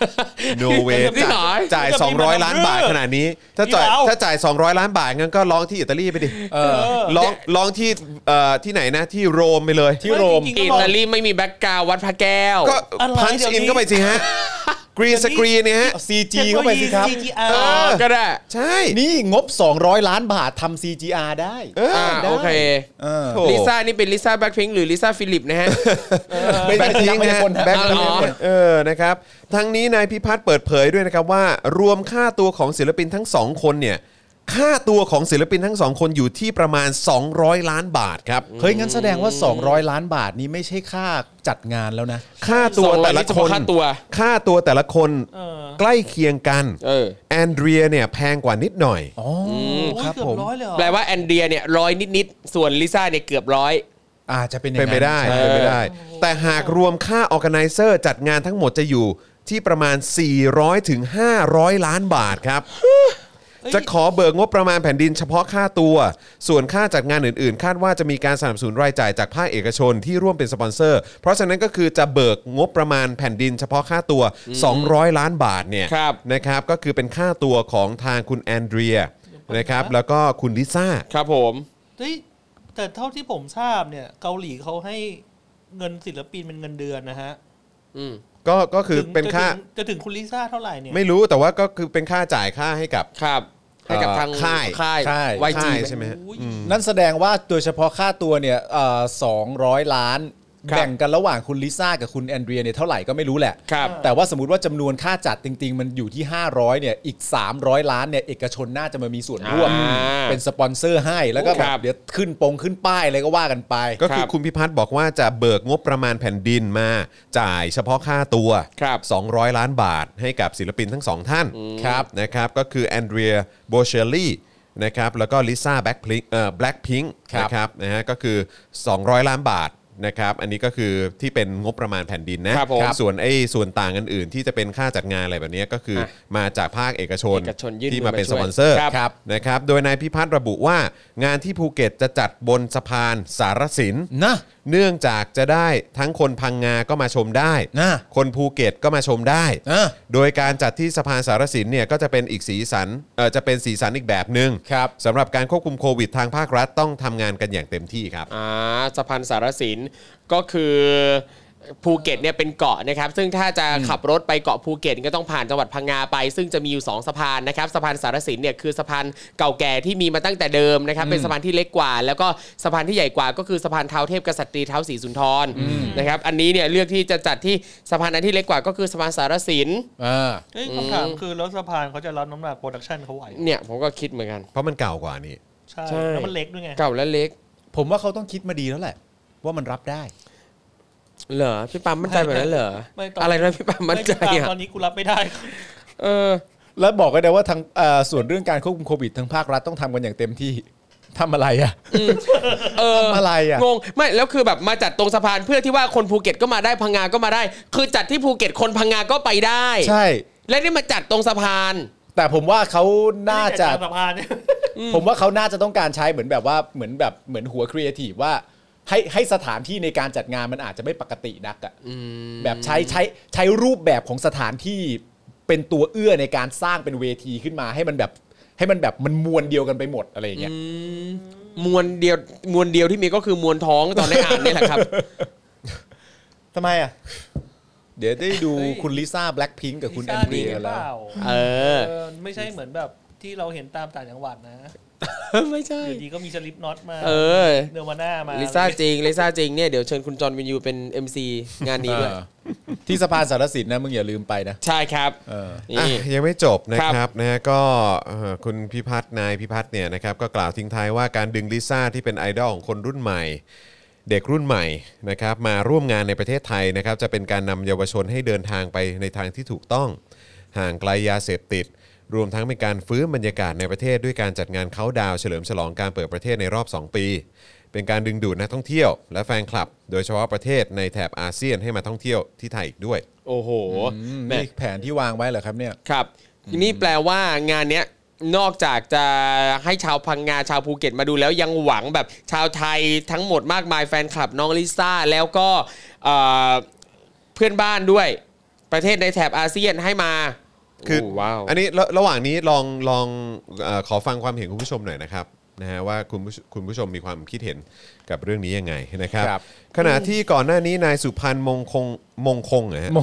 no way จ่ายสองร้อยล้านบาทขนาดนี้ถ้าจ่ายถ้าจ่ายสองร้อยล้านบาทงั้นก็ร้องที่อิตาลีไปดิร้องร้องที่เอ่อที่ไหนนะที่โรมไปเลยที่โรมอิตาลีไม่มีแบ็คกราวด์วัดพระแก้วก็พันช์อินก็ไปสิฮะกรีนสกรีนเนี่ยฮะซี จี เข้าไปสิครับซี จี อาร์เออก็ได้ใช่นี่งบสองร้อยล้านบาททำ ซี จี อาร์ ได้อ่าโอเคเออโถลิซ่านี่เป็นลิซ่าแบ็คพิงค์หรือลิซ่าฟิลิปนะฮะไม่แบ็คใช่พิงไม่ค์ใช่นะคนนะแบ็คพิงอ๋อค์เออนะครับทั้งนี้นายพิพัฒน์เปิดเผยด้วยนะครับว่ารวมค่าตัวของศิลปินทั้งสองคนเนี่ยค่าตัวของศิลปินทั้งสองคนอยู่ที่ประมาณสองร้อยล้านบาทครับเฮ้ยงั้นแสดงว่าสองร้อยล้านบาทนี้ไม่ใช่ค่าจัดงานแล้วนะค่าตัวแต่ละสองร้อยนี่เฉคนพาะค่าตัวค่าตัวแต่ละคนเออใกล้เคียงกันเออแอนเดรียเนี่ยแพงกว่านิดหน่อยอ๋อโอ้ยครับเกือผบมร้อยเลยเหรอแปลว่าแอนเดรียเนี่ยร้อยนิดๆส่วนลิซ่าเนี่ยเกือบร้อยอาจจะเป็นอย่างเป็นไปได้ใช่เป็นไปได้ แต่หากรวมค่าออแกไนเซอร์จัดงานทั้งหมดจะอยู่ที่ประมาณสี่ร้อยถึงห้าร้อยล้านบาทครับ จะขอเบิกงบประมาณแผ่นดินเฉพาะค่าตัว ส่วนค่าจัดงานอื่นๆ คาดว่าจะมีการสนับสนุนรายจ่ายจากภาคเอกชนที่ร่วมเป็นสปอนเซอร์ เพราะฉะนั้นก็คือจะเบิกงบประมาณแผ่นดินเฉพาะค่าตัว สองร้อยล้านบาทเนี่ยครับนะครับก็คือเป็นค่าตัวของทางคุณแอนเดรียนะครับแล้วก็คุณลิซ่าครับผมเฮ้ยแต่เท่าที่ผมทราบเนี่ย เกาหลีเขาให้เงินศิลปินเป็นเงินเดือนนะฮะอืมก็ก็คือถึงเป็นค่าจะถึงจะถึงคุณลิซ่าเท่าไหร่เนี่ยไม่รู้แต่ว่าก็คือเป็นค่าจ่ายค่าให้กับครับให้กับทางค่ายค่ายค่ายวายจีค่ายใช่ไหมฮะโอ้ยนั่นแสดงว่าโดยเฉพาะค่าตัวเนี่ยสองร้อยล้านครับแบ่งกันระหว่างคุณลิซ่ากับคุณแอนเดรียเนี่ยเท่าไหร่ก็ไม่รู้แหละครับแต่ว่าสมมติว่าจำนวนค่าจัดจริงๆ มันอยู่ที่ห้าร้อยเนี่ยอีกสามร้อยล้านเนี่ยเอกชนน่าจะมามีส่วนร่วมอ่าเป็นสปอนเซอร์ให้แล้วก็แบครับ บเดี๋ยวขึ้นปงขึ้นป้ายอะไรก็ว่ากันไปก็คือครับคุณพิพัฒน์บอกว่าจะเบิกงบประมาณแผ่นดินมาจ่ายเฉพาะค่าตัวครับสองร้อยล้านบาทให้กับศิลปินทั้งสองท่านครับนะครับก็คือแอนเดรียโบเชลลี่นะครับแล้วก็ลิซ่าแบล็คพิงค์เอ่อแบล็คพิงค์ครับนะครับนะฮะก็คือสองร้อยล้านบาทนะครับอันนี้ก็คือที่เป็นงบประมาณแผ่นดินนะครับผมส่วนไอ้ส่วนต่างอื่นๆที่จะเป็นค่าจัดงานอะไรแบบนี้ก็คืออะ มาจากภาคเอกชนเอกชนยื่นที่มือมาเป็นมาช่สวยปอนเซอร์ครับนะครับโดยนายพิพัฒน์ระบุว่างานที่ภูเก็ตจะจัดบนสะพานสารสินนะเนื่องจากจะได้ทั้งคนพังงาก็มาชมได้นะคนภูเก็ตก็มาชมได้อ่ะโดยการจัดที่สะพานสารสินเนี่ยก็จะเป็นอีกสีสันเออจะเป็นสีสันอีกแบบหนึ่งครับสำหรับการควบคุมโควิดทางภาครัฐต้องทำงานกันอย่างเต็มที่ครับอ่าสะพานสารสินก็คือภูเก็ตเนี่ยเป็นเกาะนะครับซึ่งถ้าจะขับรถไปเกาะภูเก็ตก็ต้องผ่านจังหวัดพังงาไป ซึ่งจะมีอยู่สองสะพานนะครับสะพานสารสินเนี่ยคือสะพานเก่าแก่ที่มีมาตั้งแต่เดิมนะครับเป็นสะพานที่เล็กกว่า แล้วก็สะพานที่ใหญ่กว่าก็คือสะพานเท้าเทพกษัตริย์เท้าศรีสุนทรนะครับอันนี้เนี่ยเลือกที่จะจัดที่สะพานนั้นที่เล็กกว่าก็คือสะพานสารสินอ่าเฮ้ยคำถามคือรถสะพานเขาจะรับน้ำหนักโปรดักชันเขาไหวเนี่ยผมก็คิดเหมือนกันเพราะมันเก่ากว่านี้ใช่ใช่แล้วมันเล็กด้วยไงเก่าและเล็กผมว่าเขาต้องคิดมาดีแล้วแหละ ว่ามันรับได้เหรอพี่ปั๊มมั่นใจแบบนั้นเหรอไม่ตอนอะไรนะพี่ปั๊มมั่นใจไม่อ่ะตอนนี้กูรับไม่ได้เออแล้วบอกกันเลยว่าทางเอ่อส่วนเรื่องการควบคุมโควิดทางภาครัฐต้องทำกันอย่างเต็มที่ทำอะไรอ่ะเออทำอะไรอ่ะงงไม่แล้วคือแบบมาจัดตรงสะพานเพื่อที่ว่าคนภูเก็ตก็มาได้พังงาก็มาได้ คือจัดที่ภูเก็ตคนพังงาก็ไปได้ใช่และนี่มาจัดตรงสะพานแต่ผมว่าเขาน่าจะไม่ได้จัดสะพานเนี่ยผมว่าเขาน่าจะต้องการใช้เหมือนแบบว่าเหมือนแบบเหมือนหัวครีเอทีฟว่าให้ให้สถานที่ในการจัดงานมันอาจจะไม่ปกตินักอะแบบใช้ใช้ใช้รูปแบบของสถานที่เป็นตัวเอื้อในการสร้างเป็นเวทีขึ้นมา ให้มันแบบให้มันแบบมันมวลเดียวกันไปหมดอะไรอย่างเงี้ยมวลเดียวมวลเดียวที่มีก็คือมวลท้องตอนได้อ่านนี่แหละครับทำไมอ่ะ เดี๋ยวได้ดูคุณลิซ่าแบล็คพิงค์กับคุณแอนเดรียลิซ่าดีหรือแล้เปวล่าเออเออไม่ใช่เหมือนแบบที่เราเห็นตามต่างจังหวัดนะไม่ใช่เดี๋ยวดีก็มีสลิปน็อตมาเออเนวาน่ามาลิซ่าจริงลิซ่าจริงเนี่ยเดี๋ยวเชิญคุณจอห์นวินยูเป็น เอ็ม ซี งานนี้ด้วยเออที่สะพานสารสินนะมึงอย่าลืมไปนะใช่ครับเอออ่ะนี่ยังไม่จบนะคครัรับบ นะฮะก็เอ่อคุณพิพัฒน์นายพิพัฒน์เนี่ยนะครับก็กล่าวทิ้งท้ายว่าการดึงลิซ่าที่เป็นไอดอลของคนรุ่นใหม่ เด็กรุ่นใหม่นะครับมาร่วมงานในประเทศไทยนะครับจะเป็นการนำเยาวชนให้เดินทางไปในทางที่ถูกต้องห่างไกลยาเสพติด รวมทั้งเป็นการฟื้นบรรยากาศในประเทศด้วยการจัดงานเค้าท์ดาวน์เฉลิมฉลองการเปิดประเทศในรอบสองปี เป็นการดึงดูดนักท่องเที่ยวและแฟนคลับ โดยเฉพาะประเทศในแถบอาเซียนให้มาท่องเที่ยวที่ไทยอีกด้วยโอ้โหแหม่นี่แผนที่วางไว้เหรอครับเนี่ยครับนี่แปลว่างานเนี้ยนอกจากจะให้ชาวพังงาชาวภูเก็ตมาดูแล้วยังหวังแบบชาวไทยทั้งหมดมากมายแฟนคลับน้องลิซ่าแล้วก็เอ่อเพื่อนบ้านด้วยประเทศในแถบอาเซียนให้มาคือโว้าวอันนี้ระระหว่างนี้ลองลองเอ่อขอฟังความเห็นคุณผู้ชมหน่อยนะครับนะฮะว่าคุณผู้คุณผู้ชมมีความคิดเห็นกับเรื่องนี้ยังไงนะครับครับขณะที่ก่อนหน้านี้นายสุพันธ์มงคงมงคงนะฮะมง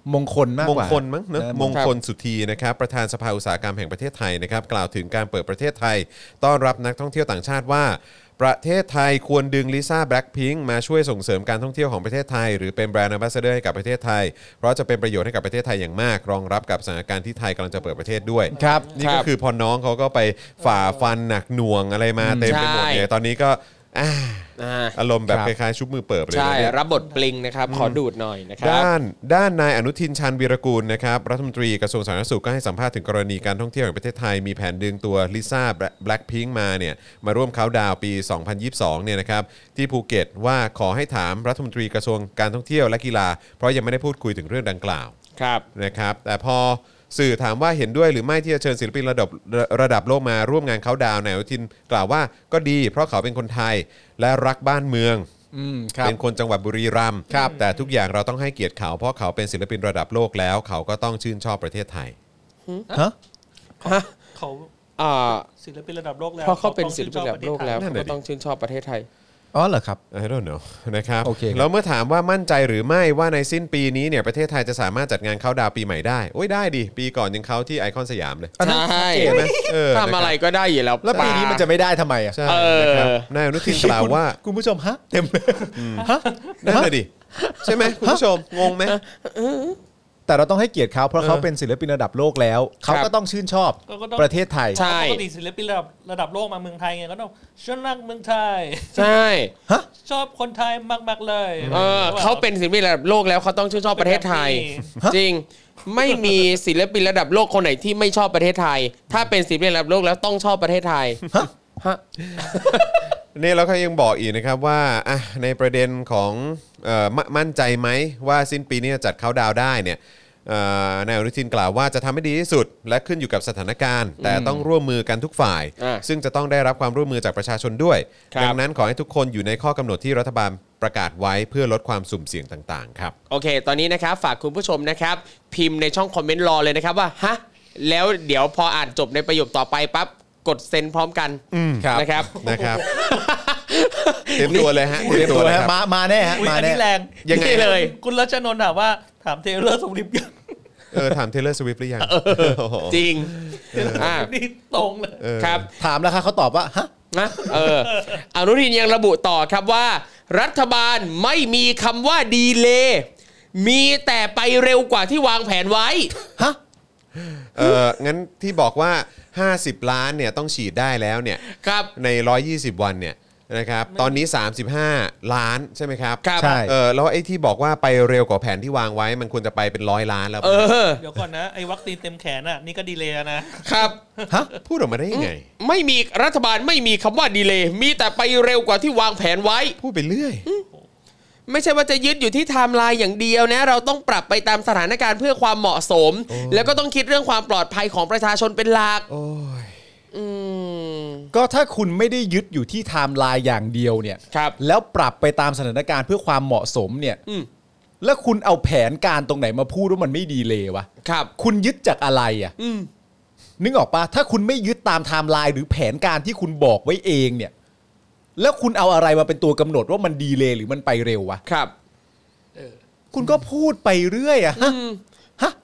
มงคลมากกว่ามงคลมั้งเนอะมงคลสุธีนะครับประธานสภาอุตสาหกรรมแห่งประเทศไทยนะครับกล่าวถึงการเปิดประเทศไทยต้อนรับนักท่องเที่ยวต่างชาติว่าประเทศไทยควรดึงลิซ่าแบล็คพิงค์มาช่วยส่งเสริมการท่องเที่ยวของประเทศไทยหรือเป็นแบรนด์แอมบาสเดอร์ให้กับประเทศไทยเพราะจะเป็นประโยชน์ให้กับประเทศไทยอย่างมากรองรับกับสถานการณ์ที่ไทยกำลังจะเปิดประเทศด้วยครับนี่ก็คือพอน้องเขาก็ไปฝ่าฟันหนักหน่วงอะไรมาเต็มไปหมดเนี่ยตอนนี้ก็อารมณ์แบบคล้ายๆชุบมือเปิบเลยใช่รับบทปลิงนะครับขอดูดหน่อยนะครับด้านด้านนายอนุทินชาญวีรกูลนะครับรัฐมนตรีกระทรวงสาธารณสุขก็ให้สัมภาษณ์ถึงกรณีการท่องเที่ยวแห่งประเทศไทยมีแผนดึงตัวลิซ่าแบล็คพิงค์มาเนี่ยมาร่วมเค้าดาวน์ปีสองพันยี่สิบสองเนี่ยนะครับที่ภูเก็ตว่าขอให้ถามรัฐมนตรีกระทรวงการท่องเที่ยวและกีฬาเพราะยังไม่ได้พูดคุยถึงเรื่องดังกล่าวครับนะครับแต่พอสื่อถามว่าเห็นด้วยหรือไม่ที่จะเชิญศิลปินระดับระดับโลกมาร่วมงานเค้าดาวน์นายอนุทินกล่าวว่าก็ดีเพราะเขาเป็นคนไทยและรักบ้านเมืองเป็นคนจังหวัดบุรีรัมย์แต่ทุกอย่างเราต้องให้เกียรติเขาเพราะเขาเป็นศิลปินระดับโลกแล้วเขาก็ต้องชื่นชอบประเทศไทยฮะเขาศิลปินระดับโลกแล้วเพราะเขาเป็นศิลปินระดับโลกแล้วเขาก็ต้องชื่นชอบประเทศไทยอ๋อเหรอครับ I don't know นะครับ okay แล้วเมื่อถามว่ามั่นใจหรือไม่ว่าในสิ้นปีนี้เนี่ยประเทศไทยจะสามารถจัดงานเค้าดาวน์ปีใหม่ได้โอ้ยได้ดิปีก่อนยังเค้าที่ไอคอนสยามเลยใช่ไหมทำอะไรก็ได้อยู่แล้วแล้วปีนี้มันจะไม่ได้ทำไมอ่ะใช่นะครับนายอนุทินกล่าวว่าคุณผู้ชมฮะเต็มเลยฮะนั่นแหละดิใช่ไหมคุณผู้ชมงงไหมแต่เราต้องให้เกียรติเขาเพราะเขาเป็นศิลปินระดับโลกแล้วเขาก็ต้องชื่นชอบประเทศไทยใช่ปกติศิลปินระดับระดับโลกมาเมืองไทยไงก็ต้องฉันรักเมืองไทยใช่ชอบคนไทยมากๆเลยเออเขาเป็นศิลปินระดับโลกแล้วเขาต้องชื่นชอบประเทศไทยจริงไม่มีศิลปินระดับโลกคนไหนที่ไม่ชอบประเทศไทยถ้าเป็นศิลปินระดับโลกแล้วต้องชอบประเทศไทยฮะนี่เราก็ยังบอกอีกนะครับว่าในประเด็นของเอ่อมั่นใจไหมว่าสิ้นปีนี้จะจัดเค้าดาวน์ได้เนี่ยนายอนุทินกล่าวว่าจะทำให้ดีที่สุดและขึ้นอยู่กับสถานการณ์แต่ต้องร่วมมือกันทุกฝ่ายซึ่งจะต้องได้รับความร่วมมือจากประชาชนด้วยดังนั้นขอให้ทุกคนอยู่ในข้อกำหนดที่รัฐบาลประกาศไว้เพื่อลดความสุ่มเสี่ยงต่างๆครับโอเคตอนนี้นะครับฝากคุณผู้ชมนะครับพิมพ์ในช่องคอมเมนต์รอเลยนะครับว่าฮะแล้วเดี๋ยวพออ่านจบในประโยคต่อไปปั๊บกดเซ็นพร้อมกันนะครับนะครับเตรียมตัวเลยฮะเตรียมตัวเลยมามาแน่ฮะมาแน่แรงยังไงเลยคุณรัชนนท์ถามว่าถามเทเลอร์สวิฟต์ยังเออถามเทเลอร์สวิฟต์หรือยังจริงอ่านี่ตรงเลยครับถามแล้วครับเขาตอบว่าฮะนะเอออนุทินยังระบุต่อครับว่ารัฐบาลไม่มีคำว่าดีเลย์มีแต่ไปเร็วกว่าที่วางแผนไว้ฮะเอองั้นที่บอกว่าห้าสิบล้านเนี่ยต้องฉีดได้แล้วเนี่ยในหนึ่งร้อยยี่สิบวันเนี่ยนะครับตอนนี้สามสิบห้าล้านใช่ไหมครับใช่เออแล้วไอ้ที่บอกว่าไปเร็วกว่าแผนที่วางไว้มันควรจะไปเป็นร้อยล้านแล้วเออเดี๋ยวก่อนนะไอ้วัคซีนเต็มแขนอ่ะนี่ก็ดีเลย์นะครับฮะพูดออกมาได้ยังไงไม่มีรัฐบาลไม่มีคำว่าดีเลย์มีแต่ไปเร็วกว่าที่วางแผนไว้พูดไปเรื่อยไม่ใช่ว่าจะยึดอยู่ที่ไทม์ไลน์อย่างเดียวนะเราต้องปรับไปตามสถานการณ์เพื่อความเหมาะสมแล้วก็ต้องคิดเรื่องความปลอดภัยของประชาชนเป็นหลักโอ้ยก็ถ้าคุณไม่ได้ยึดอยู่ที่ไทม์ไลน์อย่างเดียวเนี่ยแล้วปรับไปตามสถานการณ์เพื่อความเหมาะสมเนี่ยแล้วคุณเอาแผนการตรงไหนมาพูดว่ามันไม่ดีเลยวะครับคุณยึดจากอะไรอ่ะนึกออกปะถ้าคุณไม่ยึดตามไทม์ไลน์หรือแผนการที่คุณบอกไว้เองเนี่ยแล้วคุณเอาอะไรมาเป็นตัวกำหนดว่ามันดีเลย์หรือมันไปเร็ววะครับคุณก็พูดไปเรื่อยอะฮะฮะ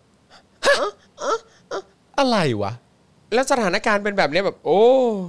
อะไรวะแล้วสถานการณ์เป็นแบบนี้แบบโอ้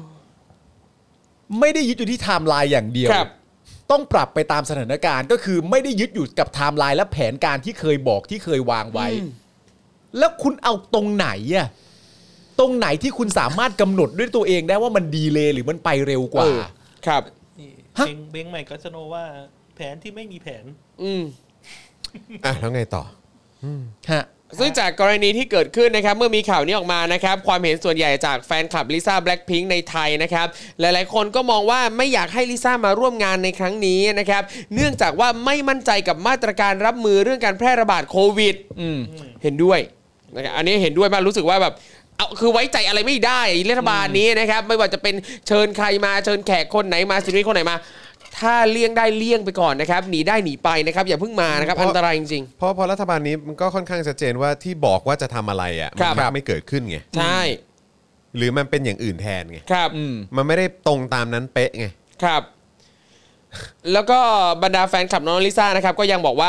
ไม่ได้ยึดอยู่ที่ไทม์ไลน์อย่างเดียวต้องปรับไปตามสถานการณ์ก็คือไม่ได้ยึดอยู่กับไทม์ไลน์และแผนการที่เคยบอกที่เคยวางไว้แล้วคุณเอาตรงไหนอะตรงไหนที่คุณสามารถกำหนดด้วยตัวเองได้ว่ามันดีเลย์หรือมันไปเร็วกว่าครับเบงเบงใหม่ก็จะโนว่าแผนที่ไม่มีแผนอืมอ่ะแล้วไงต่ออืมฮะซึ่งจากกรณีที่เกิดขึ้นนะครับเมื่อมีข่าวนี้ออกมานะครับความเห็นส่วนใหญ่จากแฟนคลับลิซ่าแบล็คพิงค์ในไทยนะครับหลายๆคนก็มองว่าไม่อยากให้ลิซ่ามาร่วมงานในครั้งนี้นะครับเนื่องจากว่าไม่มั่นใจกับมาตรการรับมือเรื่องการแพร่ระบาดโควิดเห็นด้วยนะครับอันนี้เห็นด้วยมากรู้สึกว่าแบบเอาคือไว้ใจอะไรไม่ได้รัฐบาลนี้นะครับไม่ว่าจะเป็นเชิญใครมาเชิญแขกคนไหนมาศิลปินคนไหนมาถ้าเลี่ยงได้เลี่ยงไปก่อนนะครับหนีได้หนีไปนะครับอย่าเพิ่งมานะครับอันตรายจริงๆเพราะพอรัฐบาลนี้มันก็ค่อนข้างชัดเจนว่าที่บอกว่าจะทำอะไรอ่ะมันไม่เกิดขึ้นไงใช่หรือมันเป็นอย่างอื่นแทนไงครับมันไม่ได้ตรงตามนั้นเป๊ะไงครับแล้วก็บรรดาแฟนคลับน้องลิซ่านะครับก็ยังบอกว่า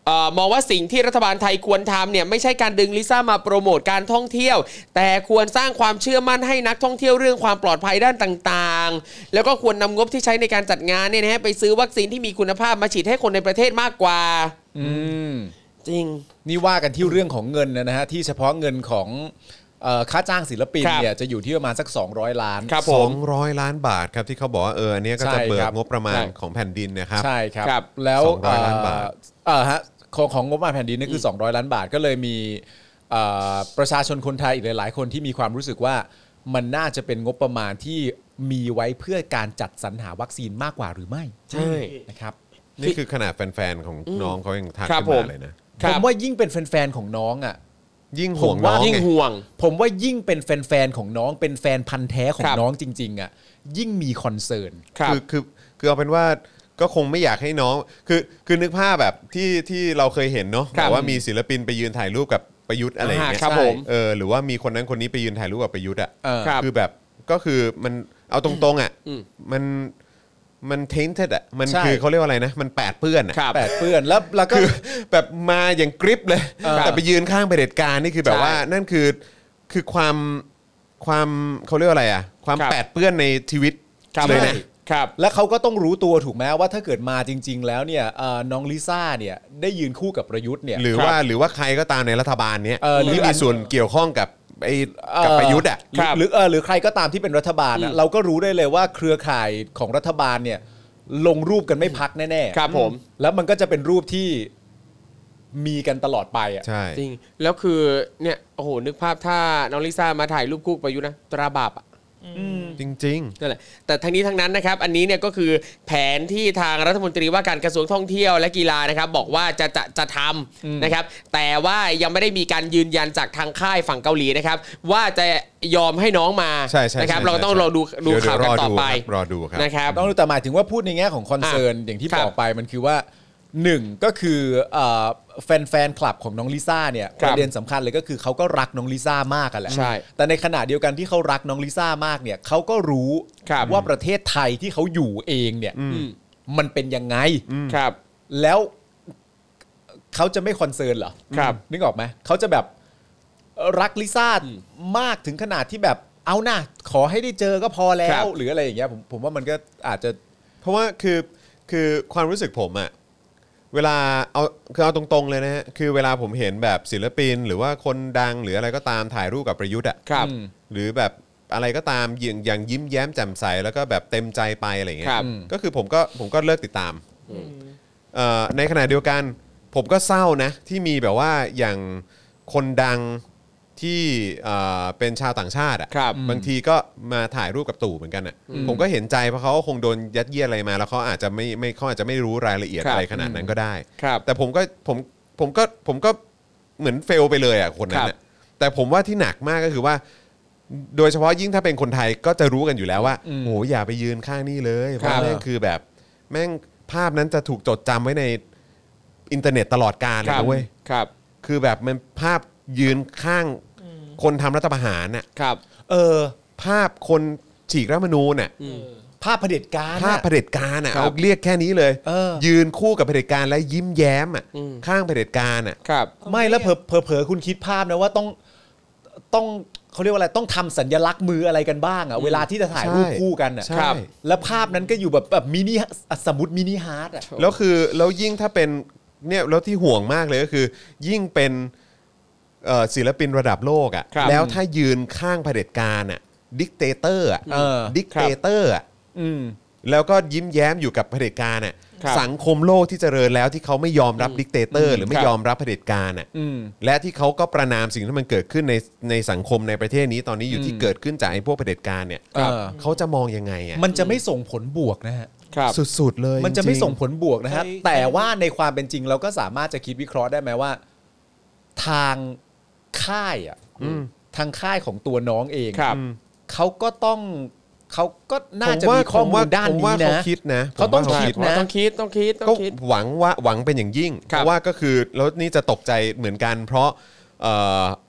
เอ่อมองว่าสิ่งที่รัฐบาลไทยควรทำเนี่ยไม่ใช่การดึงลิซ่ามาโปรโมทการท่องเที่ยวแต่ควรสร้างความเชื่อมั่นให้นักท่องเที่ยวเรื่องความปลอดภัยด้านต่างๆแล้วก็ควรนำงบที่ใช้ในการจัดงานเนี่ยนะฮะไปซื้อวัคซีนที่มีคุณภาพมาฉีดให้คนในประเทศมากกว่าอืมจริงนี่ว่ากันที่เรื่องของเงินนะฮะที่เฉพาะเงินของค่าจ้างศิลปินเนี่ยจะอยู่ที่ประมาณสักสองร้อยล้านสองร้อยล้านบาทครับที่เขาบอกว่าเอออันนี้ก็จะเบิกงบประมาณของแผ่นดินนะครับใช่ครับแล้วสองร้อยล้านบาทเออฮะของของงบประมาณแผ่นดินนี่คือสองร้อยล้านบาทก็เลยมีประชาชนคนไทยอีกหลายๆคนที่มีความรู้สึกว่ามันน่าจะเป็นงบประมาณที่มีไว้เพื่อการจัดสรรหาวัคซีนมากกว่าหรือไม่ใช่นะครับนี่คือขนาดแฟนๆของน้องเขายังทักขึ้นมาเลยนะผมว่ายิ่งเป็นแฟนๆของน้องอ่ะยิ่งห่วงน้องยิ่งห่วงผมว่ายิ่งเป็นแฟนๆของน้องเป็นแฟนพันธุ์แท้ของน้องจริงๆอ่ะยิ่งมีคอนเซิร์นคือคือคือเอาเป็นว่าก็คงไม่อยากให้น้องคือคือนึกภาพแบบที่ที่เราเคยเห็นเนาะแต่ว่ามีศิลปินไปยืนถ่ายรูปกับประยุทธ์อะไรอย่างเงี้ยเออหรือว่ามีคนนั้นคนนี้ไปยืนถ่ายรูปกับประยุทธ์อ่ะคือแบบก็คือมันเอาตรงๆอ่ะมันมัน tainted อ่ะมันคือเขาเรียกว่าอะไรนะมันแปดเปื้อนอ่ะแปดเปื้อนแล้วแล้วก็แบบมาอย่างกริปเลยแต่ไปยืนข้างเผด็จการนี่คือแบบว่านั่นคือคือความความเขาเรียกว่าอะไรอ่ะความแปดเปื้อนในชีวิตเลยนะครับแล้วเขาก็ต้องรู้ตัวถูกไหมว่าถ้าเกิดมาจริงๆแล้วเนี่ยน้องลิซ่าเนี่ยได้ยืนคู่กับประยุทธ์เนี่ยหรือว่าหรือว่าใครก็ตามในรัฐบาลเนี้ยที่มีส่วนเกี่ยวข้องกับไอ้กับประยุทธ์อ่ะหรือเออหรือใครก็ตามที่เป็นรัฐบาลอ่ะเราก็รู้ได้เลยว่าเครือข่ายของรัฐบาลเนี่ยลงรูปกันไม่พักแน่ๆครับผมแล้วมันก็จะเป็นรูปที่มีกันตลอดไปอ่ะใช่จริงแล้วคือเนี่ยโอ้โหนึกภาพถ้าน้องลิซ่ามาถ่ายรูปคู่ประยุทธ์นะตราบาปอ่ะจริงๆนั่นแหละแต่ทั้งนี้ทั้งนั้นนะครับอันนี้เนี่ยก็คือแผนที่ทางรัฐมนตรีว่าการกระทรวงท่องเที่ยวและกีฬานะครับบอกว่าจะจะจะทำนะครับแต่ว่ายังไม่ได้มีการยืนยันจากทางค่ายฝั่งเกาหลีนะครับว่าจะยอมให้น้องมานะครับเราต้องรอดูดูข่าวกันต่อไปรอดูครับนะครับต้องดูแต่หมายถึงว่าพูดในแง่ของคอนเซิร์นอย่างที่บอกไปมันคือว่าหนึ่งก็คือแฟนแฟนคลับของน้องลิซ่าเนี่ยประเด็นสำคัญเลยก็คือเขาก็รักน้องลิซ่ามากกันแหละแต่ในขณะเดียวกันที่เขารักน้องลิซ่ามากเนี่ยเขาก็รู้ว่าประเทศไทยที่เขาอยู่เองเนี่ยมันเป็นยังไงครับแล้วเขาจะไม่คอนเซิร์นเหรอนึกออกไหมเขาจะแบบรักลิซ่ามากถึงขนาดที่แบบเอาหน้าขอให้ได้เจอก็พอแล้วหรืออะไรอย่างเงี้ยผมผมว่ามันก็อาจจะเพราะว่าคือคือความรู้สึกผมอะเวลาเอาคือเอาตรงๆเลยนะฮะคือเวลาผมเห็นแบบศิลปินหรือว่าคนดังหรืออะไรก็ตามถ่ายรูปกับประยุทธ์อ่ะหรือแบบอะไรก็ตามอย่างอย่างยิ้มแย้มแจ่มใสแล้วก็แบบเต็มใจไปอะไรอย่างเงี้ยก็คือผมก็ผมก็เลิกติดตามในขณะเดียวกันผมก็เศร้านะที่มีแบบว่าอย่างคนดังที่เป็นชาวต่างชาติอ่ะบางทีก็มาถ่ายรูปกับตู่เหมือนกันอ่ะผมก็เห็นใจเพราะเขาคงโดนยัดเยียดอะไรมาแล้วเขาอาจจะไม่ไม่เขาอาจจะไม่รู้รายละเอียดอะไรขนาดนั้นก็ได้แต่ผมก็ผมผมก็ผมก็เหมือนเฟลไปเลยอ่ะคนนั้นอ่ะแต่ผมว่าที่หนักมากก็คือว่าโดยเฉพาะยิ่งถ้าเป็นคนไทยก็จะรู้กันอยู่แล้วว่าโอ้อย่าไปยืนข้างนี่เลยเพราะแม่งคือแบบแม่งภาพนั้นจะถูกจดจำไว้ในอินเทอร์เน็ตตลอดกาลเลยนะเว้ยคือแบบมันภาพยืนข้างคนทำรัฐประหารน่ะครับเออภาพคนฉีกรัฐธรรมนูญน่ะภาพเผด็จการภาพเผด็จการน่ะเอาเรียกแค่นี้เลยยืนคู่กับเผด็จการและยิ้มแย้มอ่ะข้างเผด็จการน่ะครับไม่แล้วเผลอๆคุณคิดภาพนะว่าต้องต้องเขาเรียกว่าอะไรต้องทำสัญลักษณ์มืออะไรกันบ้างอ่ะเวลาที่จะถ่ายรูปคู่กันอ่ะแล้วภาพนั้นก็อยู่แบบแบบมินิสมุดมินิฮาร์ดอ่ะแล้วคือแล้วยิ่งถ้าเป็นเนี่ยแล้วที่ห่วงมากเลยก็คือยิ่งเป็นศิลปินระดับโลกอ่ะแล้วถ้ายืนข้างเผด็จการอ่ะดิกเตเตอร์อ่ะดิกเตเตอร์อ่ะแล้วก็ยิ้มแย้มอยู่กับเผด็จการอ่ะสังคมโลกที่เจริญแล้วที่เขาไม่ยอมรับดิกเตเตอร์หรือไม่ยอมรับเผด็จการอ่ะและที่เขาก็ประนามสิ่งที่มันเกิดขึ้นในในสังคมในประเทศนี้ตอนนี้อยู่ที่เกิดขึ้นจากไอ้พวกเผด็จการเนี่ยเขาจะมองยังไงอ่ะมันจะไม่ส่งผลบวกนะฮะสุดๆเลยมันจะไม่ส่งผลบวกนะฮะแต่ว่าในความเป็นจริงเราก็สามารถจะคิดวิเคราะห์ได้ไหมว่าทางค่ายอ่ะทางค่ายของตัวน้องเองเขาก็ต้องเขาก็น่าจะมีข้อมูลด้านนี้นะเขาคิดนะเขาต้องคิดนะต้องคิดต้องคิดก็หวังว่าหวังเป็นอย่างยิ่งเพราะว่าก็คือแล้วนี่จะตกใจเหมือนกันเพราะ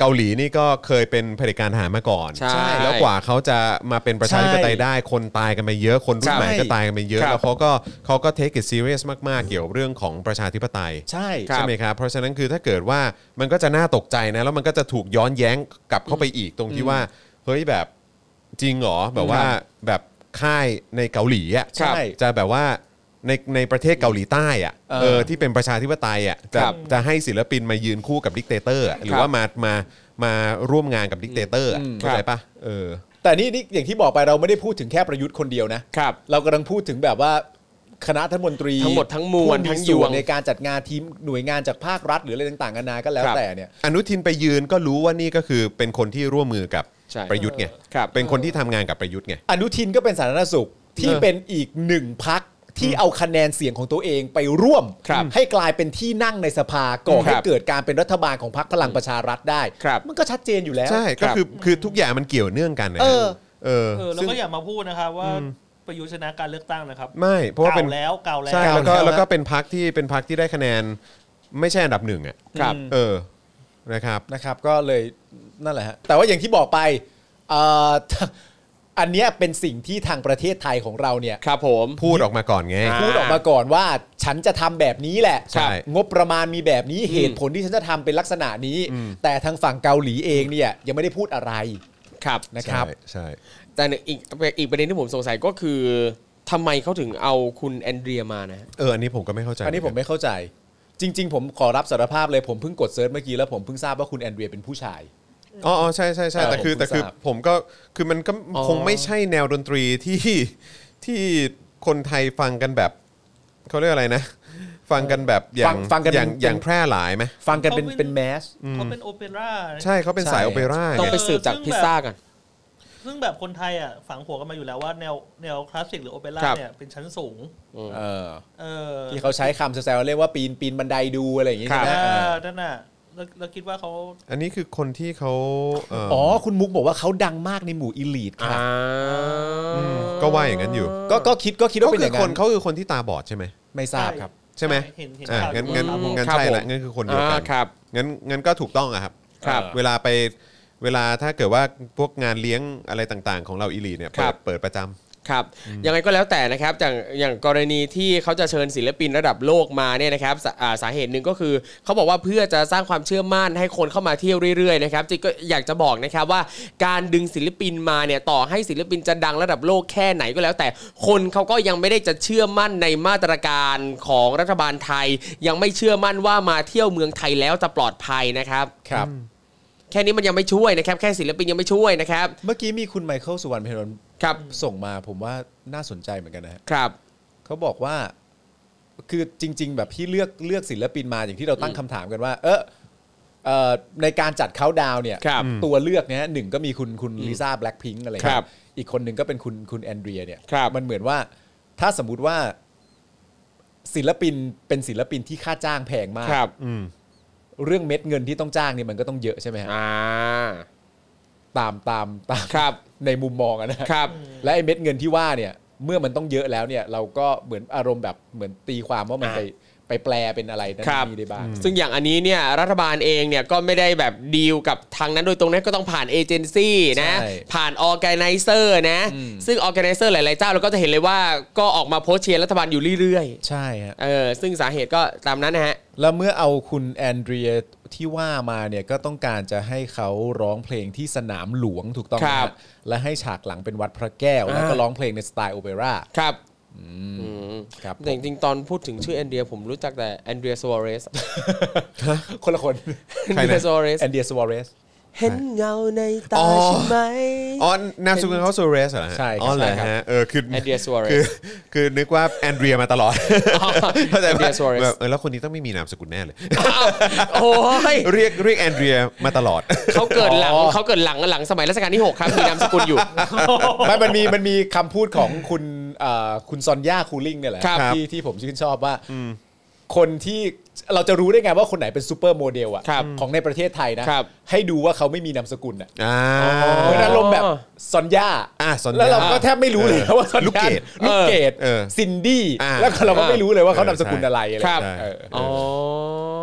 เกาหลีนี่ก็เคยเป็นเผด็จการทหารมาก่อนใช่แล้วกว่าเขาจะมาเป็นประชาธิปไตยได้คนตายกันไปเยอะคนรุ่นใหม่ก็ตายกันไปเยอะครับแล้วเขาก็เขาก็ take it serious มากๆเกี่ยวเรื่องของประชาธิปไตยใช่ครับใช่ไหมครับเพราะฉะนั้นคือถ้าเกิดว่ามันก็จะน่าตกใจนะแล้วมันก็จะถูกย้อนแย้งกลับเข้าไปอีกตรงที่ว่าเฮ้ยแบบจริงเหรอแบบว่าแบบค่ายในเกาหลีอ่ะใช่จะแบบว่าในในประเทศเกาหลีใต้อ่ะเออเออที่เป็นประชาธิปไตยอ่ะจะครับจะให้ศิลปินมายืนคู่กับดิกเตเตอร์หรือว่ามามามาร่วมงานกับดิกเตเตอร์เข้าใจปะเออแต่นี่นี่อย่างที่บอกไปเราไม่ได้พูดถึงแค่ประยุทธ์คนเดียวนะครับ เรากำลังพูดถึงแบบว่าคณะรัฐมนตรีทั้งหมดทั้งมวลผู้ทั้งส่ยวนงในการจัดงานทีมหน่วยงานจากภาครัฐหรืออะไรต่างๆกันานาก็แล้วครับแต่เนี่ยอนุทินไปยืนก็รู้ว่านี่ก็คือเป็นคนที่ร่วมมือกับใช่ประยุทธ์ไงครับเป็นคนที่ทำงานกับประยุทธ์ไงอนุทินก็เป็นสาธารณสุขที่เออเป็นอีกหนึ่งพักที่เอาคะแนนเสียงของตัวเองไปร่วมครับให้กลายเป็นที่นั่งในสภาก่อให้ครับเกิดการเป็นรัฐบาลของพรรคพลังประชารัฐได้ครับมันก็ชัดเจนอยู่แล้วใช่ก็คือคือทุกอย่างมันเกี่ยวเนื่องกันนะเออเออเออแล้วซึ่งก็อย่ามาพูดนะครับว่าประยุทธ์ชนะการเลือกตั้งนะครับไม่เพราะว่าเป็นเก่าแล้วเก่าแล้วใช่เก่าแล้วก็แล้วแล้วก็เป็นพักที่เป็นพักที่ได้คะแนนไม่ใช่อันดับหนึ่งอ่ะครับเออนะครับนะครับก็เลยนั่นแหละฮะแต่ว่าอย่างที่บอกไปเอ่อ อันเนี้ยเป็นสิ่งที่ทางประเทศไทยของเราเนี่ยครับผมพูดออกมาก่อนไงอ่าพูดออกมาก่อนว่าฉันจะทำแบบนี้แหละใช่งบประมาณมีแบบนี้เหตุผลที่ฉันจะทำเป็นลักษณะนี้ แต่ทางฝั่งเกาหลีเองเนี่ยยังไม่ได้พูดอะไรครับนะครับใช่ใช่แต่อีกอีกประเด็นที่ผมสงสัยก็คือทำไมเขาถึงเอาคุณแอนเดรียมานะเอออันนี้ผมก็ไม่เข้าใจอันนี้ผมไม่เข้าใจ จริง ๆ ผมขอรับสารภาพเลยผมเพิ่งกดเซิร์ชเมื่อกี้แล้วผมเพิ่งทราบว่าคุณแอนเดรียเป็นผู้ชายอ๋ออ๋อใช่ใช่ใช่เออแต่คือผมแต่คือทราบผมก็คือมันก็อ๋อคงไม่ใช่แนวดนตรีที่ที่คนไทยฟังกันแบบเขาเรียกอะไรนะ ฟังกันแบบอย่างฟังฟังกันอย่างเป็นอย่างแพร่หลายไหมฟังกันเป็นเขาเป็นเป็นแมสเขาเป็นโอเปร่าใช่เขาเป็นสายใช่โอเปร่าต้องไงไปสืบจากเออซึ่งพิซซ่ากันซึ่งแบบคนไทยอ่ะฝังหัวกันมาอยู่แล้วว่าแนวแนวคลาสสิกหรือโอเปร่าครับเนี่ยเป็นชั้นสูงเออเออที่เขาใช้คำแซวๆเรียกว่าปีนปีนบันไดดูอะไรอย่างงี้ครัใช่บไหมเอเอออนั่นน่ะแล้วแล้วคิดว่าเขาอันนี้คือคนที่เขาเอ๋อคุณมุกบอกว่าเขาดังมากในหมู่อีลีทครับอ่าก็ว่าอย่างนั้นอยู่ก็ก็คิดก็คิดเขาว่าเป็นอคือย่าง คนนั้นเขาคือคนที่ตาบอดใช่ไหมไม่ทราบครับใช่ไหมเห็นเห็นอ่าข่าวงั้นอยู่งั้นครับผมงั้นครับใช่ผมละงั้นคือคนเดียวกัอ่าน ครับงั้นงั้นก็ถูกต้องอะครับครับเวลาไปเวลาถ้าเกิดว่าพวกงานเลี้ยงอะไรต่างๆ ของเราอีลีเนี่ยครัเปิบดเปิดประจำครับยังไงก็แล้วแต่นะครับอย่างอย่างกรณีที่เขาจะเชิญศิลปินระดับโลกมาเนี่ยนะครับสาอ่าสาเหตุหนึ่งก็คือเขาบอกว่าเพื่อจะสร้างความเชื่อมั่นให้คนเข้ามาเที่ยวเรื่อยๆนะครับจิก็อยากจะบอกนะครับว่าการดึงศิลปินมาเนี่ยต่อให้ศิลปินจะดังระดับโลกแค่ไหนก็แล้วแต่คนเขาก็ยังไม่ได้จะเชื่อมั่นในมาตรการของรัฐบาลไทย ยังไม่เชื่อมั่นว่ามาเที่ยวเมืองไทยแล้วจะปลอดภัยนะครับครับแค่นี้มันยังไม่ช่วยนะครับแค่ศิลปินยังไม่ช่วยนะครับเมื่อกี้มีคุณไมเคิลสุวรรณเพนนท์ครับส่งมาผมว่าน่าสนใจเหมือนกันนะฮะครับเขาบอกว่าคือจริง ๆ แบบพี่เลือกเลือกศิลปินมาอย่างที่เราตั้งคำถามกันว่า เออเอ่อในการจัดเขาดาวน์เนี่ยครับตัวเลือกเนี่ยหนึ่งก็มีคุณคุณลิซ่าแบล็คพิงค์อะไรครัเงี้บยอีกคนหนึ่งก็เป็นคุณคุณแอนเดรียเนี่ยครับมันเหมือนว่าถ้าสมมุติว่าศิลปินเป็นศิลปินที่ค่าจ้างแพงมากครับอืมเรื่องเม็ดเงินที่ต้องจ้างเนี่ยมันก็ต้องเยอะใช่ไหมฮะอ่าตามตามตามครับในมุมมองอะนะครับ และไอ้เม็ดเงินที่ว่าเนี่ยเมื่อมันต้องเยอะแล้วเนี่ยเราก็เหมือนอารมณ์แบบเหมือนตีความว่ามันอ่าไปไปแปลเป็นอะไรนั่นครับนี่ได้บ้างซึ่งอย่างอันนี้เนี่ยรัฐบาลเองเนี่ยก็ไม่ได้แบบดีลกับทางนั้นโดยตรงนะก็ต้องผ่านเอเจนซี่นะใช่ผ่านออแกไนเซอร์นะอืมซึ่งออแกไนเซอร์หลายๆเจ้าเราก็จะเห็นเลยว่าก็ออกมาโพสต์เชียร์รัฐบาลอยู่เรื่อยใช่ฮะๆเออซึ่งสาเหตุก็ตามนั้นนะฮะแล้วเมื่อเอาคุณแอนเดรียที่ว่ามาเนี่ยก็ต้องการจะให้เขาร้องเพลงที่สนามหลวงถูกต้องไหมครัฮะบและให้ฉากหลังเป็นวัดพระแก้ว แล้วก็อ่าร้องเพลงในสไตล์โอเปร่าครับครับแต่จริงๆตอนพูดถึงชื่อแอนเดรียผมรู้จักแต่แอนเดรียสวาเรสคนละคนแอนเดรียสวาเรสแอนเดรียสวาเรสเห็นเงาในตาอ๋อใช่ไหมอ๋อนามสกุลเขาโซเรสเหรอฮะใช่ครับอ๋อเหรอใช่ครับฮะเออคือ Andrea Suarez คือคือนึกว่าแอนเดรียมาตลอดเข้าใจ Andrea ปะ Suarez แบบเออแล้วคนนี้ต้องไม่มีนามสกุลแน่เลยโอ้ยเรียกเรียกแอนเดรียมาตลอดเขาเกิดหลังอ๋อเขาเกิดหลังหลังสมัยรัชกาลที่หกครับมีนามสกุลอยู่ไม่มันมีมันมีคำพูดของคุณเอ่อคุณซอนย่าคูลิ่งเนี่ยแหละครับที่ที่ผมชื่นชอบว่าคนที่เราจะรู้ได้ไงว่าคนไหนเป็นซูเปอร์โมเดลอะครับของในประเทศไทยนะครับ ให้ดูว่าเขาไม่มีนามสกุลอะอ่าเหมือนอารมณ์แบบซอนย่าอ่ะซอนย่าแล้วเราก็แทบไม่รู้เลยว่าซอนลูกย่าเกดลูกเกดเออซินดี้อ่าแล้วเราก็ไม่รู้เลยว่าเขานามสกุลอะไรอะไรครับเอออ๋อ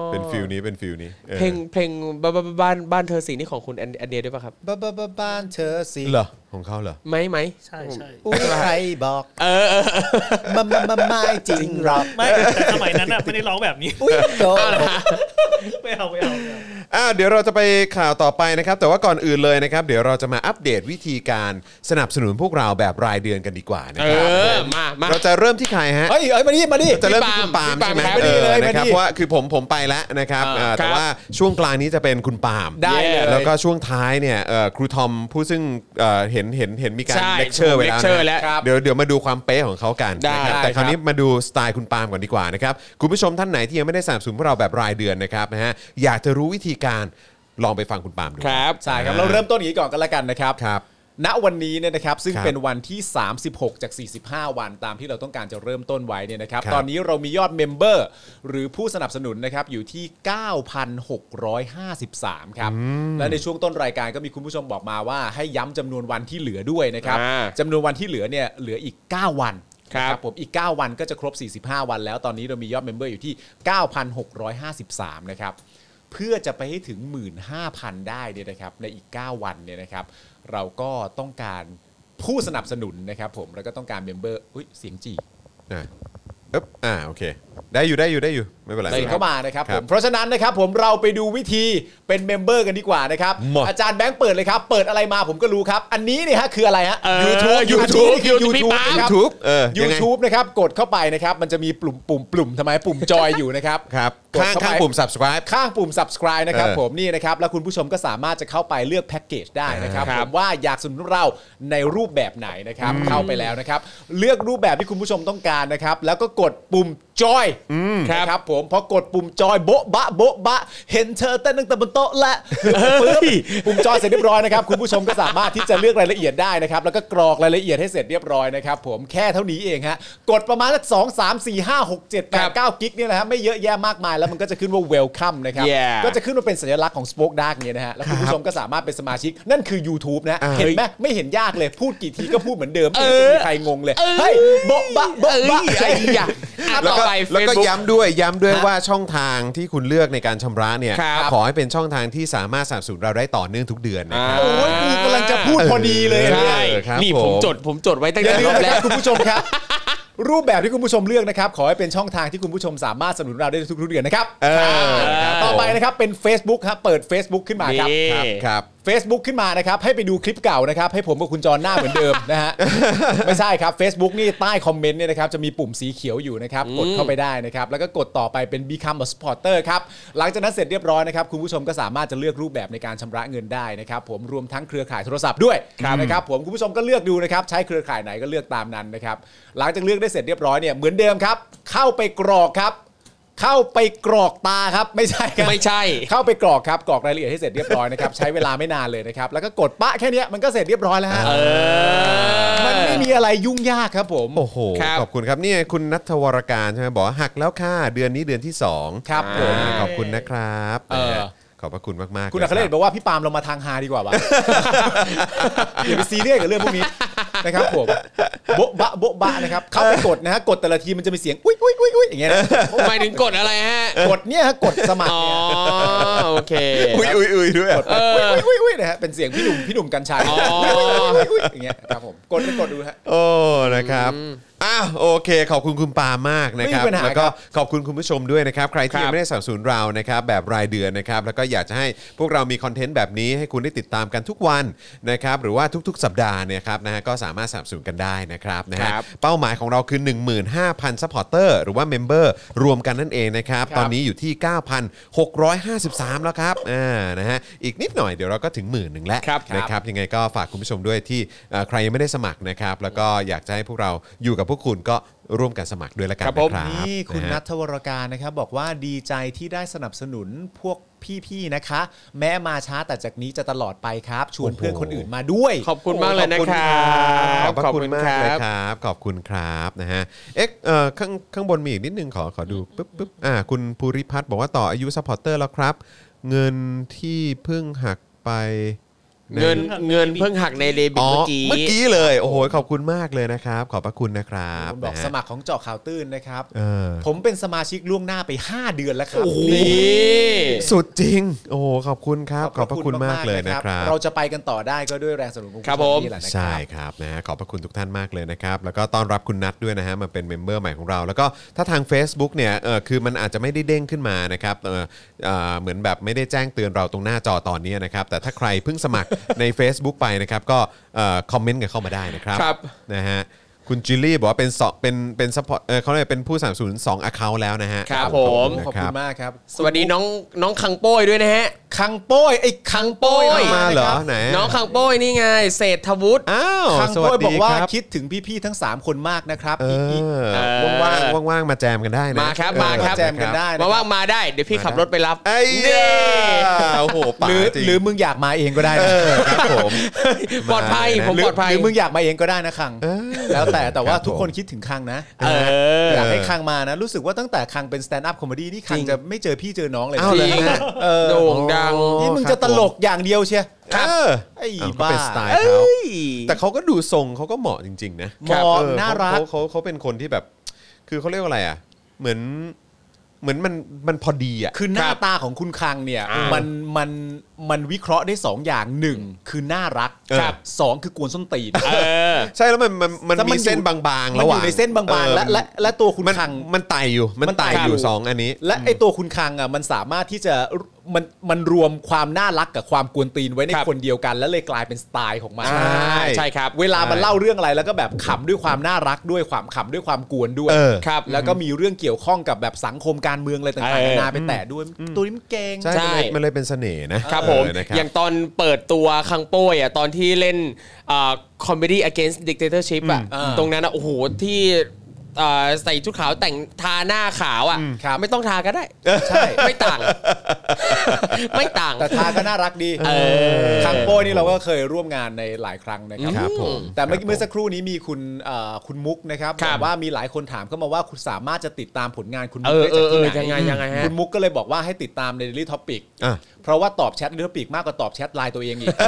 เป็นฟิลนี้เป็นฟิลนี้ออเพลงเพลงบ้านบ้านบ้านเธอสีนี่ของคุณแอนแอนเดียด้วยป่ะครับบ้าบ้าบ้าบ้านเธอสิเหรอของเขาเหรอไหมไหมใช่ใช่อุ้ยใครบอกเออเออมามามาไม่จริงหรอกไม่แต่สมัยนั้นน่ะไม่ได้ร้องแบบนี้อุ้ยโดนไม่เอาไม่เอาไม่เอาอ้าวเดี๋ยวเราจะไปข่าวต่อไปนะครับแต่ว่าก่อนอื่นเลยนะครับเดี๋ยวเราจะมาอัปเดตวิธีการสนับสนุนพวกเราแบบรายเดือนกันดีกว่านะเอครับอมามาเราจะเริ่มที่ใครฮะเฮ้ยเอ้ยมาดิมาดิจะเริ่มที่คุณปาล์มพี่ปาล์มใช่ไหมครับเออมาดิเลยนะครับมาดิเพราะว่าคือผมผมไปแล้วนะครับอ่าเอ่อแต่ครับว่าช่วงกลางนี้จะเป็นคุณปาล์มได้เลยแล้วก็ช่วงท้ายเนี่ยเอ่อครูทอมผู้ซึ่งเอ่อเห็นเห็นเห็นมีการใช่เลคเชอร์ไว้แล้วเลคเชอร์แล้วนะเดี๋ยวเดี๋ยวมาดูความเป๊ะของเขากันได้นะครับแต่คราวนี้ครับมาดูสไตล์คุณปาล์มก่อนดีกว่านะครับคุณผู้ชมท่านไหนที่ยังไม่ได้สนับสนุนพวกเราแบบรายเดือนนะครับนะฮะอยากจะรู้วิธีการลองไปฟังคุณปาล์มดูครับใช่ครับเราเริ่มต้นอย่างนี้ก่อนกันละกันนะครับครับณวันนี้เนี่ยนะครับซึ่งครับเป็นวันที่ สามสิบหก จาก สี่สิบห้า วันตามที่เราต้องการจะเริ่มต้นไว้เนี่ยนะครับครับตอนนี้เรามียอดเมมเบอร์หรือผู้สนับสนุนนะครับอยู่ที่ เก้าพันหกร้อยห้าสิบสาม ครับ และในช่วงต้นรายการก็มีคุณผู้ชมบอกมาว่าให้ย้ำจำนวนวันที่เหลือด้วยนะครับอ่าจำนวนวันที่เหลือเนี่ยเหลืออีก เก้า วันครับนะผมอีก เก้า วันก็จะครบ สี่สิบห้า วันแล้วตอนนี้เรามียอดเมมเบอร์อยู่ที่ เก้าพันหกร้อยห้าสิบสาม นะครับเพื่อจะไปให้ถึง หนึ่งหมื่นห้าพัน ได้เนี่ยนะครับในอีก เก้า วันเนี่ยนะครับเราก็ต้องการผู้สนับสนุนนะครับผมแล้วก็ต้องการเมมเบอร์อุ้ยเสียงจีอ่าเอ๊บอ่าโอเคได้อยู่ได้อยู่ได้อยู่ไม่เป็นไรเสียงเข้ามานะครับครัผบมเพราะฉะนั้นนะครับผมเราไปดูวิธีเป็นเมมเบอร์กันดีกว่านะครับมาอาจารย์แบงค์เปิดเลยครับเปิดอะไรมาผมก็รู้ครับอันนี้เนี่ยฮะคืออะไรฮะเออ YouTube YouTube อันนี้คือ YouTube พี่ YouTube ปาล์มนะครับ YouTube เออยังไง YouTube นะครับกดเข้าไปนะครับมันจะมีปุ่มปุ่มปุ่มทำไมปุ่มจอยอยู่นะครับครับกดข้างเข้าไปข้างปุ่ม subscribe ข้างปุ่ม subscribe นะครับเออผมนี่นะครับแล้วคุณผู้ชมก็สามารถจะเข้าไปเลือกแพ็กเกจได้นะครับครับผมว่าอยากสนับสนุนเราในรูปแบบไหนนะครับเข้าไปแล้วนะครับเลือกรูปแบบที่คุณผู้ชมต้องการนะครับแล้วก็กดปุ่มจอยครับนะครับผมพอกดปุ่มจอยโบ๊ะบะโบ๊ะบะเห็นเธอเต้นตั้งแต่บนโต๊ะและปึ๊บปุ่มจอยเสร็จเรียบร้อยนะครับคุณผู้ชมก็สามารถที่จะเลือกรายละเอียดได้นะครับแล้วก็กรอกรายละเอียดให้เสร็จเรียบร้อยนะครับผมแค่เท่านี้เองฮะกดประมาณสักสองสามสี่ห้าหกเจ็ดแปดเก้ากิกเนี่ยนะฮะไม่เยอะแยะมากมายแล้วมันก็จะขึ้นว่า welcome นะครับ Yeah ก็จะขึ้นมาเป็นสัญลักษณ์ของ Spoke Dark เนี่ยนะฮะแล้วคุณผู้ชมก็สามารถเป็นสมาชิกนั่นคือ YouTube นะอ่าเห็นไหมไม่เห็นยากเลยพูดกี่ทีก็พูดเหมือนเดิมไม่เห็นจะมีใครงงเลยเฮ้ยโบ๊ะบะโบ๊ะบะเอ้ยไอ้ยะอ่ะแล้วต่อก็ไปแล้วก็ Facebook ย้ำด้วยย้ำด้วยว่าช่องทางที่คุณเลือกในการชำระเนี่ยครับขอให้เป็นช่องทางที่สามารถสนับสนุนเราได้ต่อเนื่องทุกเดือนนะครับโอ้ยกูกำลังจะพูดพอดีเลยเนี่ยใช่ครับนี่ผมผมจดผมจดไว้ตั้งอย่าแต่ลืรมอบนะแรครักบคุณผู้ชมครับ รูปแบบที่คุณผู้ชมเลือกนะครับขอให้เป็นช่องทางที่คุณผู้ชมสามารถสนับสนุนเราได้ทุกๆเดือนนะครับเออครับต่อไปนะครับเป็น Facebook ครับเปิด Facebook ขึ้นมาครับนี่ครับครับ Facebook ขึ้นมานะครับให้ไปดูคลิปเก่านะครับให้ผมกับคุณจรหน้าเหมือนเดิมนะฮะ ไม่ใช่ครับ Facebook นี่ใต้คอมเมนต์เนี่ยนะครับจะมีปุ่มสีเขียวอยู่นะครับกดเข้าไปได้นะครับแล้วก็กดต่อไปเป็น Become a supporter ครับหลังจากนั้นเสร็จเรียบร้อยนะครับคุณผู้ชมก็สามารถจะเลือกรูปแบบในการชำระเงินได้นะครับผมรวมทั้งเครือข่ายโทรศัพท์ด้วยนะครับผมคุณผู้ชมก็เลือกดูนะครับใช้เครือข่ายไหนก็เลือกตามนั้นนะครับหลังจากเลือกได้เสร็จเรียบร้อยเนี่ยเหมือนเดิมครับเข้าไปกรอกครับเข้าไปกรอกตาครับไม่ใช่ครับไม่ใช่เข้าไปกรอกครับกรอกรายละเอียดให้เสร็จเรียบร้อยนะครับใช้เวลาไม่นานเลยนะครับแล้วก็กดปะแค่เนี้ยมันก็เสร็จเรียบร้อยแล้วฮะเออมันไม่มีอะไรยุ่งยากครับผมโอ้โหครับขอบคุณครับนี่คุณนัทวรการใช่ไหมบอกว่าหักแล้วค่ะเดือนนี้เดือนที่สองครับผมอ่าขอบคุณนะครับเออนะฮะขอบพระคุณมากๆคุณอัครเดชบอกว่าพี่ปาล์มเรามาทางฮาดีกว่าวะ อย่าไปซีเรียสกับเรื่องพวกนี้นะครับผมโบ๊ะบะโบ๊ะบะนะครับเข้าไปกดนะฮะกดแต่ละทีมันจะมีเสียงอุ้ยอุ้ยอุ้ยอุ้ยอย่างเงี้ยนะหมายถึงกดอะไรฮะกดเนี่ยฮะกดสมัครอ๋อเนี่ยโอเคอุ้ยอุ้ยอุ้ยด้วยกดไปอุ้ยอุ้ยอุ้ยอุ้ยนะฮะเป็นเสียงพี่หนุ่มพี่หนุ่มกัญชัยอ๋ออุ้ยอุ้ยอุ้ยอย่างเงี้ยครับผมกดไปกดดูฮะโอ้นะครับอ้าวโอเคขอบคุณคุณปาล์มมากนะครับไม่มีปัญหาแล้วก็ครับขอบคุณคุณผู้ชมด้วยนะครับใครที่ครับยังไม่ได้สนับสนุนเรานะครับแบบรายเดือนนะครับแล้วก็อยากจะให้พวกเรามีคอนเทนต์แบบนี้ให้คุณได้ติดตามกันทุกวันนะครับหรือว่าทุกๆ สัปดาห์เนี่ยครับนะฮะก็สามารถสนับสนุนกันได้นะครับนะฮะครับเป้าหมายของเราคือ หนึ่งหมื่นห้าพัน ซัพพอร์เตอร์หรือว่าเมมเบอร์รวมกันนั่นเองนะครับครับตอนนี้อยู่ที่ เก้าพันหกร้อยห้าสิบสาม แล้วครับอ่านะฮะอีกนิดหน่อยเดี๋ยวเราก็ถึงหมื่นหนึ่งแล้วครับนะครับยังไงก็ฝากคุณผู้ชมด้วยที่เอ่อใครยังไม่ได้สมัครนะครับแล้วก็อยากจะให้พวกเราอยู่กับพวกคุณก็ร่วมกันสมัครด้วยละกันครับนะผมครับนี่คุณะฮะนัทวรการนะครับบอกว่าดีใจที่ได้สนับสนุนพวกพี่ๆนะคะ แม้มาช้าแต่จากนี้จะตลอดไปครับ ชวนเพื่อนคนอื่นมาด้วยขอบคุณมากเลยนะครับขอบพระคุณมากเลยครับครับขอบคุณครับนะฮะเอ๊ะเอ่อข้างข้างบนมีอีกนิดนึงขอขอดูปึ๊บปึ๊บอ่าคุณภูริพัฒน์บอกว่าต่ออายุซัพพอร์เตอร์แล้วครับ เงินที่เพิ่งหักไปเงินเงินเพิ่งหักในเดบิตอ๋อเมื่อกี้เมื่อกี้เลยโอ้โหขอบคุณมากเลยนะครับขอบพระคุณนะครับผมบอกนะฮะสมัครของเจาะข่าวตื้นนะครับเออผมเป็นสมาชิกล่วงหน้าไปห้าเดือนแล้วครับนี่สุดจริงโอ้โหขอบคุณครับขอบพระคุณมากเลยนะครับเราจะไปกันต่อได้ก็ด้วยแรงสนับสนุนของครับณผมนี่แหละนะคใช่รับครับนะฮะขอบพระคุณทุกท่านมากเลยนะครับแล้วก็ต้อนรับคุณนัทด้วยนะฮะมาเป็นเมมเบอร์ใหม่ของเรา แล้วก็ถ้าทาง Facebook เนี่ยเออคือมันอาจจะไม่ได้เด้งขึ้นมานะครับเออเออเหมือนแบบไม่ได้แจ้งเตือนเราตรงหน้าจอตอนนี้นะครับแต่ถ้าใครเพิ่งสมัคร ใน Facebook ไปนะครับก็เอ่อคอมเมนต์กันเข้ามาได้นะครับครับนะฮะคุณจิลลี่บอกว่าเป็นสองเป็นเป็นซัพพอร์ตเออเขาเรียกเป็นผู้สนับสนุนสอง account แล้วนะฮะครับขอผมนะขอบรัคุณมากครับสวัสดีน้องน้องคังโป้ยด้วยนะฮะคังโป้ยไอ้คังโป้ยคังโป้ยมาเหรอนะครับไหนน้องคังโป้ยนี่ไงเศรษฐวุฒิอ้าวคังสวัสโป้ยบดีอกว่าครับคิดถึงพี่ๆทั้งสามคนมากนะครับเออีกอว่างๆว่างๆมาแจมกันได้นะมาครับเออมาครับแจมกันได้นะมาว่างมาได้เดี๋ยวพี่ขับรถไปรับไอ้นี่โอ้โหป่าหรือจริงหรือมึงอยากมาเองก็ได้เอนะอครับผมปลอดภัยมาเลยนะผมหรือปลอดภัยหรือมึงอยากมาเองก็ได้นะคังเออแล้วแต่แต่ว่าครับทุกคนผมคิดถึงคังนะเอออยากให้คังมานะ รู้สึกว่าตั้งแต่คังเป็นสแตนด์อัพคอมเมดี้นี่คังจริงจะไม่เจอพี่เจอน้องเลยนะอ้าวเหรอจริงฮะเออโด่งดังนี่มึงจะตลกอย่างเดียวเชียครับเออไอ้เอาก็บ้าเป็นสไตล์เอ้เขายแต่เขาก็ดูทรงเขาก็เหมาะจริงๆนะเหมาะเออน่ารักเขาเขาเขาเป็นคนที่แบบ คือเขาเรียกว่าอะไรอ่ะ เหมือนเหมือนมันมันพอดีอ่ะคือหน้าตาของคุณคังเนี่ยอ่ามัมันมันมันวิเคราะห์ได้สองอย่างหนึ่งคือน่ารักครับสองคือกวนส้นตีนเออใช่แล้วมันมันมันแล้วมันมีเส้นอยู่บางๆมันระหอว่างยู่ในเส้นบางๆและและและตัวคุณมันคังมันไต่อยู่มันมันไต่ไต่อยู่อยู่สองอันนี้และไอตัวคุณคังอ่ะมันสามารถที่จะมันมันรวมความน่ารักกับความกวนตีนไว้ในครับคนเดียวกัน แล้วเลยกลายเป็นสไตล์ของมันใช่ใช่ครับเวลามันเล่าเรื่องอะไรแล้วก็แบบขำด้วยความน่ารักด้วยความขำด้วยความกวนด้วยเออครับแล้วก็มีเรื่องเกี่ยวข้องกับแบบสังคมการเมืองอะไรต่างเอๆอนานาไปแตะด้วยตัวนี้มันเก่งใช่ใช่มันเลยมันเลยเป็นเสน่ห์นะครับผมเออนะครับอย่างตอนเปิดตัวคังโป้ยอ่ะตอนที่เล่นอ่า comedy against dictatorship อ่ะอืมตรงนั้นอ่ะโอ้โหที่อ่าใส่ชุดขาวแต่งทาหน้าขาวอ่ะครับไม่ต้องทาก็ได้ใช่ไม่ต่าง ไม่ต่างแต่ทาก็น่ารักดีเออคังโป้นี่เราก็เคยร่วมงานในหลายครั้งนะครับครับผมแต่เมื่อครับเมื่อสักครู่นี้มีคุณเอ่อคุณมุกนะครับครับบอกว่ามีหลายคนถามเข้ามาว่าคุณสามารถจะติดตามผลงานคุณเอมุกอได้เอจากอเอที่อไหนยังไงยังไงฮะคุณมุกก็เลยบอกว่าให้ติดตามใน Daily Topic อ่ะเพราะว่าตอบแชท Daily Topic มากกว่าตอบแชทไลน์ตัวเองอีก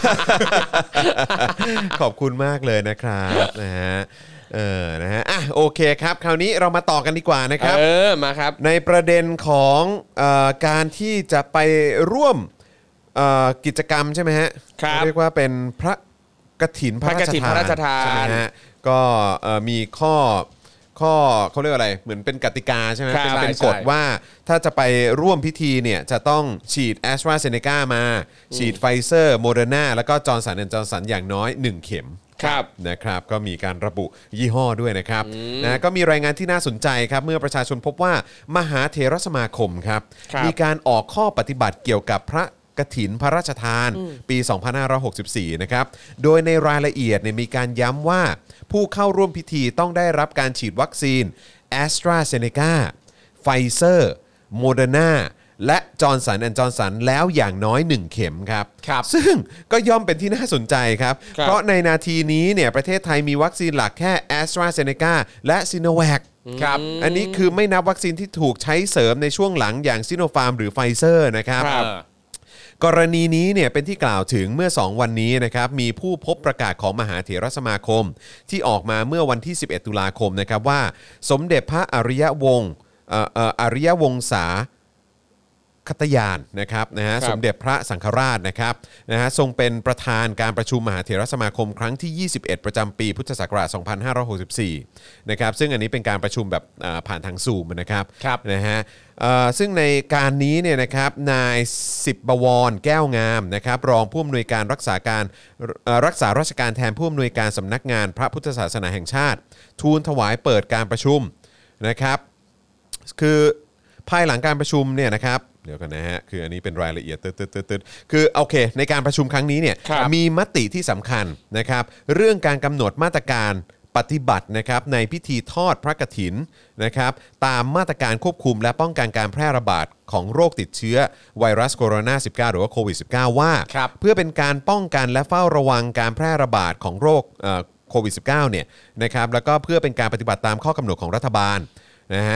ขอบคุณมากเลยนะครับนะฮะเออนะฮะอ่ะโอเคครับ คราวนี้เรามาต่อกันดีกว่านะครับเออมาครับในประเด็นของเออการที่จะไปร่วมเอ่อกิจกรรมใช่ไหมฮะครับเรียกว่าเป็นพระกฐินพระราชพระกฐินพระราชทานใช่ไหมฮะก็เอ่อมีข้อข้อเขาเรียกว่าอะไรเหมือนเป็นกติกาใช่ไหมครับเป็นเป็นใช่กฎว่าถ้าจะไปร่วมพิธีเนี่ยจะต้องฉีดแอสตราเซเนกามา ฉีดไฟเซอร์โมเดอร์นาแล้วก็จอร์นสันแอนด์จอร์นสันอย่างน้อยหนึ่งเข็มครับนะครับก็มีการระบุยี่ห้อด้วยนะครับนะก็มีรายงานที่น่าสนใจครับเมื่อประชาชนพบว่ามหาเถรสมาคมครับครับมีการออกข้อปฏิบัติเกี่ยวกับพระกฐินพระราชทานปี สองพันห้าร้อยหกสิบสี่ นะครับโดยในรายละเอียดเนี่ยมีการย้ำว่าผู้เข้าร่วมพิธีต้องได้รับการฉีดวัคซีน AstraZeneca ไฟเซอร์โมเดอร์นาและจอร์นสันแอนด์จอร์นสันแล้วอย่างน้อยหนึ่งเข็มครับครับซึ่งก็ย่อมเป็นที่น่าสนใจครับครับเพราะในนาทีนี้เนี่ยประเทศไทยมีวัคซีนหลักแค่ AstraZeneca และ Sinovac ครับอันนี้คือไม่นับวัคซีนที่ถูกใช้เสริมในช่วงหลังอย่างซิโนฟาร์มหรือไฟเซอร์นะครับครับกรณีนี้เนี่ยเป็นที่กล่าวถึงเมื่อสองวันนี้นะครับมีผู้พบประกาศของมหาเถรสมาคม ที่ออกมาเมื่อวันที่สิบเอ็ดตุลาคมนะครับว่าสมเด็จพระอริยวงศ์เอ่อเอ่ออริยวงศาคตยานนะครับนะฮะครับสมเด็จพระสังฆราชนะครับนะฮะทรงเป็นประธานการประชุมมหาเถรสมาคมครั้งที่ยี่สิบเอ็ดประจำปีพุทธศักราชสองพันห้าร้อยหกสิบสี่นะครับซึ่งอันนี้เป็นการประชุมแบบอ่าผ่านทางซูมนะครับครับนะฮะเอ่อซึ่งในการนี้เนี่ยนะครับนายสิบบวรแก้วงามนะครับรองผู้อำนวยการรักษาการเอ่อรักษาราชการแทนผู้อำนวยการสำนักงานพระพุทธศาสนาแห่งชาติ ทูลถวายเปิดการประชุมนะครับคือภายหลังการประชุมเนี่ยนะครับเดี๋ยวกันนะฮะคืออันนี้เป็นรายละเอียดตึ๊ดๆๆคือโอเคในการประชุมครั้งนี้เนี่ยครับมีมติที่สำคัญนะครับเรื่องการกำหนดมาตรการปฏิบัตินะครับในพิธีทอดพระกฐินนะครับตามมาตรการควบคุมและป้องกันการแพร่ระบาดของโรคติดเชื้อไวรัสโคโรนา สิบเก้า หรือว่าโควิด สิบเก้า ว่าครับเพื่อเป็นการป้องกันและเฝ้าระวังการแพร่ระบาดของโรคเอ่อโควิด สิบเก้า เนี่ยนะครับแล้วก็เพื่อเป็นการปฏิบัติตามข้อกำหนดของรัฐบาลนะฮะ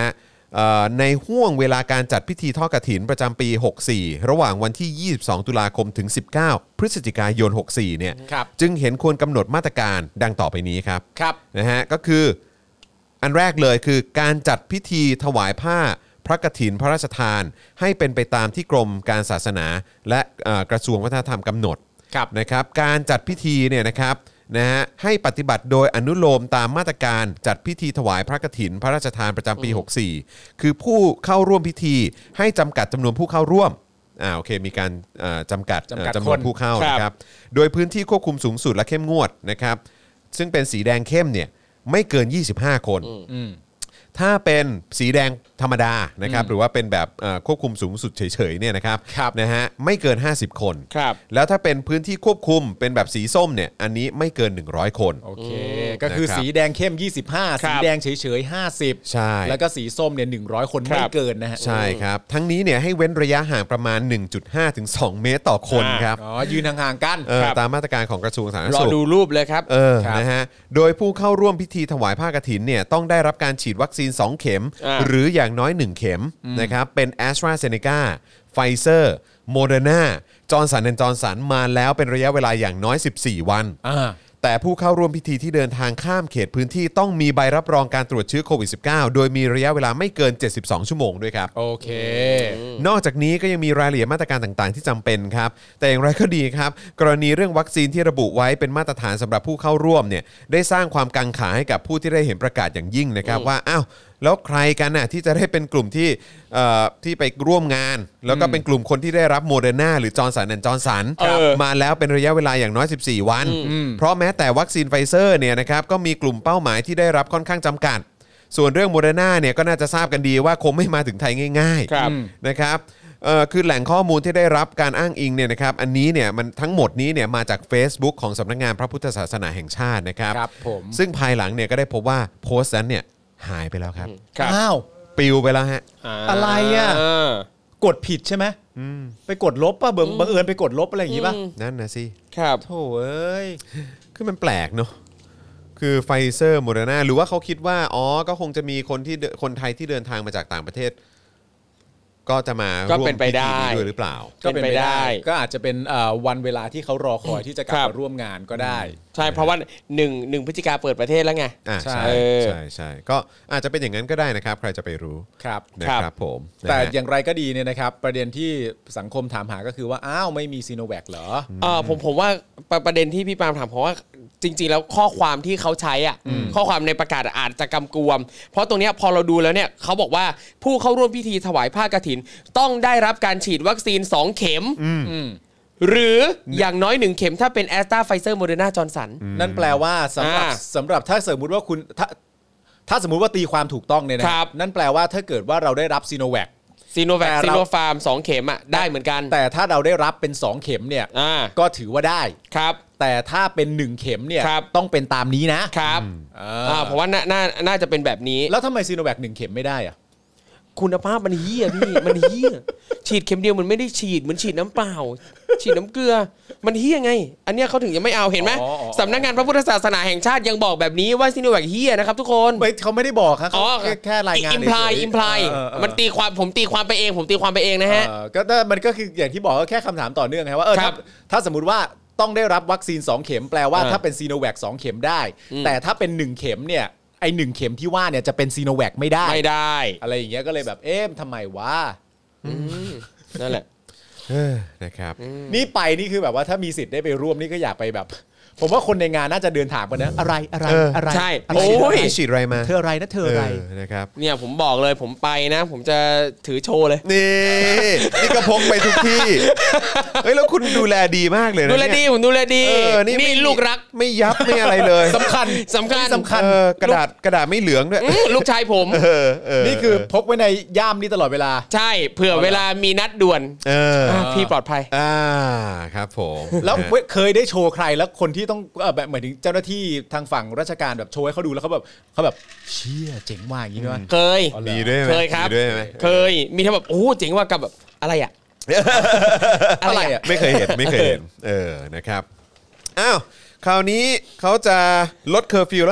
ในห่วงเวลาการจัดพิธีทอดกฐินประจำปีหกสี่ระหว่างวันที่ยี่สิบสองตุลาคมถึงสิบเก้าพฤศจิกายนหกสี่เนี่ยจึงเห็นควรกำหนดมาตรการดังต่อไปนี้ครับครับนะฮะก็คืออันแรกเลยคือการจัดพิธีถวายผ้าพระกฐินพระราชทานให้เป็นไปตามที่กรมการศาสนาและกระทรวงวัฒนธรรมกำหนดนะครับการจัดพิธีเนี่ยนะครับนะฮะให้ปฏิบัติโดยอนุโลมตามมาตรการจัดพิธีถวายพระกฐินพระราชทานประจำปีหกสี่คือผู้เข้าร่วมพิธีให้จำกัดจำนวนผู้เข้าร่วมอ่าโอเคมีการจำกัดจำนวนผู้เข้านะครับโดยพื้นที่ควบคุมสูงสุดและเข้มงวดนะครับซึ่งเป็นสีแดงเข้มเนี่ยไม่เกินยี่สิบห้าคนถ้าเป็นสีแดงธรรมดานะครับหรือว่าเป็นแบบควบคุมสูงสุดเฉยๆเนี่ยนะครับนะฮะไม่เกินห้าสิบคนแล้วถ้าเป็นพื้นที่ควบคุมเป็นแบบสีส้มเนี่ยอันนี้ไม่เกินหนึ่งร้อยคนโอเคก็คือสีแดงเข้มยี่สิบห้าสีแดงเฉยๆห้าสิบใช่แล้วก็สีส้มเนี่ยหนึ่งร้อยคนไม่เกินนะฮะใช่ครับทั้งนี้เนี่ยให้เว้นระยะห่างประมาณ หนึ่งจุดห้า ถึง สองเมตรต่อคนครับอ๋อยืนห่างๆกันตามมาตรการของกระทรวงสาธารณสุขรอดูรูปเลยครับเออนะฮะโดยผู้เข้าร่วมพิธีถวายผ้ากฐินเนี่ยต้องได้รับการฉีดวัคซีนสองเข็มหรืออย่างน้อยหนึ่งเข็มนะครับเป็น AstraZeneca Pfizer Moderna Johnson แอนด์ Johnson มาแล้วเป็นระยะเวลาอย่างน้อยสิบสี่วันแต่ผู้เข้าร่วมพิธีที่เดินทางข้ามเขตพื้นที่ต้องมีใบรับรองการตรวจเชื้อโควิด สิบเก้า โดยมีระยะเวลาไม่เกินเจ็ดสิบสองชั่วโมงด้วยครับโอเคนอกจากนี้ก็ยังมีรายละเอียดมาตรการต่างๆที่จำเป็นครับแต่อย่างไรก็ดีครับกรณีเรื่องวัคซีนที่ระบุไว้เป็นมาตรฐานสำหรับผู้เข้าร่วมเนี่ยได้สร้างความกังขาให้กับผู้ที่ได้เห็นประกาศอย่างยิ่งนะครับว่าอ้าวแล้วใครกันน่ะที่จะได้เป็นกลุ่มที่ที่ไปร่วมงานแล้วก็เป็นกลุ่มคนที่ได้รับโมเดอร์นาหรือจอร์นสันแอนด์จอร์นสันมาแล้วเป็นระยะเวลาอย่างน้อยสิบสี่วันเพราะแม้แต่วัคซีนไฟเซอร์เนี่ยนะครับก็มีกลุ่มเป้าหมายที่ได้รับค่อนข้างจำกัดส่วนเรื่องโมเดอร์นาเนี่ยก็น่าจะทราบกันดีว่าคงไม่มาถึงไทยง่ายๆนะครับคือแหล่งข้อมูลที่ได้รับการอ้างอิงเนี่ยนะครับอันนี้เนี่ยมันทั้งหมดนี้เนี่ยมาจาก Facebook ของสำนักงานพระพุทธศาสนาแห่งชาตินะครับซึ่งภายหลังเนี่ยก็ได้พบว่าโพสต์นั้นเนี่ยหายไปแล้วครับอ้าวปิวไปแล้วฮะอะไรอ่ะกดผิดใช่ไหมไปกดลบป่ะบังเอิญไปกดลบอะไรอย่างงี้ป่ะนั่นนะสิครับโถ่เอ้ยคือมันแปลกเนาะคือไฟเซอร์โมเดอร์นาหรือว่าเขาคิดว่าอ๋อก็คงจะมีคนที่คนไทยที่เดินทางมาจากต่างประเทศก็จะมาร่วมพิธีนี้ด้วยหรือเปล่าก็เป็นไปได้ก็อาจจะเป็นวันเวลาที่เขารอคอยที่จะกลับมาร่วมงานก็ได้ใช่เพราะว่าหนึ่ง หนึ่งพฤศจิกาเปิดประเทศแล้วไงใช่ใช่ใช่ก็อาจจะเป็นอย่างนั้นก็ได้นะครับใครจะไปรู้ครับนะครับผมแต่อย่างไรก็ดีเนี่ยนะครับประเด็นที่สังคมถามหาก็คือว่าอ้าวไม่มีซีโนแวคเหรอเออผมผมว่าประเด็นที่พี่ปาล์มถามเพราะว่าจริงๆแล้วข้อความที่เขาใช้อ่ะข้อความในประกาศอาจจะกำกวมเพราะตรงนี้พอเราดูแล้วเนี่ยเขาบอกว่าผู้เข้าร่วมพิธีถวายผ้ากฐินต้องได้รับการฉีดวัคซีนสองเข็มหรืออย่างน้อยหนึ่งเข็มถ้าเป็นแอสตราไฟเซอร์โมเดอร์นาจอร์นสันนั่นแปลว่าสำหรับสำหรับถ้าสมมติว่าคุณถ้าถ้าสมมุติว่าตีความถูกต้องเนี่ยนะครับนั่นแปลว่าถ้าเกิดว่าเราได้รับซีโนแวคซีโนแวคซีโนฟาร์มสองเข็มอ่ะได้เหมือนกันแต่ถ้าเราได้รับเป็นสองเข็มเนี่ยก็ถือว่าได้ครับแต่ถ้าเป็นหนึ่งเข็มเนี่ยต้องเป็นตามนี้นะครับอ่าเพราะว่าน่าน่าจะเป็นแบบนี้แล้วทำไมซีโนแวคหนึ่งเข็มไม่ได้อ่ะคุณภาพมันเหี้ยพี่มันเหี้ยฉีดเข็มเดียวมันไม่ได้ฉีดเหมือนฉีดน้ำเปล่าฉีดน้ำเกลือมันเหี้ยไงอันเนี้ยเขาถึงยังไม่เอาเห็นไหมสำนักงานพระพุทธศาสนาแห่งชาติยังบอกแบบนี้ว่าซีโนแวคเหี้ยนะครับทุกคนเขาไม่ได้บอกครับเขาแค่รายงานอิมพลายอิมพลายมันตีความผมตีความไปเองผมตีความไปเองนะฮะก็มันก็คืออย่างที่บอกก็แค่คำถามต่อเนื่องครับว่าเออถ้าสมมุติว่าต้องได้รับวัคซีนสองเข็มแปลว่าถ้าเป็นซีโนแวคสองเข็มได้แต่ถ้าเป็นหนึ่งเข็มเนี่ยไอหนึ่งเข็มที่ว่าเนี่ยจะเป็นซีโนแวคไม่ได้ไม่ได้อะไรอย่างเงี้ยก็เลยแบบเอ๊ะทำไมวะนั่นแหละนะครับนี่ไปนี่คือแบบว่าถ้ามีสิทธิ์ได้ไปร่วมนี่ก็อยากไปแบบผมว่าคนในงานน่าจะเดินถามกันนะอะไรอะไรอะไรใช่โอ้ยฉีดอะไรมาเธออะไรนะเธออะไรนะครับเนี่ยผมบอกเลยผมไปนะผมจะถือโชว์เลยนี่นี่ก็พกไปทุกที่เฮ้ยแล้วคุณดูแลดีมากเลยนะดูแลดีผมดูแลดีนี่ลูกรักไม่ยับไม่อะไรเลยสำคัญสำคัญสำคัญกระดาษกระดาษไม่เหลืองด้วยลูกชายผมนี่คือพกไว้ในย่ามนี่ตลอดเวลาใช่เผื่อเวลามีนัดด่วนพี่ปลอดภัยอ่าครับผมแล้วเคยได้โชว์ใครแล้วคนที่ต้องแบบเหมือนเจ้าหน้าที่ทางฝั่งราชการแบบโชว์ให้เขาดูแล้วเขาแบบเขาแบบเชี่ยเจ๋งมากอย่างนี้ด้วยเคยมีด้วยเคยครับเคยมีทั้งแบบโอ้เจ๋งว่ากับแบบอะไรอ่ะอะไรอ่ะไม่เคยเห็นไม่เคยเห็นเออนะครับอ้าวคราวนี้เขาจะลดเคอร์ฟิวแล้วนี่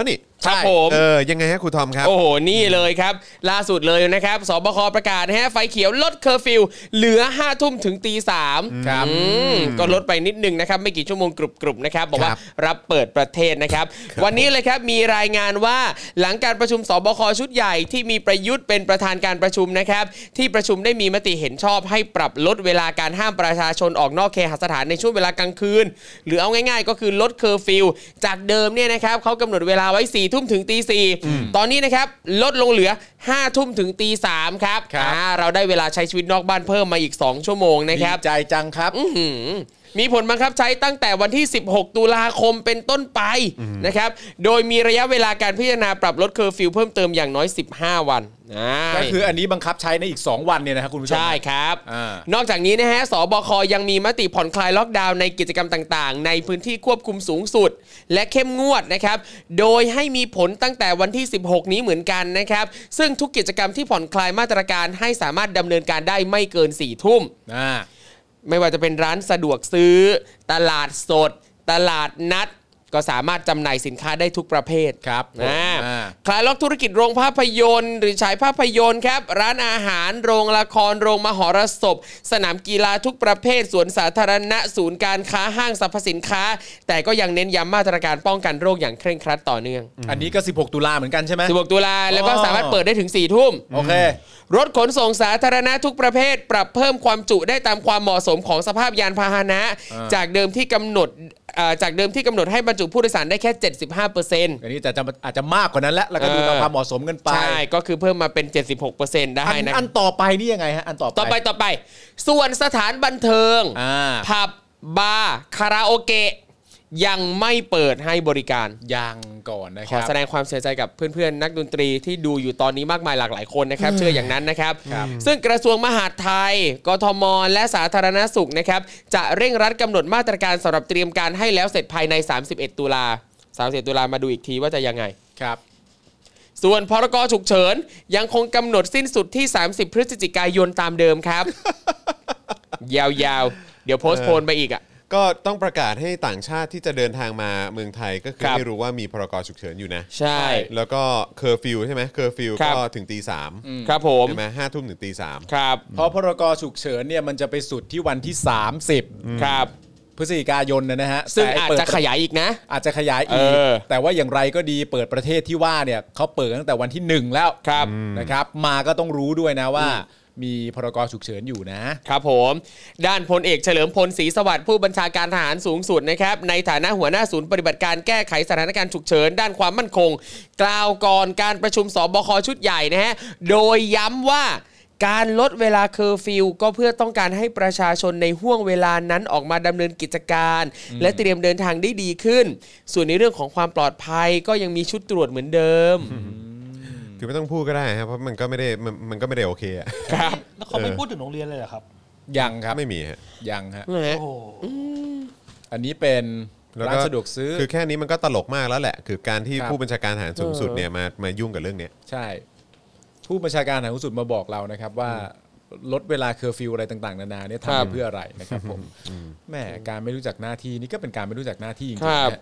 ครับผมเออยังไงฮะครูทอมครับโอ้โหนี่เลยครับล่าสุดเลยนะครับสบคประกาศฮะไฟเขียวลดเคอร์ฟิวเหลือห้าทุ่มถึงตีสามครับก็ลดไปนิดนึงนะครับไม่กี่ชั่วโมงกรุบๆนะครับบอกว่ารับเปิดประเทศนะครับวันนี้เลยครับมีรายงานว่าหลังการประชุมสบคชุดใหญ่ที่มีประยุทธ์เป็นประธานการประชุมนะครับที่ประชุมได้มีมติเห็นชอบให้ปรับลดเวลาการห้ามประชาชนออกนอกเคหสถานในช่วงเวลากลางคืนหรือเอาง่ายๆก็คือลดเคอร์ฟิวจากเดิมเนี่ยนะครับเขากำหนดเวลาไว้สี่ทุ่มถึงตีสี่ตอนนี้นะครับลดลงเหลือห้าทุ่มถึงตีสามครับเราได้เวลาใช้ชีวิตนอกบ้านเพิ่มมาอีกสองชั่วโมงนะครับดีใจจังครับมีผลบังคับใช้ตั้งแต่วันที่สิบหกตุลาคมเป็นต้นไปนะครับโดยมีระยะเวลาการพิจารณาปรับลดเคอร์ฟิวเพิ่มเติมอย่างน้อยสิบห้าวันก็คืออันนี้บังคับใช้ในอีกสองวันเนี่ยนะครับคุณผู้ชมใช่ครับนอกจากนี้นะฮะสบคยังมีมติผ่อนคลายล็อกดาวน์ในกิจกรรมต่างๆในพื้นที่ควบคุมสูงสุดและเข้มงวดนะครับโดยให้มีผลตั้งแต่วันที่สิบหกนี้เหมือนกันนะครับซึ่งทุกกิจกรรมที่ผ่อนคลายมาตรการให้สามารถดำเนินการได้ไม่เกินสี่ทุ่มไม่ว่าจะเป็นร้านสะดวกซื้อตลาดสดตลาดนัดก็สามารถจำหน่ายสินค้าได้ทุกประเภทครับคลายล็อกธุรกิจโรงภาพยนตร์หรือฉายภาพยนตร์ครับร้านอาหารโรงละครโรงมหรสพสนามกีฬาทุกประเภทสวนสาธารณะศูนย์การค้าห้างสรรพสินค้าแต่ก็ยังเน้นย้ำมาตรการป้องกันโรคอย่างเคร่งครัดต่อเนื่องอันนี้ก็สิบหกตุลาเหมือนกันใช่ไหมสิบหกตุลาแล้วก็สามารถเปิดได้ถึงสี่ทุ่มโอเครถขนส่งสาธารณะทุกประเภทปรับเพิ่มความจุได้ตามความเหมาะสมของสภาพยานพาหนะจากเดิมที่กำหนดจากเดิมที่กำหนดให้บรรจุผู้โดยสารได้แค่ เจ็ดสิบห้าเปอร์เซ็นต์อันนี้จะอาจจะมากกว่านั้นแล้วแล้วก็ดูตามความเหมาะสมกันไปใช่ก็คือเพิ่มมาเป็น เจ็ดสิบหกเปอร์เซ็นต์ ได้นะอันต่อไปนี่ยังไงฮะอันต่อไปต่อไปต่อไปส่วนสถานบันเทิงผับบาร์คาราโอเกะยังไม่เปิดให้บริการยังก่อนนะครับขอแสดงความเสียใจกับเพื่อนๆนักดนตรีที่ดูอยู่ตอนนี้มากมายหลากหลายคนนะครับเชื่ออย่างนั้นนะครับซึ่งกระทรวงมหาดไทยกทมและสาธารณสุขนะครับจะเร่งรัดกำหนดมาตรการสำหรับเตรียมการให้แล้วเสร็จภายในสามสิบเอ็ดตุลาสามสิบเอ็ดตุลามาดูอีกทีว่าจะยังไงครับส่วนพรกฉุกเฉินยังคงกำหนดสิ้นสุดที่สามสิบพฤศจิกายนตามเดิมครับ ยาวๆเดี๋ยวโพสต์โพนไปอีกอ่ะก็ต้องประกาศให้ต่างชาติที่จะเดินทางมาเมืองไทยก็คือให้รู้ว่ามีพรกฉุกเฉินอยู่นะใช่แล้วก็เคอร์ฟิวใช่ไหมเคอร์ฟิวก็ถึงตีสามครับผมใช่ไหมห้าทุ่มถึงตีสามครับเพราะพรกฉุกเฉินเนี่ยมันจะไปสุดที่วันที่สามสิบครับพฤศจิกายนนะฮะซึ่งอาจจะขยายอีกนะอาจจะขยายอีกแต่ว่าอย่างไรก็ดีเปิดประเทศที่ว่าเนี่ยเขาเปิดตั้งแต่วันที่หนึ่งแล้วนะครับมาก็ต้องรู้ด้วยนะว่ามีพรกฉุกเฉินอยู่นะครับผมด้านพลเอกเฉลิมพลศรีสวัสดิ์ผู้บัญชาการทหารสูงสุดนะครับในฐานะหัวหน้าศูนย์ปฏิบัติการแก้ไขสถานการณ์ฉุกเฉินด้านความมั่นคงกล่าวก่อนการประชุมสบคชุดใหญ่นะฮะโดยย้ำว่าการลดเวลาเคอร์ฟิวก็เพื่อต้องการให้ประชาชนในห่วงเวลานั้นออกมาดำเนินกิจการและเตรียมเดินทางได้ดีขึ้นส่วนในเรื่องของความปลอดภัยก็ยังมีชุดตรวจเหมือนเดิมคือไม่ต้องพูดก็ได้ครับเพราะมันก็ไม่ได้มันมันก็ไม่ได้โอเคอ่ะครับแล้วเขาไม่พูดถึงโรงเรียนเลยเหรอครับยังครับไม่มีฮะยังฮะโอ้โหอันนี้เป็นร้านสะดวกซื้อคือแค่นี้มันก็ตลกมากแล้วแหละคือการที่ผู้บัญชาการทหารสูงสุดเนี่ยมามายุ่งกับเรื่องนี้ใช่ผู้บัญชาการทหารสูงสุดมาบอกเรานะครับว่าลดเวลาเคอร์ฟิวอะไรต่างๆนานาเนี่ยทำไปเพื่ออะไรนะครับผมแหมการไม่รู้จักหน้าที่นี่ก็เป็นการไม่รู้จักหน้าที่จริงๆเนี่ย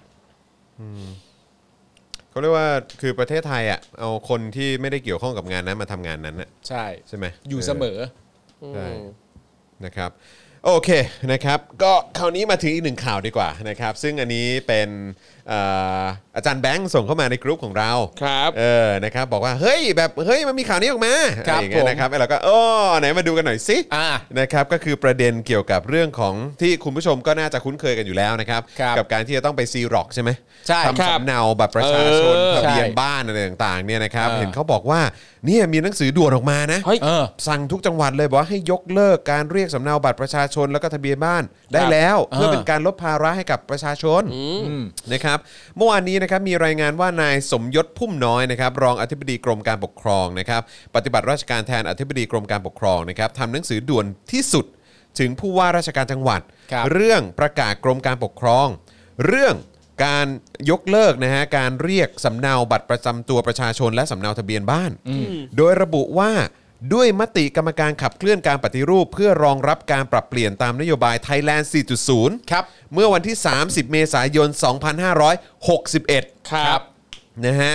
เขาเรียกว่าคือประเทศไทยอ่ะเอาคนที่ไม่ได้เกี่ยวข้องกับงานนั้นมาทำงานนั้นน่ะใช่ใช่ไหมอยู่เสมอใช่นะครับโอเคนะครับก็คราวนี้มาถึงอีกหนึ่งข่าวดีกว่านะครับซึ่งอันนี้เป็นอาจารย์แบงค์ส่งเข้ามาในกลุ่มของเราครับเออนะครับบอกว่าเฮ้ยแบบเฮ้ยมันมีข่าวนี้ออกมาอะไรอย่างเงี้ยนะครับแล้วก็โอ้ไหนมาดูกันหน่อยสินะครับก็คือประเด็นเกี่ยวกับเรื่องของที่คุณผู้ชมก็น่าจะคุ้นเคยกันอยู่แล้วนะครับกับการที่จะต้องไปซีร็อกใช่ไหมทำสำเนาบัตรประชาชนทะเบียนบ้านอะไรต่างๆเนี่ยนะครับเห็นเขาบอกว่าเนี่ยมีหนังสือด่วนออกมานะสั่งทุกจังหวัดเลยบอกว่าให้ยกเลิกการเรียกสำเนาบัตรประชาชนแล้วก็ทะเบียนบ้านได้แล้วเพื่อเป็นการลดภาระให้กับประชาชนนะครับเมื่อวานนี้นะครับมีรายงานว่านายสมยศพุ่มน้อยนะครับรองอธิบดีกรมการปกครองนะครับปฏิบัติราชการแทนอธิบดีกรมการปกครองนะครับทำหนังสือด่วนที่สุดถึงผู้ว่าราชการจังหวัดเรื่องประกาศกรมการปกครองเรื่องการยกเลิกนะฮะการเรียกสำเนาบัตรประจำตัวประชาชนและสำเนาทะเบียนบ้านโดยระบุว่าด้วยมติกรรมการขับเคลื่อนการปฏิรูปเพื่อรองรับการปรับเปลี่ยนตามนโยบาย Thailand สี่จุดศูนย์ครับเมื่อวันที่สามสิบเมษายนสองพันห้าร้อยหกสิบเอ็ดครับนะฮะ